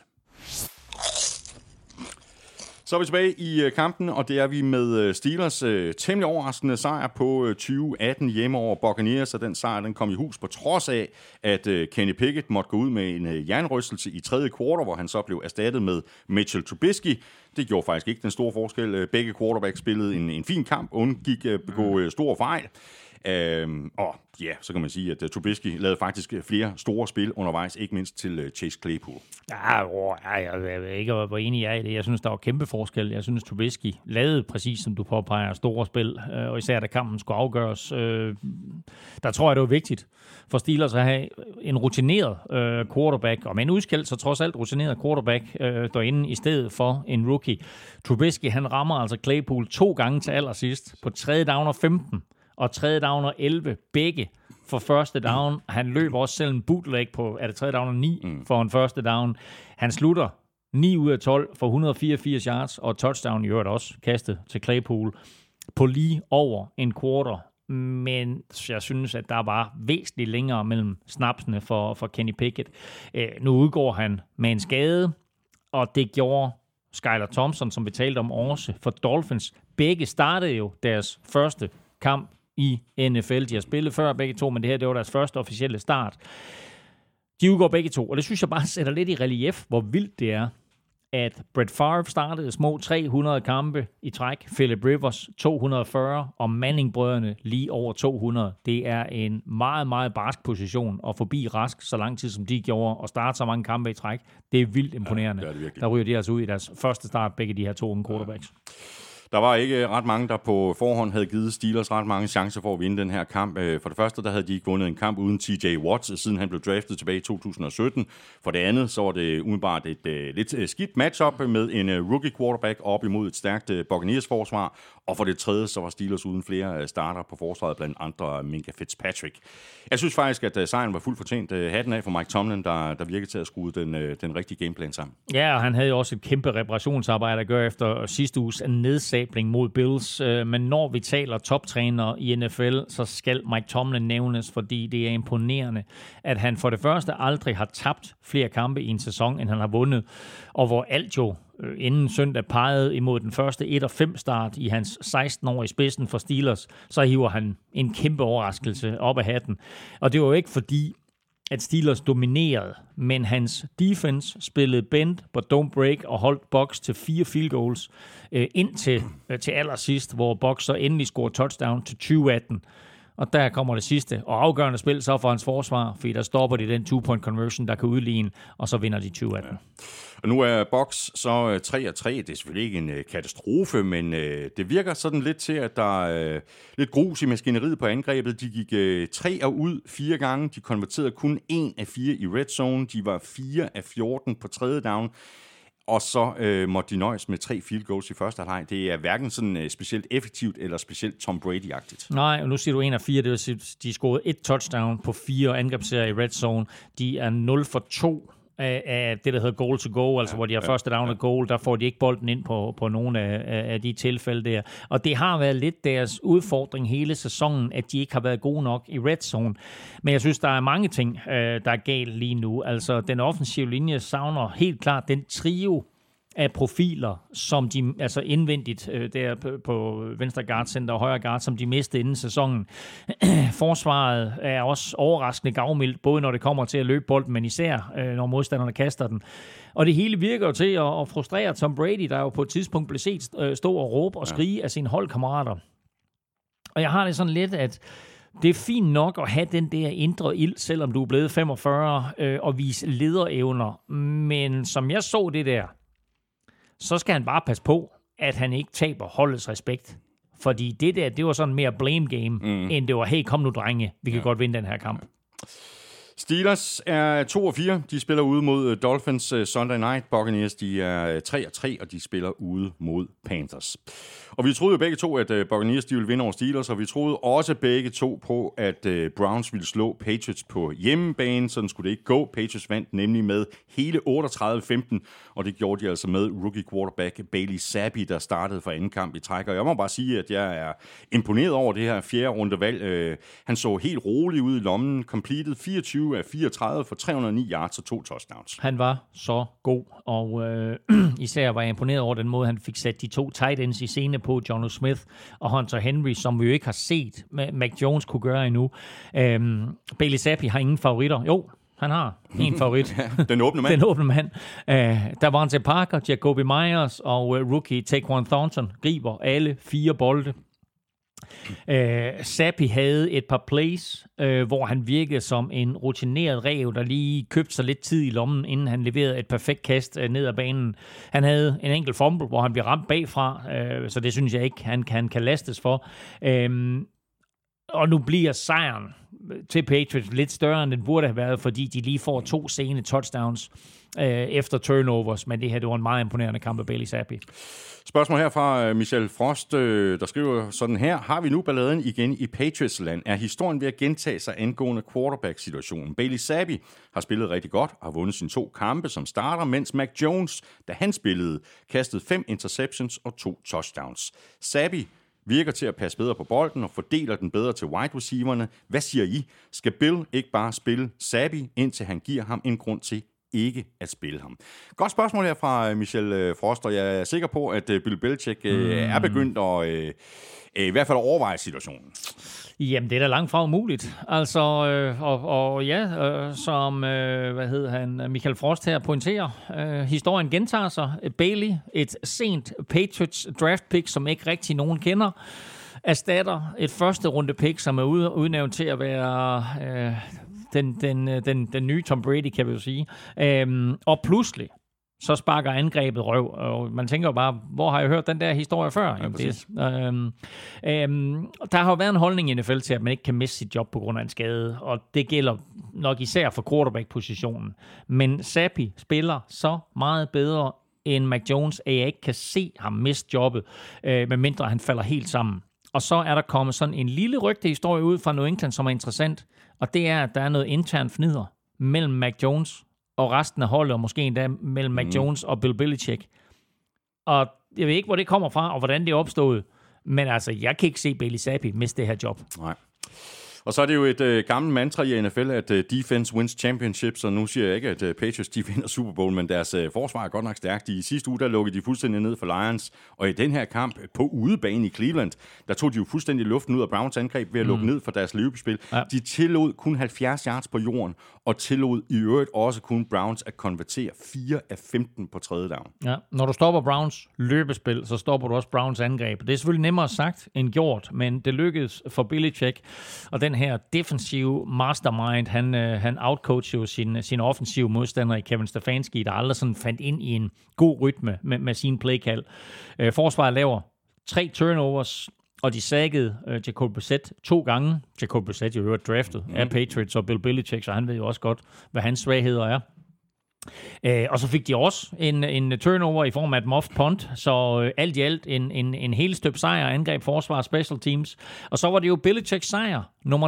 Så er vi tilbage i kampen, og det er vi med Steelers temmelig overraskende sejr på 2018 hjemme over Buccaneers, og den sejr den kom i hus på trods af, at Kenny Pickett måtte gå ud med en jernrystelse i tredje kvartal, hvor han så blev erstattet med Mitchell Trubisky. Det gjorde faktisk ikke den store forskel. Begge quarterbacks spillede en fin kamp, undgik at begå store fejl. Og ja, så kan man sige, at Trubisky lavede faktisk flere store spil undervejs, ikke mindst til Chase Claypool. Jeg ved ikke, hvor enig jeg er i det. Jeg synes, der var kæmpe forskel. Jeg synes, Trubisky lavede præcis, som du påpeger, store spil, og især da kampen skulle afgøres. Der tror jeg, det var vigtigt for Steelers at have en rutineret quarterback, og med en udskilt, så trods alt rutineret quarterback derinde i stedet for en rookie. Trubisky, han rammer altså Claypool 2 gange til allersidst på 3. down og 15. Og 3. down og 11, begge for første down. Han løber også selv en bootleg på, er det 3. down og 9 for en første down. Han slutter 9 ud af 12 for 184 yards, og touchdown i øvrigt også kastet til Claypool på lige over en quarter. Men jeg synes, at der var væsentligt længere mellem snapsene for Kenny Pickett. Nu udgår han med en skade, og det gjorde Skylar Thompson, som vi talte om også, for Dolphins. Begge startede jo deres første kamp i NFL. De har spillet før begge to, men det var deres første officielle start. De udgår begge to, og det synes jeg bare sætter lidt i relief, hvor vildt det er, at Brett Favre startede små 300 kampe i træk, Philip Rivers 240, og Manning-brødrene lige over 200. Det er en meget, meget barsk position at forbi rask så lang tid, som de gjorde, og starte så mange kampe i træk. Det er vildt imponerende. Ja, det er det der ryger de altså ud i deres første start, begge de her to unge quarterbacks. Der var ikke ret mange, der på forhånd havde givet Steelers ret mange chancer for at vinde den her kamp. For det første, der havde de ikke vundet en kamp uden TJ Watt, siden han blev draftet tilbage i 2017. For det andet, så var det umiddelbart et lidt skidt matchup med en rookie quarterback op imod et stærkt Buccaneers forsvar. Og for det tredje, så var Steelers uden flere starter på forsvaret, blandt andre Minka Fitzpatrick. Jeg synes faktisk, at sejren var fuldt fortjent. Hatten af for Mike Tomlin, der virkede til at skrue den rigtige gameplan sammen. Ja, og han havde jo også et kæmpe reparationsarbejde at gøre efter sidste uges nedsabling mod Bills. Men når vi taler toptræner i NFL, så skal Mike Tomlin nævnes, fordi det er imponerende, at han for det første aldrig har tabt flere kampe i en sæson, end han har vundet. Og hvor alt jo inden søndag pegede imod den første 1-5 start i hans 16 år i spidsen for Steelers, så hiver han en kæmpe overraskelse op af hatten. Og det var jo ikke fordi, at Steelers dominerede, men hans defense spillede bend but don't break og holdt Bucs til 4 field goals indtil til allersidst, hvor Bucs så endelig scorede touchdown til 2018. Og der kommer det sidste og afgørende spil så for hans forsvar, fordi der stopper de den 2-point conversion, der kan udligne, og så vinder de 20-18. Ja. Og nu er Bucs så 3-3. Det er selvfølgelig ikke en katastrofe, men det virker sådan lidt til, at der er lidt grus i maskineriet på angrebet. De gik 3 ud 4 gange. De konverterede kun 1 af 4 i red zone. De var 4 af 14 på tredje down. Og så måtte de nøjes med 3 field goals i første halvleg. Det er hverken sådan specielt effektivt eller specielt Tom Brady-agtigt. Nej, og nu siger du 1 af 4. Det vil sige, de scorede 1 touchdown på 4 angrebsserier i red zone. De er 0 for 2 af det, der hedder goal to go, altså hvor de har første down og goal, der får de ikke bolden ind på nogle af de tilfælde der. Og det har været lidt deres udfordring hele sæsonen, at de ikke har været gode nok i red zone. Men jeg synes, der er mange ting, der er galt lige nu. Altså, den offensive linje savner helt klart den trio af profiler, som de altså indvendigt der på venstre guardcenter og højre guard, som de mistede inden sæsonen. Forsvaret er også overraskende gavmildt, både når det kommer til at løbe bolden, men især når modstanderne kaster den. Og det hele virker jo til at frustrere Tom Brady, der jo på et tidspunkt blev set stå og råbe og skrige af sine holdkammerater. Og jeg har det sådan lidt, at det er fint nok at have den der indre ild, selvom du er blevet 45 og vise lederevner. Men som jeg så det der, så skal han bare passe på, at han ikke taber holdets respekt. Fordi det der, det var sådan mere blame game, end det var, hey, kom nu drenge, vi kan godt vinde den her kamp. Steelers er 2-4. De spiller ude mod Dolphins Sunday Night. Buccaneers, de er 3-3, og de spiller ude mod Panthers. Og vi troede jo begge to, at Buccaneers de ville vinde over Steelers, og vi troede også begge to på, at Browns ville slå Patriots på hjemmebane. Sådan skulle det ikke gå. Patriots vandt nemlig med hele 38-15, og det gjorde de altså med rookie quarterback Bailey Zappi, der startede for anden kamp i træk. Og jeg må bare sige, at jeg er imponeret over det her 4. rundevalg. Han så helt rolig ud i lommen, completed 24 af 34 for 309 yards og 2 touchdowns. Han var så god, og især var jeg imponeret over den måde, han fik sat de 2 tight ends i scene på, Jonnu Smith og Hunter Henry, som vi jo ikke har set, Mac Jones kunne gøre endnu. Bailey Zappi har ingen favoritter. Jo, han har en favorit. Den åbne mand. Den åbne mand. Der var til Parker, Jacoby Myers og rookie Taquan Thornton griber alle 4 bolde. Zappi havde et par plays, hvor han virkede som en rutineret ræv, der lige købte sig lidt tid i lommen, inden han leverede et perfekt kast ned ad banen. Han havde en enkelt fumble, hvor han blev ramt bagfra, så det synes jeg ikke, han kan lastes for. Og nu bliver sejren til Patriots lidt større, end den burde have været, fordi de lige får 2 sene touchdowns efter turnovers, men det her, det var en meget imponerende kamp af Bailey Zappi. Spørgsmål her fra Michel Frost, der skriver sådan her. Har vi nu balladen igen i Patriots-land? Er historien ved at gentage sig angående quarterback-situationen? Bailey Zappi har spillet rigtig godt og har vundet sine 2 kampe som starter, mens Mac Jones, da han spillede, kastede 5 interceptions og 2 touchdowns. Zappi virker til at passe bedre på bolden og fordeler den bedre til wide receiverne. Hvad siger I? Skal Bill ikke bare spille Zappi, indtil han giver ham en grund til ikke at spille ham. Godt spørgsmål her fra Michel Frost, og jeg er sikker på, at Bill Belichick er begyndt at i hvert fald overveje situationen. Jamen, det er da langt fra umuligt. Altså, som Michael Frost her pointerer, historien gentager sig. Bailey, et sent Patriots draft pick, som ikke rigtig nogen kender, erstatter et første runde pick, som er udnævnt til at være den nye Tom Brady, kan vi jo sige. Og pludselig så sparker angrebet røv, og man tænker jo bare, hvor har jeg hørt den der historie før? Ja, der har jo været en holdning i NFL til, at man ikke kan miste sit job på grund af en skade, og det gælder nok især for quarterback-positionen. Men Zappi spiller så meget bedre end Mac Jones, at jeg ikke kan se ham miste jobbet, medmindre han falder helt sammen. Og så er der kommet sådan en lille rygtehistorie ud fra New England, som er interessant, og det er, at der er noget intern fnider mellem Mac Jones og resten af holdet, og måske endda mellem Mac Jones og Bill Belichick. Og jeg ved ikke, hvor det kommer fra, og hvordan det er opstået, men altså, jeg kan ikke se Bailey Zappi miste det her job. Nej. Og så er det jo et gammelt mantra i NFL, at defense wins championships, og nu siger jeg ikke, at Patriots de vinder Super Bowl, men deres forsvar er godt nok stærkt. I sidste uge, der lukkede de fuldstændig ned for Lions, og i den her kamp på udebane i Cleveland, der tog de jo fuldstændig luften ud af Browns angreb ved at lukke ned for deres løbespil. Ja. De tillod kun 70 yards på jorden, og tillod i øvrigt også kun Browns at konvertere 4 af 15 på tredje down. Ja, når du stopper Browns løbespil, så stopper du også Browns angreb. Det er selvfølgelig nemmere sagt end gjort, men det lykkedes for Belichick, og den her defensive mastermind, han outcoachede jo sin offensive modstander i Kevin Stefanski, der aldrig sådan fandt ind i en god rytme med sin playkald. Forsvaret laver 3 turnovers, og de saggede Jacob Brissett 2 gange. Jacob Brissett jo øvrigt draftet af Patriots og Bill Belichick, så han ved jo også godt, hvad hans svagheder er. Og så fik de også en turnover i form af et muffed punt, så alt i alt en helt støbt sejr, angreb, forsvar, special teams. Og så var det jo Belichicks sejr, nummer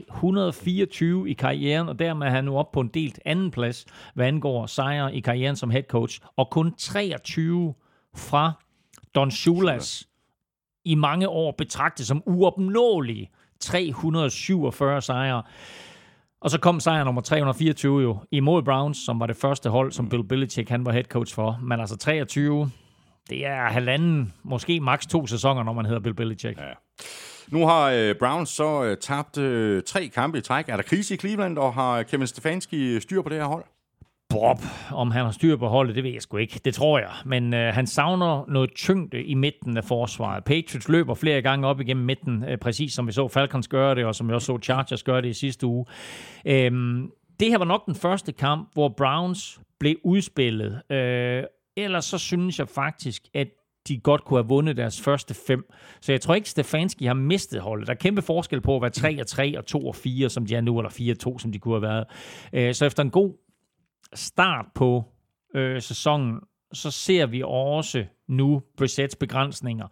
324 i karrieren, og dermed er han nu op på en delt anden plads, hvad angår sejre i karrieren som head coach, og kun 23 fra Don Shulas i mange år betragtet som uopnåelige 347 sejre. Og så kom sejr nummer 324 jo imod Browns, som var det første hold, som Bill Belichick han var head coach for. Men altså 23, det er halvanden, måske maks 2 sæsoner, når man hedder Bill Belichick. Ja. Nu har Browns så tabt 3 kampe i træk. Er der krise i Cleveland, og har Kevin Stefanski styr på det her hold? Om han har styr på holdet, det ved jeg sgu ikke. Det tror jeg. Men han savner noget tyngde i midten af forsvaret. Patriots løber flere gange op igennem midten, præcis som vi så Falcons gøre det, og som vi også så Chargers gøre det i sidste uge. Det her var nok den første kamp, hvor Browns blev udspillet. Ellers så synes jeg faktisk, at de godt kunne have vundet deres første 5. Så jeg tror ikke, Stefanski har mistet holdet. Der er kæmpe forskel på at være 3-3 og 2-4, som de er nu, eller 4-2, som de kunne have været. Så efter en god start på sæsonen, så ser vi også nu Brissetts begrænsninger.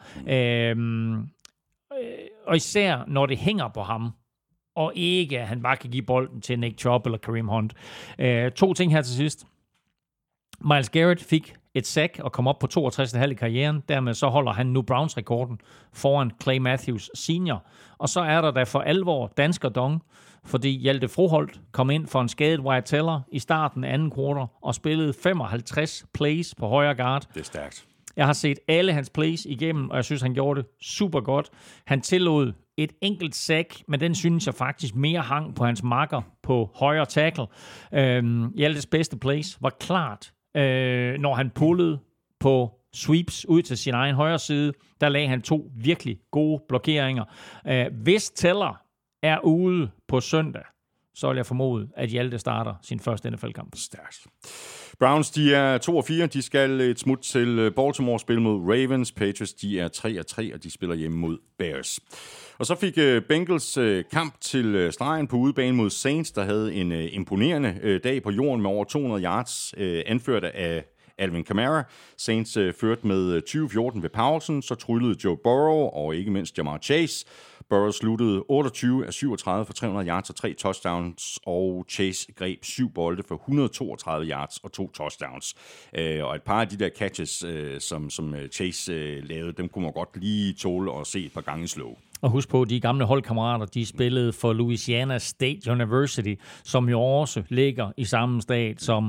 Og især når det hænger på ham, og ikke at han bare kan give bolden til Nick Chubb eller Kareem Hunt. 2 ting her til sidst. Myles Garrett fik et sack og kom op på 62,5 i karrieren. Dermed så holder han nu Browns-rekorden foran Clay Matthews senior. Og så er der da for alvor dansker dong, fordi Hjalte Froholt kom ind for en skadet Wyatt Teller i starten af anden kvartal og spillede 55 plays på højre guard. Det er stærkt. Jeg har set alle hans plays igennem, og jeg synes, han gjorde det super godt. Han tillod et enkelt sack, men den synes jeg faktisk mere hang på hans makker på højre tackle. Hjaltes bedste plays var klart, når han pullede på sweeps ud til sin egen højre side. Der lagde han 2 virkelig gode blokeringer. Hvis Teller er ude på søndag, så vil jeg formode, at Hjalte starter sin første NFL-kamp. Stærkt. Browns, de er 2-4. De skal et smut til Baltimore spille mod Ravens. Patriots, de er 3-3, og de spiller hjemme mod Bears. Og så fik Bengals kamp til stregen på udebane mod Saints, der havde en imponerende dag på jorden med over 200 yards, anført af Alvin Kamara. Saints førte med 20-14 ved pausen, så tryllede Joe Burrow og ikke mindst Jamar Chase. Burrow sluttede 28 af 37 for 300 yards og 3 touchdowns, og Chase greb 7 bolde for 132 yards og 2 touchdowns. Og et par af de der catches, som Chase lavede, dem kunne man godt lige tåle at se et par gange slow. Og husk på, de gamle holdkammerater, de spillede for Louisiana State University, som jo også ligger i samme stat som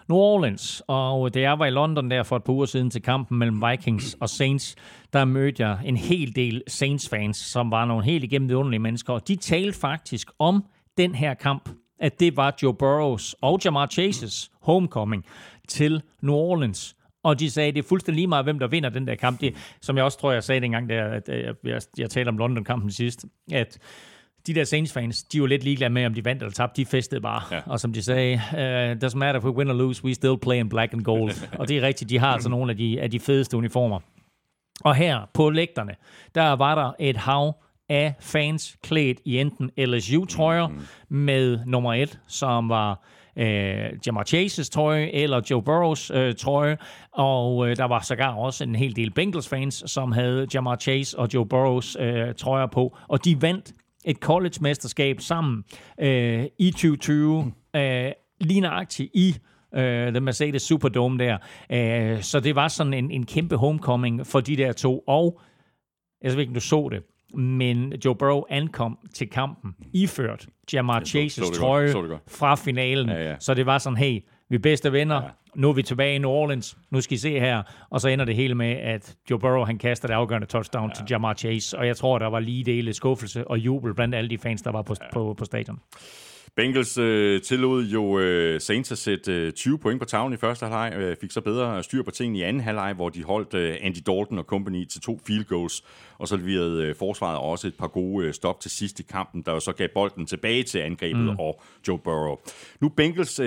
New Orleans. Og da jeg var i London der for et par uger siden til kampen mellem Vikings og Saints, der mødte jeg en hel del Saints-fans, som var nogle helt igennem vidunderlige mennesker. Og de talte faktisk om den her kamp, at det var Joe Burrows og Ja'Marr Chases homecoming til New Orleans. Og de sagde, at det er fuldstændig lige meget, hvem der vinder den der kamp. Det, som jeg også tror, jeg sagde dengang, at jeg talte om London-kampen sidst, at de der Saints-fans, de var lidt ligeglade med, om de vandt eller tabte. De festede bare. Ja. Og som de sagde, doesn't matter if we win or lose, we still play in black and gold. Og det er rigtigt, de har altså nogle af de fedeste uniformer. Og her på lægterne, der var der et hav af fans klædt i enten LSU-trøjer med nummer 1, som var Ja'Marr Chases trøje eller Joe Burrows trøje, og der var sågar også en hel del Bengals-fans, som havde Ja'Marr Chase og Joe Burrows trøjer på, og de vandt et college-mesterskab sammen i 2020, lige nøjagtigt i the Mercedes Superdome der. Så det var sådan en kæmpe homecoming for de der to, og jeg ved ikke, om du så det, men Joe Burrow ankom til kampen iført Ja'Marr Chases trøje fra finalen. Ja. Så det var sådan, hey, vi er bedste venner, nu er vi tilbage i New Orleans, nu skal I se her. Og så ender det hele med, at Joe Burrow, han kaster det afgørende touchdown til Ja'Marr Chase. Og jeg tror, der var lige dele skuffelse og jubel blandt alle de fans, der var på stadion. Bengals tillod jo Saints at sætte 20 point på tavlen i første halvleg, fik så bedre styr på tingene i anden halvleg, hvor de holdt Andy Dalton og company til 2 field goals, og så leverede forsvaret også et par gode stop til sidst i kampen, der jo så gav bolden tilbage til angrebet og Joe Burrow. Nu Bengals 3-3,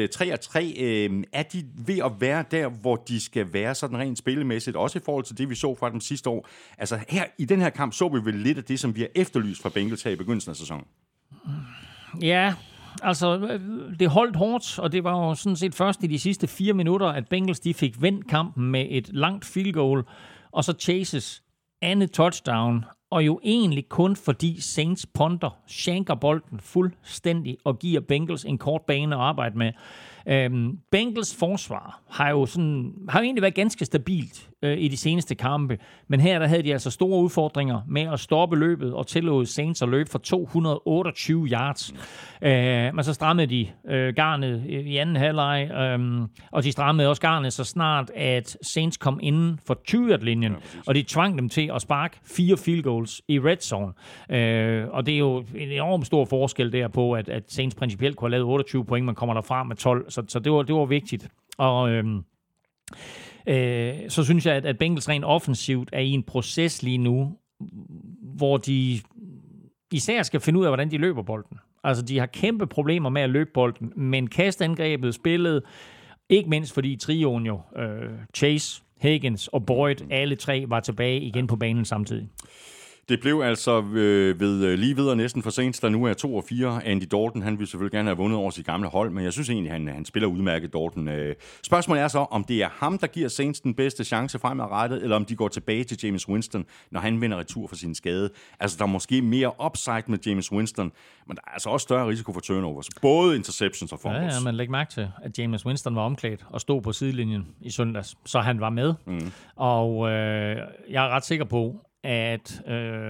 er de ved at være der, hvor de skal være sådan rent spillemæssigt, også i forhold til det, vi så fra dem sidste år? Altså her i den her kamp så vi vel lidt af det, som vi har efterlyst fra Bengals her i begyndelsen af sæsonen. Ja, altså, det holdt hårdt, og det var jo sådan set først i de sidste 4 minutter, at Bengals de fik vendt kampen med et langt field goal, og så Chases andet touchdown, og jo egentlig kun fordi Saints punter shanker bolden fuldstændig og giver Bengals en kort bane at arbejde med. Bengals forsvar har jo egentlig været ganske stabilt i de seneste kampe, men her der havde de altså store udfordringer med at stoppe løbet og tillod Saints at løbe for 228 yards. Men så strammede de garnet i anden halvleg, og de strammede også garnet så snart, at Saints kom inden for 20-yard-linjen, og de tvang dem til at sparke 4 field goals i red zone. Og det er jo en enormt stor forskel der på, at Saints principielt kunne have lavet 28 point, man kommer derfra med 12, så det var vigtigt. Og så synes jeg, at Bengals rent offensivt er i en proces lige nu, hvor de især skal finde ud af, hvordan de løber bolden. Altså, de har kæmpe problemer med at løbe bolden, men kastangrebet spillede, ikke mindst fordi trioen jo, Chase, Higgins og Boyd, alle tre var tilbage igen på banen samtidig. Det blev altså lige videre næsten for Saints, der nu er 2-4. Andy Dalton, han ville selvfølgelig gerne have vundet over sit gamle hold, men jeg synes egentlig, han spiller udmærket, Dalton. Spørgsmålet er så, om det er ham, der giver Saints den bedste chance fremadrettet, eller om de går tilbage til Jameis Winston, når han vinder retur for sin skade. Altså, der er måske mere upside med Jameis Winston, men der er altså også større risiko for turnovers. Både interceptions og fumbles. Ja, men læg mærke til, at Jameis Winston var omklædt og stod på sidelinjen i søndags, så han var med. Og jeg er ret sikker på, at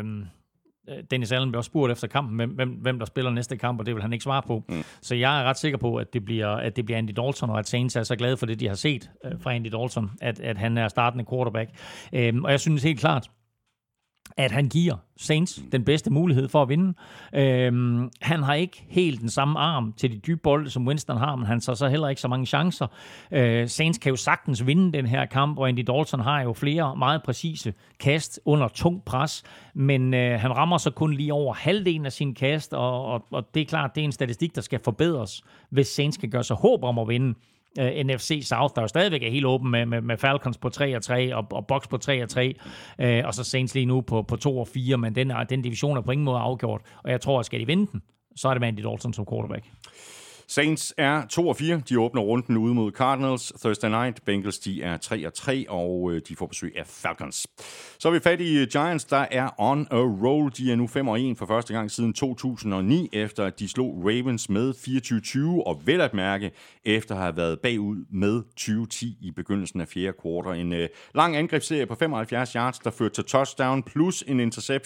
Dennis Allen blev også spurgt efter kampen, hvem der spiller næste kamp, og det vil han ikke svare på. Så jeg er ret sikker på, at det bliver Andy Dalton, og at Saints er så glade for det, de har set fra Andy Dalton, at han er startende quarterback. Og jeg synes helt klart, at han giver Saints den bedste mulighed for at vinde. Han har ikke helt den samme arm til de dybe bolde, som Winston har, men han så heller ikke så mange chancer. Saints kan jo sagtens vinde den her kamp, og Andy Dalton har jo flere meget præcise kast under tung pres, men han rammer så kun lige over halvdelen af sin kast, og det er klart, det er en statistik, der skal forbedres, hvis Saints kan gøre sig håb om at vinde NFC South, der jo stadigvæk er helt åben med Falcons på 3-3 og Bucks på 3-3, og så Saints lige nu på 2-4, men den division er på ingen måde afgjort, og jeg tror, at skal de vinde den, så er det med Andy Dalton som quarterback. Saints er 2-4. De åbner runden ude mod Cardinals Thursday night. Bengals, de er 3-3, og de får besøg af Falcons. Så er vi fat i Giants, der er on a roll. De er nu 5-1 for første gang siden 2009, efter at de slog Ravens med 24-20, og vel at mærke, efter at have været bagud med 20-10 i begyndelsen af fjerde kvartal. En lang angrebsserie på 75 yards, der førte til touchdown, plus en interception,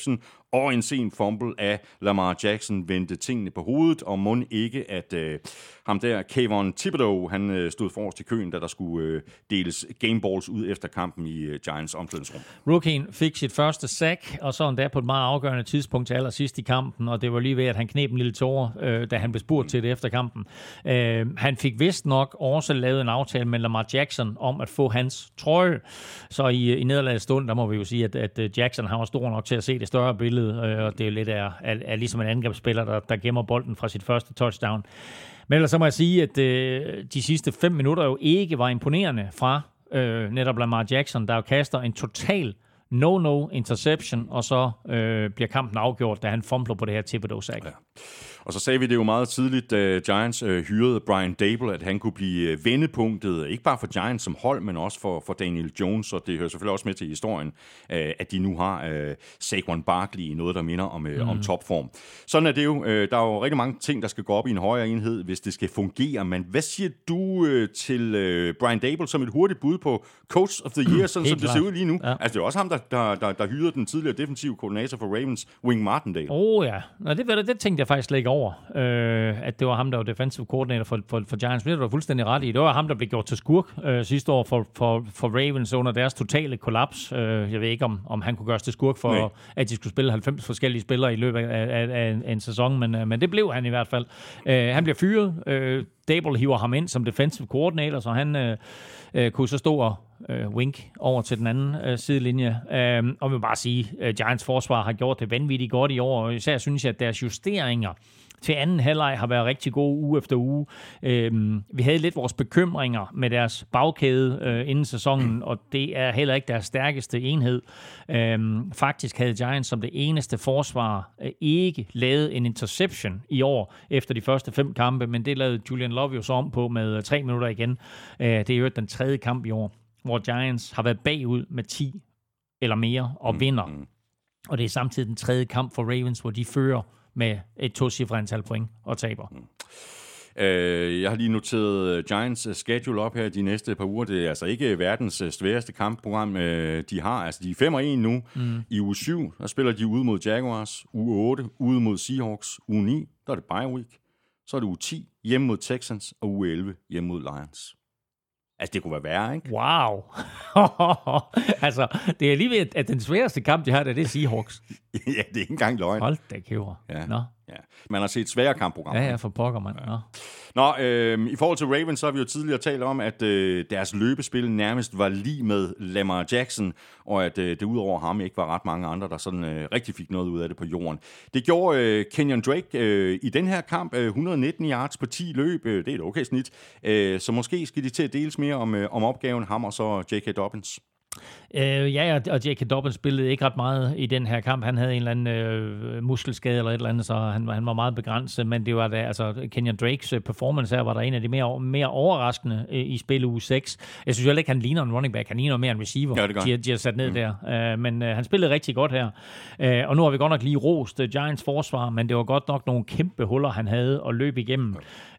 og en sen fumble af Lamar Jackson vendte tingene på hovedet, og mon ikke, at ham der, Kayvon Thibodeau, han stod forrest i køen, da der skulle deles gameballs ud efter kampen i Giants omklædningsrum. Rookien fik sit første sack, og så endda på et meget afgørende tidspunkt til allersidst i kampen, og det var lige ved, at han kneb en lille tåre, da han blev spurgt til det efter kampen. Han fik vist nok også lavet en aftale med Lamar Jackson om at få hans trøje. Så i nederlagets stund, der må vi jo sige, at Jackson har var stor nok til at se det større billede, og det er lidt af ligesom en angrebsspiller, der gemmer bolden fra sit første touchdown. Men ellers så må jeg sige, at de sidste 5 minutter jo ikke var imponerende fra netop Lamar Jackson, der jo kaster en total no interception, og så bliver kampen afgjort, da han fumbler på det her Thibodeau-sack. Ja. Og så sagde vi det jo meget tidligt, da Giants hyrede Brian Daboll, at han kunne blive vendepunktet, ikke bare for Giants som hold, men også for Daniel Jones, og det hører selvfølgelig også med til historien, at de nu har Saquon Barkley i noget, der minder om topform. Sådan er det jo. Der er jo rigtig mange ting, der skal gå op i en højere enhed, hvis det skal fungere, men hvad siger du til Brian Daboll som et hurtigt bud på Coach of the Year, sådan som det ser ud lige nu? Ja. Altså det er også ham, der hyrede den tidligere defensive koordinator for Ravens, Wink Martindale. Ja. Nå, det tænkte jeg faktisk ikke over, at det var ham, der var defensive coordinator for Giants. Det var fuldstændig ret i. Det var ham, der blev gjort til skurk sidste år for Ravens under deres totale kollaps. Jeg ved ikke, om han kunne gøres til skurk for, at de skulle spille 90 forskellige spillere i løbet af en sæson, men det blev han i hvert fald. Han bliver fyret. Daboll hiver ham ind som defensive coordinator, så han kunne så stå og wink over til den anden sidelinje. Og vi vil bare sige, at Giants forsvar har gjort det vanvittigt godt i år, og især synes jeg, at deres justeringer til anden halvleg har været rigtig gode uge efter uge. Vi havde lidt vores bekymringer med deres bagkæde inden sæsonen, og det er heller ikke deres stærkeste enhed. Faktisk havde Giants som det eneste forsvar ikke lavet en interception i år efter de første 5 kampe, men det lavede Julian Love jo så om på med 3 minutter igen. Det er jo den 3. kamp i år, hvor Giants har været bagud med 10 eller mere og vinder. Og det er samtidig den 3. kamp for Ravens, hvor de fører med et 2-cifret antal point og taber. Jeg har lige noteret Giants schedule op her de næste par uger. Det er altså ikke verdens sværeste kampprogram, de har. Altså, de er 5-1 nu. I uge 7, der spiller de ude mod Jaguars. Uge 8, ude mod Seahawks. Uge 9, der er det bye week. Så er det uge 10, hjemme mod Texans. Og uge 11, hjemme mod Lions. Altså, det kunne være værre, ikke? Wow! Altså, det er lige ved, at den sværeste kamp, de har, det er Seahawks. Ja, det er ikke engang løgn. Hold da kæver. Ja. Nå. Ja. Man har set svære kampprogrammer. Ja, for pokker, mand. Ja. Nå, i forhold til Ravens, så har vi jo tidligere talt om, at deres løbespil nærmest var lige med Lamar Jackson, og at det udover ham ikke var ret mange andre, der sådan rigtig fik noget ud af det på jorden. Det gjorde Kenyon Drake i den her kamp. 119 yards på 10 løb. Det er et okay snit. Så måske skal de til at deles mere om opgaven, ham og så J.K. Dobbins. Ja, og J.K. Dobbins spillede ikke ret meget i den her kamp. Han havde en eller anden muskelskade eller et eller andet, så han var meget begrænset, men det var da, altså Kenyon Drakes performance her var der en af de mere overraskende i spil uge 6. Jeg synes heller ikke, han ligner en running back, han ligner mere en receiver, de har sat ned der. Men han spillede rigtig godt her. Og nu har vi godt nok lige rost Giants forsvar, men det var godt nok nogle kæmpe huller, han havde at løbe igennem.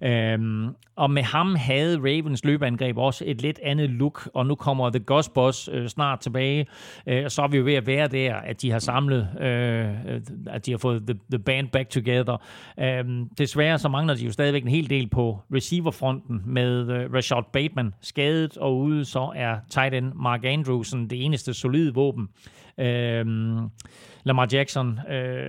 Og med ham havde Ravens løbeangreb også et lidt andet look, og nu kommer The Gus Boss snart tilbage, så er vi jo ved at være der, at de har samlet, at de har fået the band back together. Desværre så mangler de jo stadigvæk en hel del på receiverfronten med Rashad Bateman skadet, og ude så er tight end Mark Andrews det eneste solide våben. Lamar Jackson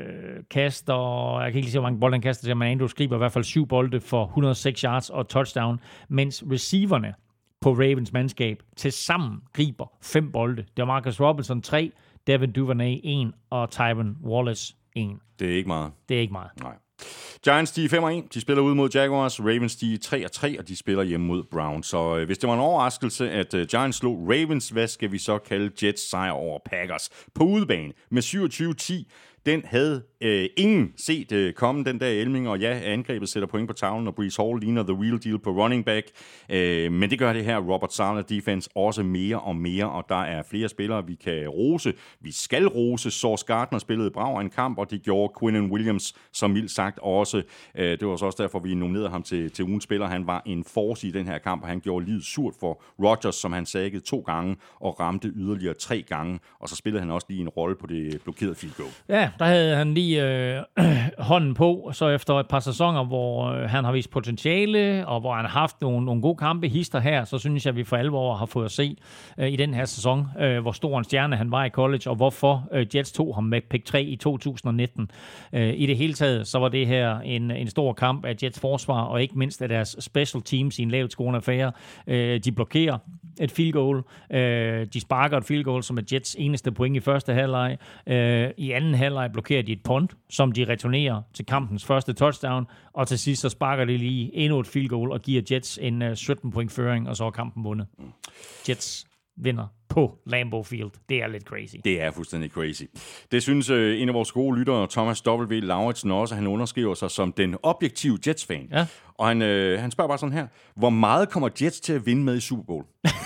kaster, jeg kan ikke lige se, hvor mange bolde han kaster til, men Andrews griber i hvert fald 7 bolde for 106 yards og touchdown, mens receiverne på Ravens mandskab til sammen griber 5 bolde. Det var Marcus Robinson 3, Devin Duvernay 1 og Tyron Wallace 1. Det er ikke meget. Det er ikke meget. Nej. Giants, de er 5-1. De spiller ud mod Jaguars. Ravens, de er 3-3, og de spiller hjemme mod Browns. Så hvis det var en overraskelse, at Giants slog Ravens, hvad skal vi så kalde Jets sejr over Packers på udebane med 27-10? Den havde ingen set komme den dag, Elming, og ja, angrebet sætter point på tavlen, og Breece Hall ligner the real deal på running back. Men det gør det her Robert Saleh defense også mere og mere, og der er flere spillere, vi kan rose. Vi skal rose. Sauce Gardner spillede brav en kamp, og det gjorde Quinnen Williams, som mildt sagt også også. Det var så også derfor, vi nominerede ham til ugens spiller. Han var en force i den her kamp, og han gjorde livet surt for Rodgers, som han saggede 2 gange og ramte yderligere 3 gange. Og så spillede han også lige en rolle på det blokerede field goal. Ja, der havde han lige hånden på, så efter et par sæsoner, hvor han har vist potentiale, og hvor han har haft nogle gode kampe hister her, så synes jeg, at vi for alvor har fået at se i den her sæson, hvor stor en stjerne han var i college, og hvorfor Jets tog ham med pick 3 i 2019. I det hele taget, så var det her en stor kamp af Jets forsvar, og ikke mindst af deres special teams i en lavt scorende affære. De blokerer et field goal. De sparker et field goal, som er Jets eneste point i første halvleg. I anden halvleg blokerer de et punt, som de returnerer til kampens første touchdown, og til sidst så sparker de lige endnu et field goal og giver Jets en 17-point føring, og så er kampen vundet. Jets vinder på Lambeau Field. Det er lidt crazy. Det er fuldstændig crazy. Det synes en af vores gode lyttere, Thomas W. Lauritsen, også. Han underskriver sig som den objektive Jets-fan. Ja. Og han spørger bare sådan her: hvor meget kommer Jets til at vinde med i Super Bowl?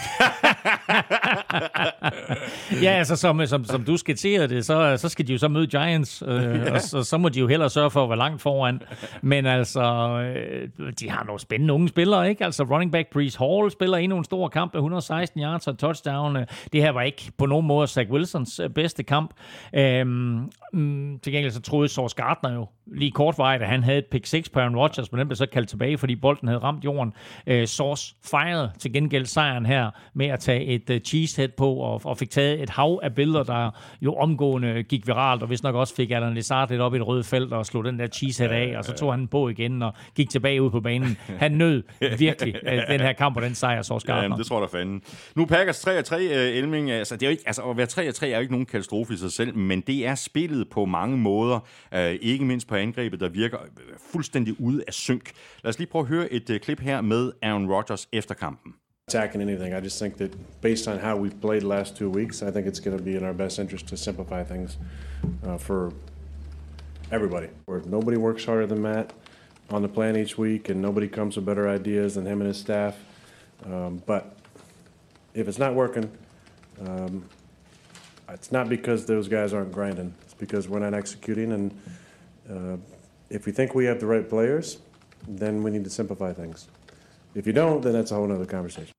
Ja, altså som du skitserer det, så skal de jo så møde Giants, og så må de jo hellere sørge for at være langt foran. Men altså, de har nogle spændende unge spillere, ikke? Altså running back Breece Hall spiller endnu en stor kamp af 116 yards og touchdown. Det her var ikke på nogen måde Zach Wilsons bedste kamp. Til gengæld så troede Sauce Gardner jo lige kortvarigt, at han havde et pick 6 på Aaron Rodgers, men den blev så kaldt tilbage, fordi bolden havde ramt jorden. Sauce fejrede til gengæld sejren her med at tage et cheesehead på, og fik taget et hav af billeder, der jo omgående gik viralt, og hvis nok også fik Alan Lazard lidt op i et rødt felt og slog den der cheesehead af, og så tog han den på igen og gik tilbage ud på banen. Han nød virkelig den her kamp og den sejr, Sauce Gardner. Jamen, det tror jeg da fanden. Nu Packers 3-3, Elming, altså det er jo ikke, altså at være 3-3 er jo ikke nogen katastrofe i sig selv, men det er spillet på mange måder, ikke mindst på angrebet, der virker fuldstændig ude af synk. Lad os lige prøve at høre et klip her med Aaron Rodgers efter kampen. Attacking anything. I just think that based on how we've played the last 2 weeks, I think it's going to be in our best interest to simplify things for everybody. Nobody works harder than Matt on the plan each week, and nobody comes with better ideas than him and his staff. But if it's not working, it's not because those guys aren't grinding. It's because we're not executing, and if we think we have the right players, then we need to simplify things. If you don't, then that's a whole other conversation.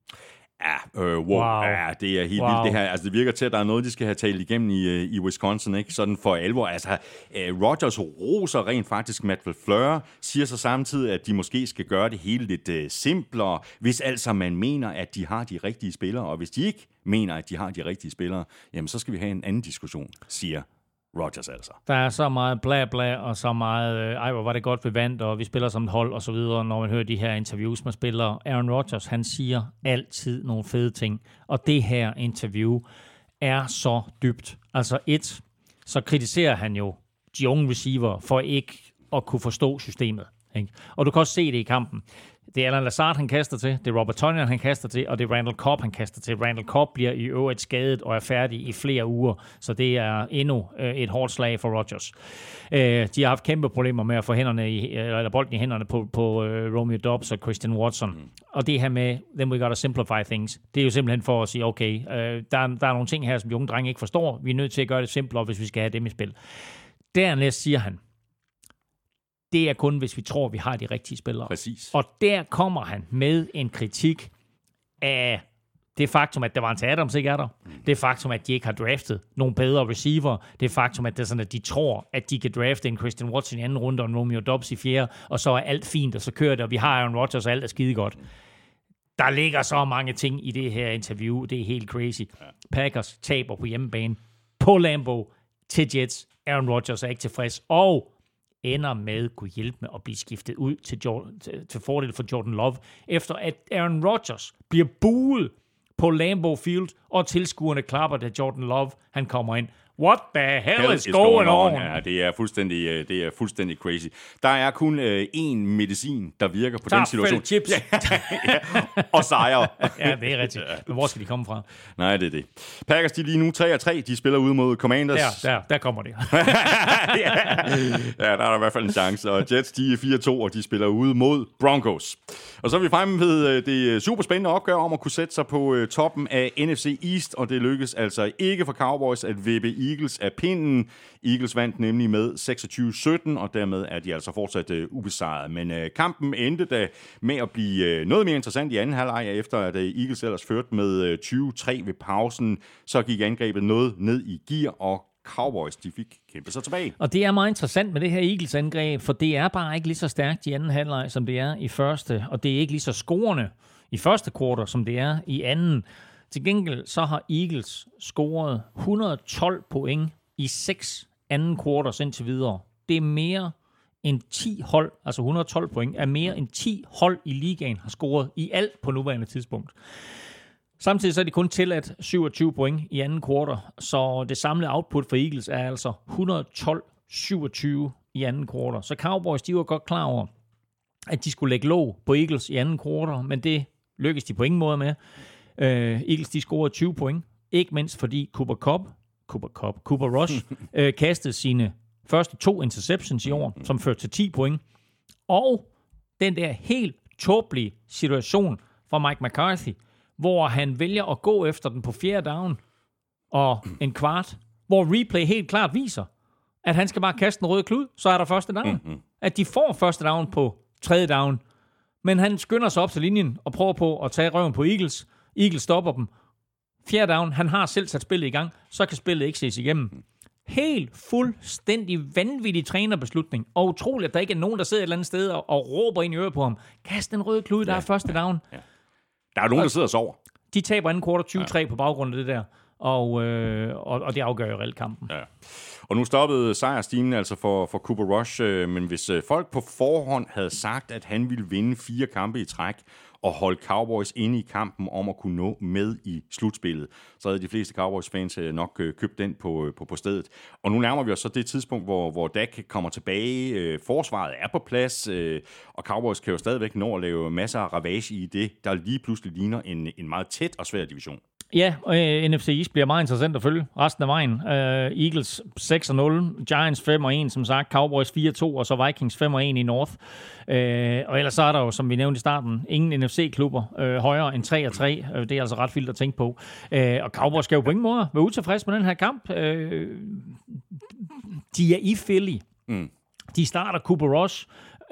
Wow. Ja, det er helt vildt det her. Altså, det virker til, at der er noget, de skal have talt igennem i Wisconsin, ikke? Sådan for alvor. Altså, Rodgers roser rent faktisk Matt LaFleur, siger så samtidig, at de måske skal gøre det hele lidt simplere, hvis altså man mener, at de har de rigtige spillere. Og hvis de ikke mener, at de har de rigtige spillere, jamen så skal vi have en anden diskussion, siger Rodgers altså. Der er så meget bla bla, og så meget, hvor var det godt, vi vandt, og vi spiller som et hold, og så videre, når man hører de her interviews med spillere. Aaron Rodgers, han siger altid nogle fede ting, og det her interview er så dybt. Altså så kritiserer han jo de unge receiver for ikke at kunne forstå systemet. Ikke? Og du kan også se det i kampen. Det er Alan Lazard, han kaster til. Det er Robert Tonyan, han kaster til. Og det er Randall Cobb, han kaster til. Randall Cobb bliver i øvrigt skadet og er færdig i flere uger. Så det er endnu et hårdt slag for Rodgers. De har haft kæmpe problemer med at få bolden i hænderne på Romeo Doubs og Christian Watson. Og det her med, then we gotta simplify things, det er jo simpelthen for at sige, okay, der er nogle ting her, som de unge drenge ikke forstår. Vi er nødt til at gøre det simplere, hvis vi skal have dem i spil. Dernæst siger han, det er kun, hvis vi tror, vi har de rigtige spillere. Præcis. Og der kommer han med en kritik af det faktum, at Davante Adams ikke er der. Det faktum, at de ikke har draftet nogle bedre receiver. Det faktum, at det er sådan, at de tror, at de kan drafte en Christian Watson i anden runde og en Romeo Doubs i fjerde, og så er alt fint, og så kører det, og vi har Aaron Rodgers, og alt er skide godt. Der ligger så mange ting i det her interview. Det er helt crazy. Packers taber på hjemmebane på Lambeau til Jets. Aaron Rodgers er ikke tilfreds, og ender med at kunne hjælpe med at blive skiftet ud til fordel for Jordan Love, efter at Aaron Rodgers bliver buet på Lambeau Field, og tilskuerne klapper, da Jordan Love han kommer ind. What the hell is going on? Ja, det er fuldstændig crazy. Der er kun én medicin, der virker på den situation. Chips. Ja, og sejre. Ja, det er rigtigt. Men hvor skal de komme fra? Nej, det er det. Packers, de er lige nu 3-3. De spiller ude mod Commanders. Der kommer det. Ja, der er der i hvert fald en chance. Og Jets, de er 4-2, og de spiller ude mod Broncos. Og så er vi fremme ved det superspændende opgør om at kunne sætte sig på toppen af NFC East, og det lykkes altså ikke for Cowboys at vippe Eagles af pinden. Eagles vandt nemlig med 26-17, og dermed er de altså fortsat ubesejret. Men kampen endte da med at blive noget mere interessant i anden halvleg, efter at Eagles ellers førte med 20-3 ved pausen. Så gik angrebet noget ned i gear, og Cowboys, de fik kæmpet sig tilbage. Og det er meget interessant med det her Eagles-angreb, for det er bare ikke lige så stærkt i anden halvleg, som det er i første, og det er ikke lige så scorende i første kvartal, som det er i anden. Til gengæld så har Eagles scoret 112 point i 6 anden kvartals indtil videre. Det er mere end 10 hold, altså 112 point, er mere end 10 hold i ligaen har scoret i alt på nuværende tidspunkt. Samtidig så er de kun tilladt 27 point i anden kvartal, så det samlede output for Eagles er altså 112-27 i anden kvartal. Så Cowboys, de var godt klar over, at de skulle lægge låg på Eagles i anden kvartal, men det lykkedes de på ingen måde med. Eagles, de scorede 20 point, ikke mindst fordi Cooper Rush kastede sine første 2 interceptions i år, som førte til 10 point. Og den der helt tåbelige situation fra Mike McCarthy, hvor han vælger at gå efter den på 4. down og en kvart, hvor replay helt klart viser, at han skal bare kaste den røde klud, så er der første down. At de får første down på 3. down, men han skynder sig op til linjen og prøver på at tage røven på Eagles. Eagles stopper dem. 4. down, han har selv sat spillet i gang, så kan spillet ikke ses igennem. Helt fuldstændig vanvittig trænerbeslutning, og utroligt, at der ikke er nogen, der sidder et eller andet sted og råber ind i øret på ham. Kast den røde klud, der er første down. Ja. Der er nogen, der sidder og sover. De taber anden kvartal 20-3 på baggrund af det der, og det afgør jo reelt kampen. Ja. Og nu stoppede sejrstigen altså for Cooper Rush, men hvis folk på forhånd havde sagt, at han ville vinde 4 kampe i træk og holde Cowboys inde i kampen om at kunne nå med i slutspillet, så havde de fleste Cowboys-fans nok købt den på stedet. Og nu nærmer vi os så det tidspunkt, hvor Dak kommer tilbage, forsvaret er på plads, og Cowboys kan jo stadigvæk nå at lave masser af ravage i det, der lige pludselig ligner en meget tæt og svær division. Ja, og NFC East bliver meget interessant at følge resten af vejen. Eagles 6-0, Giants 5-1, som sagt, Cowboys 4-2, og så Vikings 5-1 i North. Og ellers så er der jo, som vi nævnte i starten, ingen NFC-klubber højere end 3-3. Det er altså ret vildt at tænke på. Og Cowboys skal jo på ingen måde være utilfredse med den her kamp. De er i Philly. De starter Cooper Rush,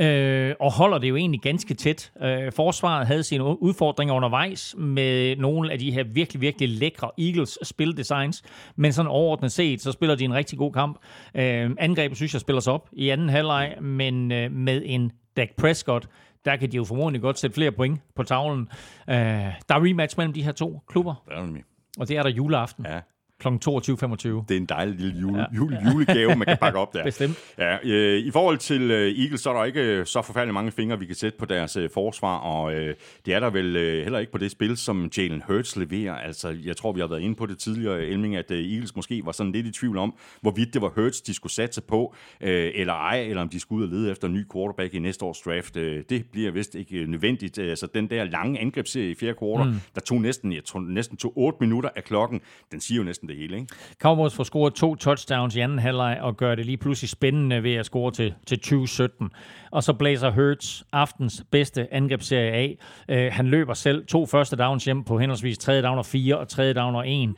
og holder det jo egentlig ganske tæt. Forsvaret havde sine udfordringer undervejs med nogle af de her virkelig, virkelig lækre Eagles spildesigns, men sådan overordnet set, så spiller de en rigtig god kamp. Angrebet synes jeg spiller sig op i anden halvleg, men med en Dak Prescott, der kan de jo formodentlig godt sætte flere point på tavlen. Der er rematch mellem de her 2 klubber, og det er der juleaften. Ja. Kl. 22.25. Det er en dejlig lille julegave, man kan pakke op der. Bestemt. Ja, i forhold til Eagles, så er der ikke så forfærdeligt mange fingre, vi kan sætte på deres forsvar, og det er der vel heller ikke på det spil, som Jalen Hurts leverer. Altså, jeg tror, vi har været inde på det tidligere, Elming, at Eagles måske var sådan lidt i tvivl om, hvorvidt det var Hurts, de skulle satse på, eller ej, eller om de skulle ud og lede efter en ny quarterback i næste års draft. Det bliver vist ikke nødvendigt. Altså, den der lange angrebsserie i 4. kvartal, der tog næsten 8 minutter af klokken, den siger jo næsten det hele, ikke? Cowboys får scoret 2 touchdowns i anden halvleg og gør det lige pludselig spændende ved at score til 20-17. Og så blæser Hurts aftens bedste angrebsserie af. Han løber selv 2 første downs hjem på henholdsvis 3. down og 4 og 3. down og 1.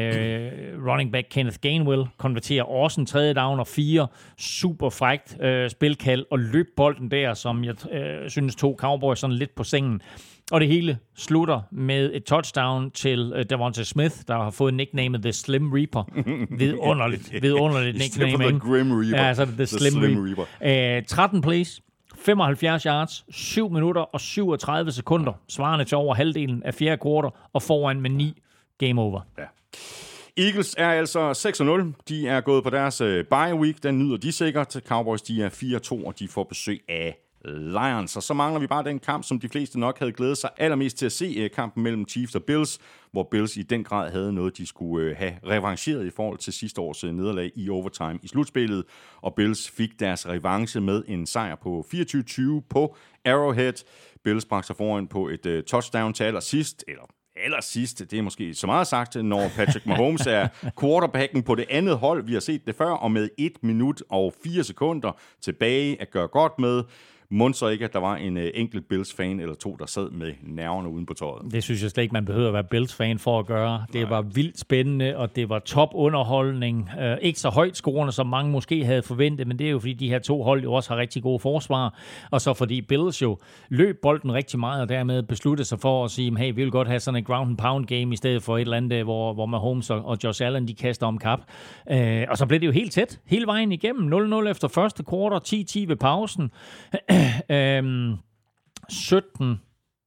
Running back Kenneth Gainwell konverterer også en 3. down og 4. Super frækt spilkald og løb bolden der, som jeg synes tog Cowboys sådan lidt på sengen. Og det hele slutter med et touchdown til Devonta Smith, der har fået nicknamet The Slim Reaper. Vidunderligt nickname. The Grim Reaper. Ja, så er det The Slim Reaper. 13 plays, 75 yards, 7 minutter og 37 sekunder, svarende til over halvdelen af 4. kvartal, og foran med 9. Game over. Ja. Eagles er altså 6-0. De er gået på deres bye week. Den nyder de sikkert. Cowboys, de er 4-2, og de får besøg af Lions. Og så mangler vi bare den kamp, som de fleste nok havde glædet sig allermest til at se, kampen mellem Chiefs og Bills, hvor Bills i den grad havde noget, de skulle have revancheret i forhold til sidste års nederlag i overtime i slutspillet. Og Bills fik deres revanche med en sejr på 24-20 på Arrowhead. Bills bragte sig foran på et touchdown til allersidst, det er måske så meget sagt, når Patrick Mahomes er quarterbacken på det andet hold. Vi har set det før, og med 1 minut og 4 sekunder tilbage at gøre godt med. Mon så ikke, at der var en enkelt Bills-fan eller to, der sad med nerverne uden på tøjet. Det synes jeg slet ikke, man behøver at være Bills-fan for at gøre. Det var vildt spændende, og det var top-underholdning. Ikke så højt scorende, som mange måske havde forventet, men det er jo fordi, de her to hold jo også har rigtig gode forsvar. Og så fordi Bills jo løb bolden rigtig meget, og dermed besluttede sig for at sige, hey, vi vil godt have sådan en ground-and-pound-game, i stedet for et eller andet, hvor Mahomes og Josh Allen, de kaster om kap. Og så blev det jo helt tæt, hele vejen igennem. 0-0 efter første kvartal, 10-10 ved pausen. 17.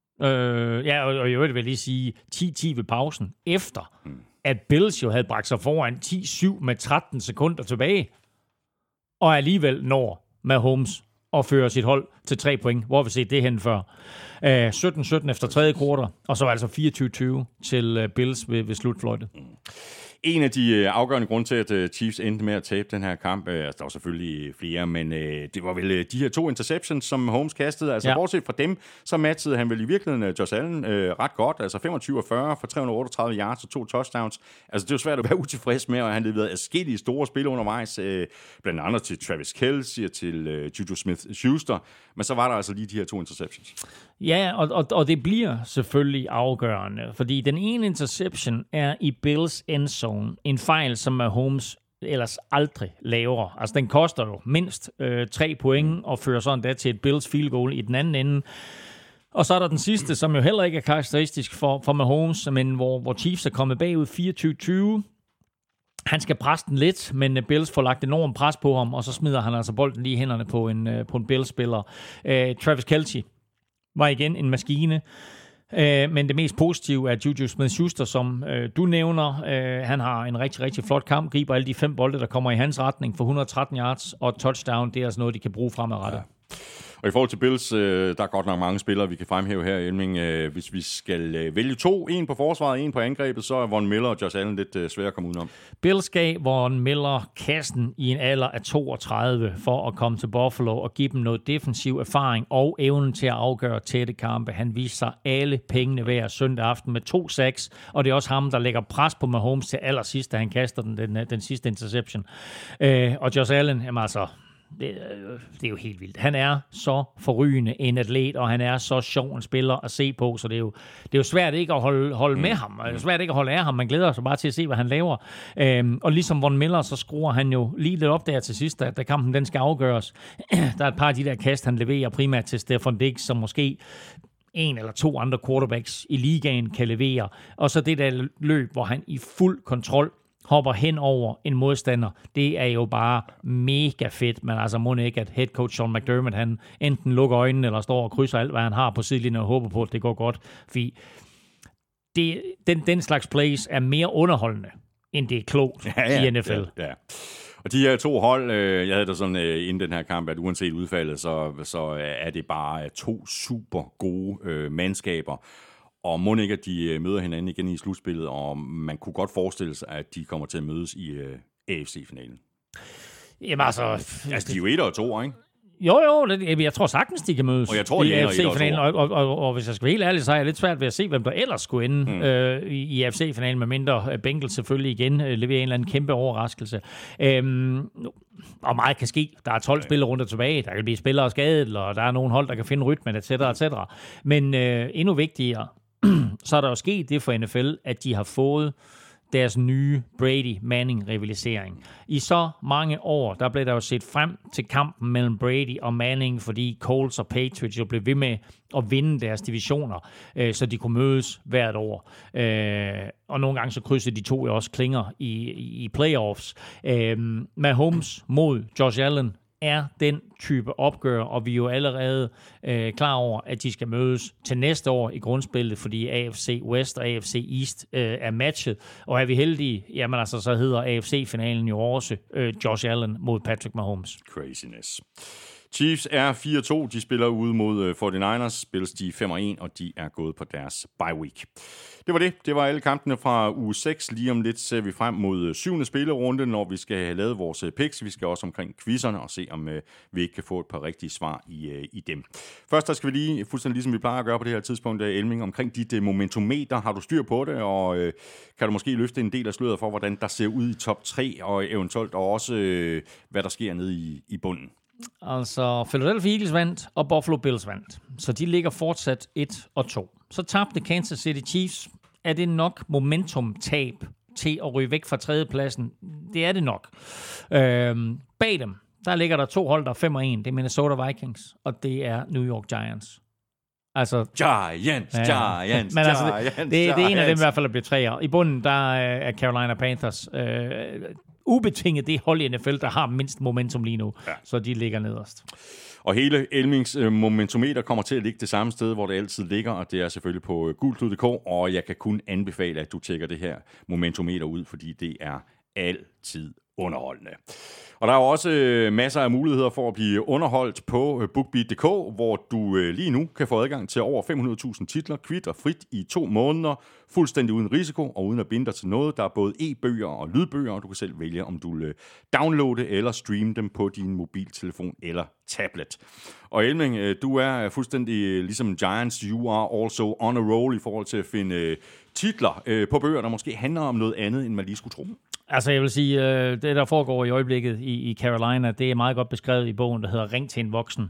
Og i øvrigt vil jeg lige sige 10-10 ved pausen, efter at Bills jo havde bragt sig foran 10-7 med 13 sekunder tilbage. Og alligevel når Mahomes og fører sit hold til 3 point. Hvor har vi set det hen før? 17-17 efter tredje kvartal, og så altså 24-20 til Bills ved slutfløjtet. En af de afgørende grunde til, at Chiefs endte med at tabe den her kamp, der var selvfølgelig flere, men det var vel de her 2 interceptions, som Holmes kastede. Altså bortset fra dem, så matchede han vel i virkeligheden Josh Allen ret godt. Altså 25-40 for 338 yards og 2 touchdowns. Altså det er jo svært at være utilfreds med, og han leverede adskillige store spil undervejs, blandt andet til Travis Kelce og til Juju Smith-Schuster. Men så var der altså lige de her 2 interceptions. Ja, og det bliver selvfølgelig afgørende, fordi den ene interception er i Bills endzone. En fejl, som Mahomes ellers aldrig laver. Altså, den koster jo mindst 3 point og fører sådan da til et Bills field goal i den anden ende. Og så er der den sidste, som jo heller ikke er karakteristisk for Mahomes, men hvor Chiefs er kommet bagud 24-20. Han skal presse den lidt, men Bills får lagt enormt pres på ham, og så smider han altså bolden lige i hænderne på en Bills-spiller. Travis Kelce var igen en maskine. Men det mest positive er Juju Smith-Schuster, som du nævner. Han har en rigtig, rigtig flot kamp, griber alle de 5 bolde, der kommer i hans retning for 113 yards og touchdown. Det er altså noget, de kan bruge fremadrettet. Ja. Og i forhold til Bills, der er godt nok mange spillere, vi kan fremhæve her, Elming. Hvis vi skal vælge 2, en på forsvaret, en på angrebet, så er Von Miller og Josh Allen lidt svære at komme udenom. Bills gav Von Miller kassen i en alder af 32 for at komme til Buffalo og give dem noget defensiv erfaring og evnen til at afgøre tætte kampe. Han viste sig alle pengene hver søndag aften med 2 sacks, og det er også ham, der lægger pres på Mahomes til allersidst, da han kaster den sidste interception. Og Josh Allen, jamen altså... Det er jo helt vildt. Han er så forrygende en atlet, og han er så sjov en spiller at se på, så det er jo svært ikke at holde med ham. Det er svært ikke at holde af ham. Man glæder sig bare til at se, hvad han laver. Og ligesom Von Miller, så skruer han jo lige lidt op der til sidst, da kampen den skal afgøres. Der er et par af de der kast, han leverer primært til Stefon Diggs, som måske 1 eller 2 andre quarterbacks i ligaen kan levere. Og så det der løb, hvor han i fuld kontrol hopper hen over en modstander, det er jo bare mega fedt, men altså må ikke, at head coach Sean McDermott, han enten lukker øjnene, eller står og krydser alt, hvad han har på sidelinjen, og håber på, at det går godt, fordi den slags plays er mere underholdende, end det er klogt i NFL. Ja. Og de her 2 hold, jeg havde da sådan inden den her kamp, at uanset udfaldet, så er det bare 2 super gode mandskaber. Og må ikke, at de møder hinanden igen i slutspillet, og man kunne godt forestille sig, at de kommer til at mødes i AFC-finalen. Jamen altså... Altså, de er jo 1 og 2, ikke? Jo, jeg tror sagtens, de kan mødes og jeg tror, i AFC-finalen. Og hvis jeg skal være helt ærlig, så er jeg lidt svært ved at se, hvem der ellers skulle ende i AFC-finalen, med mindre Bengals selvfølgelig igen leverer en eller anden kæmpe overraskelse. Og meget kan ske. Der er 12 spillere rundt og tilbage. Der kan blive spillere skadet, og der er nogle hold, der kan finde rytmen, etc. Men endnu vigtigere, så er der jo sket det for NFL, at de har fået deres nye Brady-Manning-rivalisering. I så mange år, der blev der jo set frem til kampen mellem Brady og Manning, fordi Colts og Patriots jo blev ved med at vinde deres divisioner, så de kunne mødes hvert år. Og nogle gange så krydsede de 2 jo også klinger i playoffs. Mahomes mod Josh Allen er den type opgør, og vi er jo allerede klar over, at de skal mødes til næste år i grundspillet, fordi AFC West og AFC East er matchet, og er vi heldige, jamen altså, så hedder AFC-finalen jo også Josh Allen mod Patrick Mahomes. Craziness. Chiefs er 4-2, de spiller ude mod 49ers, Bills de 5-1, og de er gået på deres bye week. Det var det. Det var alle kampene fra uge 6. Lige om lidt ser vi frem mod 7. spillerunde, når vi skal have lavet vores picks. Vi skal også omkring quizzerne og se, om vi ikke kan få et par rigtige svar i dem. Først der skal vi lige, fuldstændig ligesom vi plejer at gøre på det her tidspunkt, Elming, omkring dit momentometer. Har du styr på det, og kan du måske løfte en del af sløret for, hvordan der ser ud i top 3, og eventuelt også, hvad der sker nede i bunden? Altså, Philadelphia Eagles vandt, og Buffalo Bills vandt. Så de ligger fortsat 1-2. Så tabte Kansas City Chiefs. Er det nok momentumtab til at ryge væk fra tredjepladsen? Det er det nok. Bag dem, der ligger der 2 hold, der er 5-1. Det er Minnesota Vikings, og det er New York Giants. Altså, Giants. Men altså, det er en af dem i hvert fald, der bliver 3'er. I bunden, der er Carolina Panthers ubetinget det hold i NFL, der har mindst momentum lige nu. Ja. Så de ligger nederst. Og hele Elmings momentometer kommer til at ligge det samme sted, hvor det altid ligger, og det er selvfølgelig på gulklud.dk, og jeg kan kun anbefale, at du tjekker det her momentometer ud, fordi det er altid underholdende. Og der er også masser af muligheder for at blive underholdt på BookBeat.dk, hvor du lige nu kan få adgang til over 500.000 titler, kvit og frit i 2 måneder, fuldstændig uden risiko og uden at binde dig til noget. Der er både e-bøger og lydbøger, og du kan selv vælge, om du vil downloade eller streame dem på din mobiltelefon eller tablet. Og Elming, du er fuldstændig ligesom Giants, you are also on a roll i forhold til at finde titler på bøger, der måske handler om noget andet, end man lige skulle tro. Altså, jeg vil sige, det der foregår i øjeblikket i Carolina, det er meget godt beskrevet i bogen, der hedder Ring til en voksen.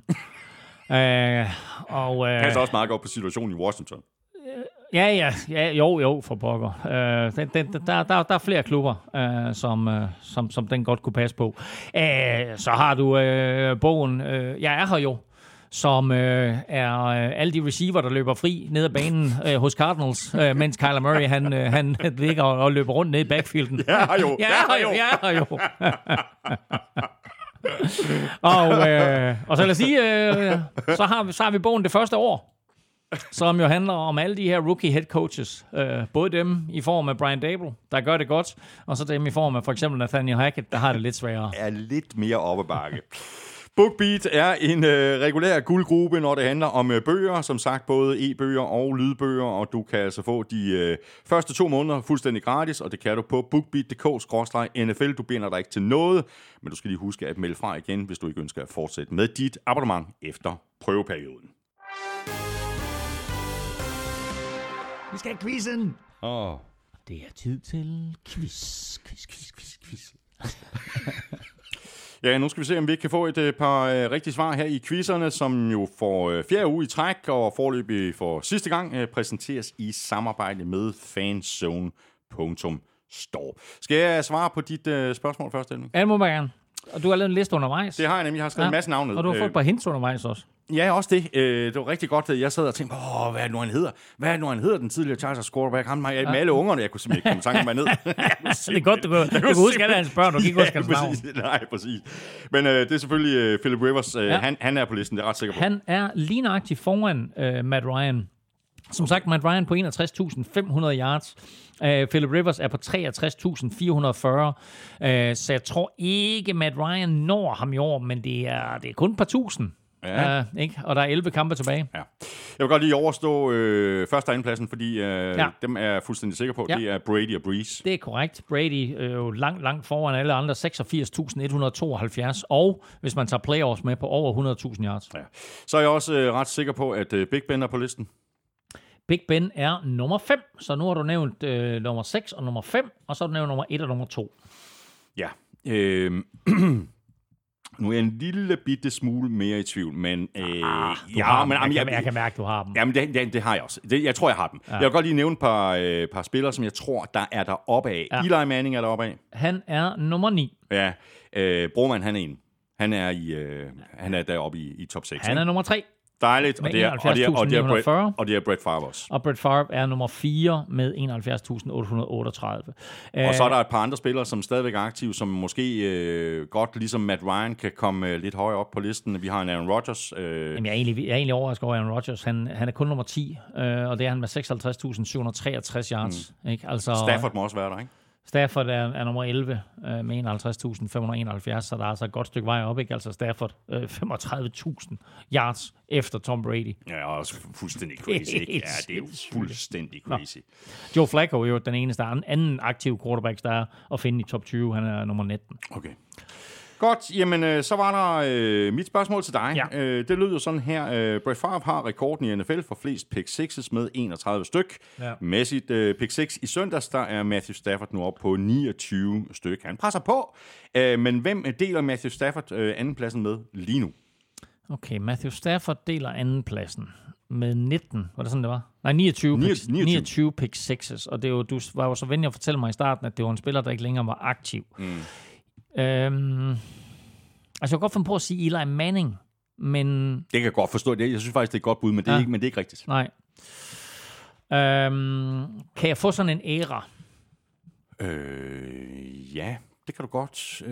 Passer også meget godt på situationen i Washington. Ja, jo, for pokker. Der er flere klubber, som den godt kunne passe på. Så har du bogen, jeg er her jo, som er alle de receiver, der løber fri ned ad banen hos Cardinals, mens Kyler Murray han ligger og løber rundt ned i backfielden. Ja, jo. Og så lad os sige, så har vi bogen det første år, som jo handler om alle de her rookie head coaches. Både dem i form af Brian Daboll, der gør det godt, og så dem i form af for eksempel Nathaniel Hackett, der har det lidt sværere. Er lidt mere oppe bakke. BookBeat er en regulær guldgruppe, når det handler om bøger. Som sagt, både e-bøger og lydbøger, og du kan altså få de første 2 måneder fuldstændig gratis, og det kan du på bookbeat.dk/NFL. Du binder dig ikke til noget, men du skal lige huske at melde fra igen, hvis du ikke ønsker at fortsætte med dit abonnement efter prøveperioden. Vi skal have quizzen! Det er tid til quiz. Ja, nu skal vi se, om vi ikke kan få et par rigtige svar her i quizzerne, som jo for 4. uge i træk og foreløbig for sidste gang præsenteres i samarbejde med fanzone.store. Skal jeg svare på dit spørgsmål først, Elming? Ja, det må man gerne. Og du har lavet en liste undervejs. Det har jeg nemlig. Jeg har skrevet en masse navn ned. Og du har fået et par hints undervejs også. Ja, også det. Det var rigtig godt. Jeg sad og tænkte, hvad er det nu, han hedder? Hvad er det nu, han hedder, den tidligere Chargers quarterback? Han med alle ungerne, jeg kunne simpelthen ikke komme tanken mig ned. Det er godt, du kan huske alle hans børn, du kan ikke huske hans navn. Nej, præcis. Men det er selvfølgelig Philip Rivers. Han er på listen, det er ret sikker på. Han er lige nøjagtigt foran Matt Ryan. Som sagt, Matt Ryan på 61.500 yards. Philip Rivers er på 63.440. Så jeg tror ikke, Matt Ryan når ham i år, men det er kun et par tusind. Ja. Ikke? Og der er 11 kampe tilbage. Ja. Jeg vil godt lige overstå første og andenpladsen, fordi dem er jeg fuldstændig sikker på. Ja. Det er Brady og Breeze. Det er korrekt. Brady er jo langt foran alle andre. 86.172. Og hvis man tager playoffs med på over 100.000 yards. Ja. Så er jeg også ret sikker på, at Big Ben er på listen. Big Ben er nummer 5. Så nu har du nævnt nummer 6 og nummer 5. Og så har du nævnt nummer 1 og nummer 2. Ja. Nu er jeg en lille bitte smule mere i tvivl, men jeg kan mærke, du har dem. Jamen, det har jeg også. Jeg tror, jeg har dem. Ja. Jeg vil godt lige nævne et par spillere, som jeg tror, der er der oppe af. Ja. Eli Manning er der oppe af. Han er nummer 9. Ja. Broman, han er en. Han er deroppe i top 6. Han er nummer 3. Dejligt, og det er Brett Favre også. Og Brett Favre er nummer 4 med 71.838. Og så er der et par andre spillere, som stadigvæk er aktive, som måske godt, ligesom Matt Ryan, kan komme lidt højere op på listen. Vi har en Aaron Rodgers. Jamen, jeg er egentlig overrasket over Aaron Rodgers. Han er kun nummer 10, og det er han med 56.763 yards. Ikke? Altså, Stafford må også være der, ikke? Stafford er nummer 11 med 51.571, så der er altså et godt stykke vej op, ikke? Altså Stafford 35.000 yards efter Tom Brady. Ja, også fuldstændig crazy. Ja, det er jo fuldstændig crazy. Joe Flacco er jo den eneste anden aktive quarterback, der er at finde i top 20. Han er nummer 19. Okay. Godt, jamen så var der mit spørgsmål til dig. Ja. Det lød jo sådan her. Brett Favre har rekorden i NFL for flest pick sixes med 31 styk. Ja. Med sit pick six i søndags, der er Matthew Stafford nu op på 29 styk. Han presser på, men hvem deler Matthew Stafford andenpladsen med lige nu? Okay, Matthew Stafford deler andenpladsen med 19. Var det sådan, det var? Nej, 29 pick sixes. Og det er jo, du var jo så venlig at fortælle mig i starten, at det var en spiller, der ikke længere var aktiv. Altså, jeg kan godt finde på at sige Eli Manning, men... Det kan jeg godt forstå. Jeg synes faktisk, det er et godt bud, men det er ikke rigtigt. Nej. Kan jeg få sådan en æra? Ja, det kan du godt.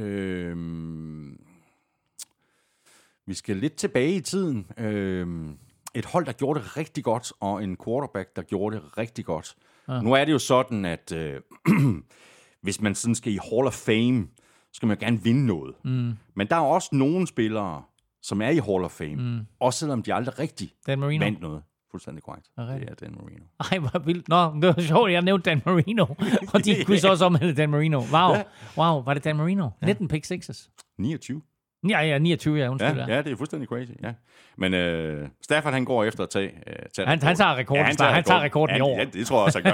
Vi skal lidt tilbage i tiden. Et hold, der gjorde det rigtig godt, og en quarterback, der gjorde det rigtig godt. Ja. Nu er det jo sådan, at hvis man sådan skal i Hall of Fame, så skal man gerne vinde noget. Men der er også nogle spillere, som er i Hall of Fame, også selvom de aldrig rigtig vandt noget. Fuldstændig korrekt. Det er Dan Marino. Ej, hvor vildt. Nå, det var sjovt, jeg nævnte Dan Marino. Og de kunne så også omhælde Dan Marino. Wow, var det Dan Marino? 19 pick sixes. 29. Ja, 29, ja, undskyld. Ja, det er fuldstændig crazy, ja. Men Stafford, han går efter at tage han tager rekorden. Han tager rekorden i år. Ja, det tror jeg også, han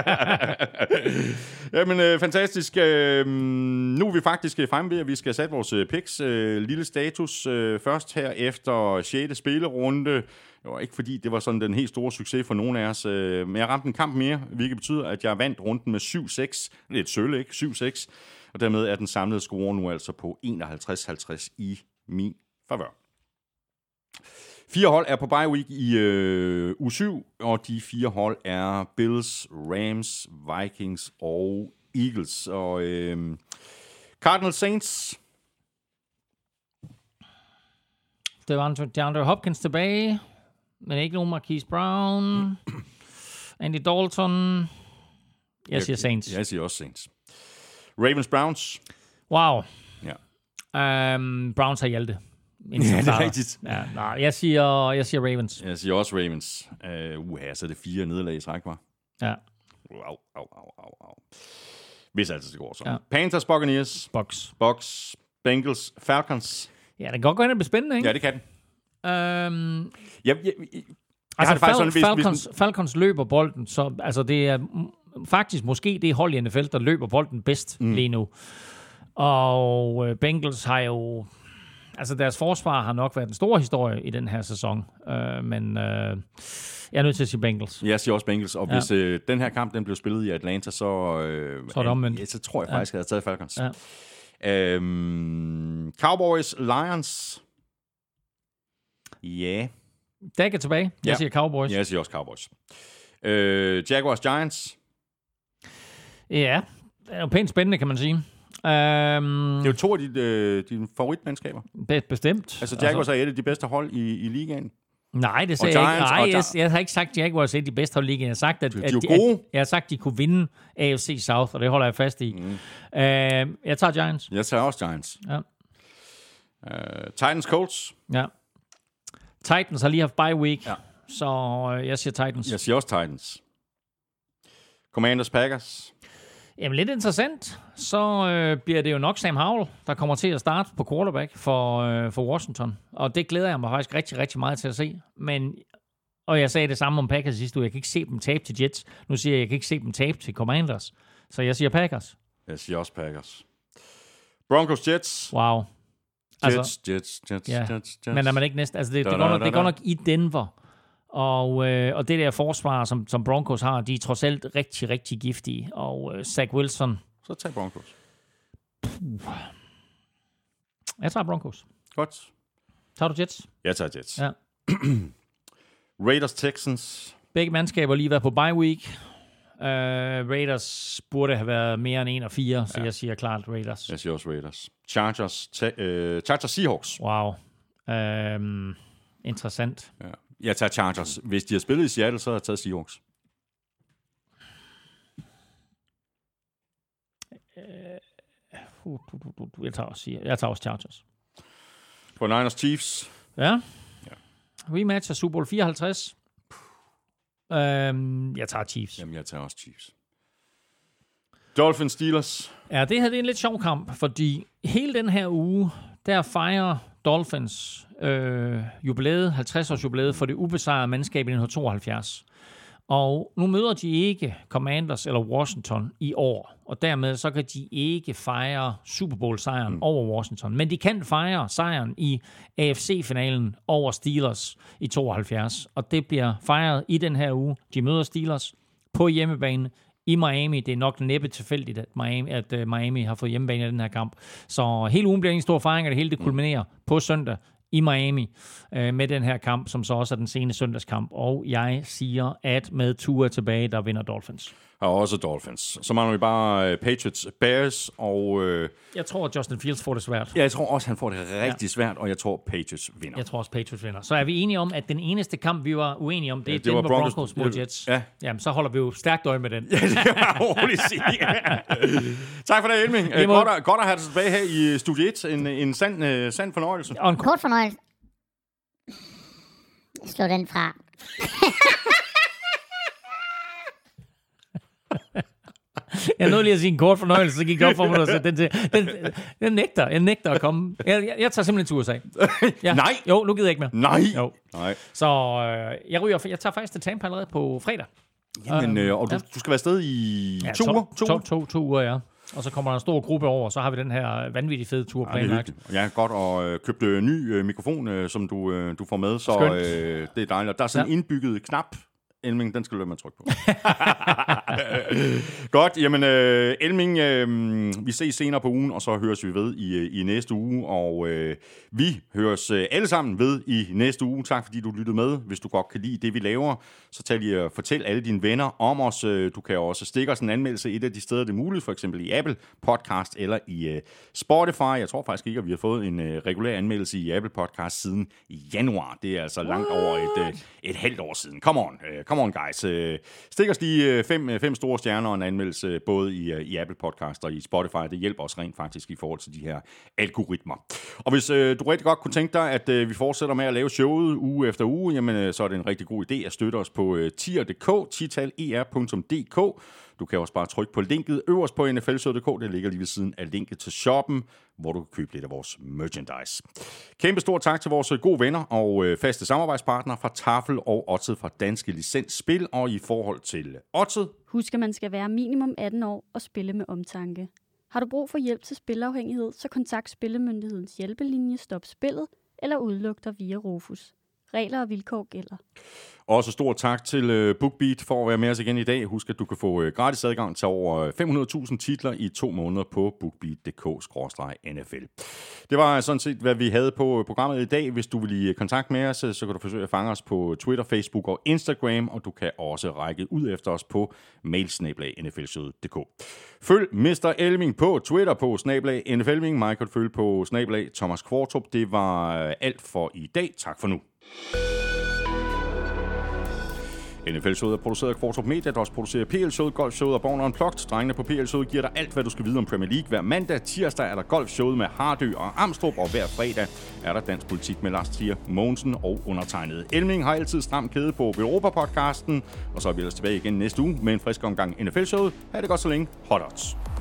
gør. Jamen, fantastisk. Nu er vi faktisk fremme ved, at vi skal sætte vores picks. Lille status først her efter 6. spillerunde. Det var ikke fordi, det var sådan den helt store succes for nogen af os. Men jeg ramte en kamp mere, hvilket betyder, at jeg vandt runden med 7-6. Lidt sølle, ikke? 7-6. Og dermed er den samlede score nu altså på 51-50 i min favør. 4 hold er på bye week i uge 7, og de 4 hold er Bills, Rams, Vikings og Eagles. Og Cardinals Saints. Det var DeAndre Hopkins tilbage, men ikke nogen Marquise Brown, Andy Dalton. Jeg siger Saints. Jeg siger også Saints. Ravens, Browns. Wow. Ja. Browns har Hjalte. Ja, det er rigtigt. Ja, nej, jeg siger Ravens. Jeg siger også Ravens. Så er det 4 nederlag i træk, var. Ja. Au. Hvis altså det går så. Ja. Panthers, Buccaneers. Bucks. Bengals, Falcons. Ja, det kan godt gå hen og blive spændende, ikke? Ja, det kan den. Falcons løber bolden, så altså det er faktisk måske det hold i NFL, der løber bolden bedst lige nu. Og Bengals har jo... Altså deres forsvar har nok været den store historie i den her sæson, men jeg er nødt til at sige Bengals. Jeg siger også Bengals, og hvis den her kamp den blev spillet i Atlanta, så er det omvendt. Så tror jeg faktisk, at jeg havde taget Falcons. Ja. Cowboys, Lions. Ja. Dak er tilbage. Jeg siger Cowboys. Ja, jeg siger også Cowboys. Jaguars, Giants. Ja, det er jo pænt spændende, kan man sige. Det er jo 2 af dine favoritmandskaber. Bestemt. Altså Jaguars er et af de bedste hold i ligaen. Nej, det sagde jeg ikke. Jeg har ikke sagt, at Jaguars er de bedste hold i ligaen. Jeg har sagt, at jeg har sagt, at de kunne vinde AFC South, og det holder jeg fast i. Jeg tager Giants. Jeg tager også Giants. Ja. Titans, Colts. Ja. Titans har lige haft bye week, så jeg siger Titans. Jeg siger også Titans. Commanders, Packers. Jamen lidt interessant, så bliver det jo nok Sam Howell, der kommer til at starte på quarterback for Washington. Og det glæder jeg mig faktisk rigtig, rigtig meget til at se. Og jeg sagde det samme om Packers sidste uge. Jeg kan ikke se dem tabe til Jets. Nu siger jeg kan ikke se dem tabe til Commanders. Så jeg siger Packers. Jeg siger også Packers. Broncos, Jets. Wow. Jets. Men er man ikke næsten... Altså det går nok i Denver. Og det der forsvar, som Broncos har, de er trods alt rigtig, rigtig giftige. Og Zach Wilson... Så tag Broncos. Jeg tager Broncos. Godt. Tager du Jets? Jeg tager Jets. Ja. Raiders, Texans. Begge mandskaber lige været på bye week. Raiders burde have været mere end 1-4, så jeg siger klart Raiders. Jeg siger også Raiders. Chargers Seahawks. Wow. Interessant. Ja. Jeg tager Chargers. Hvis de har spillet i Seattle, så har jeg taget Seahawks. Jeg tager også Chargers. For Niners Chiefs. Ja. Rematch af Super Bowl 54. Jeg tager Chiefs. Jamen, jeg tager også Chiefs. Dolphins Steelers. Ja, det her det er en lidt sjov kamp, fordi hele den her uge, der fejrer Dolphins jubilæet, 50-års jubilæet for det ubesejrede mandskab i 1972. Og nu møder de ikke Commanders eller Washington i år, og dermed så kan de ikke fejre Super Bowl-sejren over Washington. Men de kan fejre sejren i AFC-finalen over Steelers i 72, og det bliver fejret i den her uge. De møder Steelers på hjemmebane i Miami. Det er nok næppe tilfældigt, at Miami har fået hjemmebane i den her kamp. Så hele ugen bliver en stor fejring, og det hele det kulminerer på søndag i Miami med den her kamp, som så også er den sene søndagskamp. Og jeg siger, at med Tua tilbage, der vinder Dolphins. Og også Dolphins. Så mangler vi bare Patriots, Bears og... Jeg tror, at Justin Fields får det svært. Ja, jeg tror også, han får det rigtig svært, og jeg tror, Patriots vinder. Jeg tror også, Patriots vinder. Så er vi enige om, at den eneste kamp, vi var uenige om, det er Denver Broncos mod Jets. Ja. Jamen, så holder vi jo stærkt øje med den. Ja, det kan jeg roligt sige. Tak for det, Elming. Godt at have dig tilbage her i Studie 1. En sand fornøjelse. Og en kort fornøjelse. Slå den fra. Jeg nåede lige at sige en kort fornøjelse, så gik det op for mig, og den nægter at komme. Jeg tager simpelthen til USA. Ja. Nej! Jo, nu gider jeg ikke mere. Nej! Jo. Nej. Så jeg tager faktisk til Tampa allerede på fredag. Jamen, og du skal være afsted i 2 uger? 2 uger, ja. Og så kommer der en stor gruppe over, og så har vi den her vanvittigt fede tur planlagt. Ja, godt, og købte en ny mikrofon, som du får med, så det er dejligt. Der er sådan en indbygget knap, Elming, den skal du lade mig trykke på. Godt, jamen Elming, vi ses senere på ugen, og så høres vi ved i næste uge, og vi høres alle sammen ved i næste uge. Tak fordi du lyttede med. Hvis du godt kan lide det, vi laver, så tag lige og fortæl alle dine venner om os. Du kan også stikke os en anmeldelse et af de steder, det er muligt, for eksempel i Apple Podcast eller i Spotify. Jeg tror faktisk ikke, at vi har fået en regulær anmeldelse i Apple Podcast siden januar. Det er altså langt over et halvt år siden. Come on guys. Stik os lige 5 store stjerner og en anmeldelse både i Apple Podcast og i Spotify. Det hjælper os rent faktisk i forhold til de her algoritmer. Og hvis du rigtig godt kunne tænke dig, at vi fortsætter med at lave showet uge efter uge, jamen så er det en rigtig god idé at støtte os på tier.dk, tier.dk. Du kan også bare trykke på linket øverst på nflshowet.dk. Det ligger lige ved siden af linket til shoppen, hvor du kan købe lidt af vores merchandise. Kæmpe stor tak til vores gode venner og faste samarbejdspartnere fra Tafel og Odset fra Danske Licens Spil. Og i forhold til Odset... Husk, at man skal være minimum 18 år og spille med omtanke. Har du brug for hjælp til spilafhængighed, så kontakt Spillemyndighedens hjælpelinje Stop Spillet eller udluk dig via Rufus. Regler og vilkår gælder. Også stor tak til BookBeat for at være med os igen i dag. Husk, at du kan få gratis adgang til over 500.000 titler i 2 måneder på bookbeat.dk/NFL. Det var sådan set, hvad vi havde på programmet i dag. Hvis du vil i kontakt med os, så kan du forsøge at fange os på Twitter, Facebook og Instagram, og du kan også række ud efter os på mail@nflshowet.dk. Følg Mr. Elming på Twitter på @NFLming. Mig kan du følge på @Thomas Kvartrup. Det var alt for i dag. Tak for nu. NFL-showet er produceret af Kvartrup Media, der også producerer PL-showet, Golf-showet og Born Unplugged. Drengene på PL-showet giver dig alt, hvad du skal vide om Premier League. Hver mandag, tirsdag er der Golf-showet med Hardø og Amstrup, og hver fredag er der Dansk Politik med Lars Trier Mogensen og undertegnet. Elming har altid stram kæde på Europa-podcasten, og så er vi ellers tilbage igen næste uge med en frisk omgang NFL-showet. Ha' det godt så længe. Hot odds.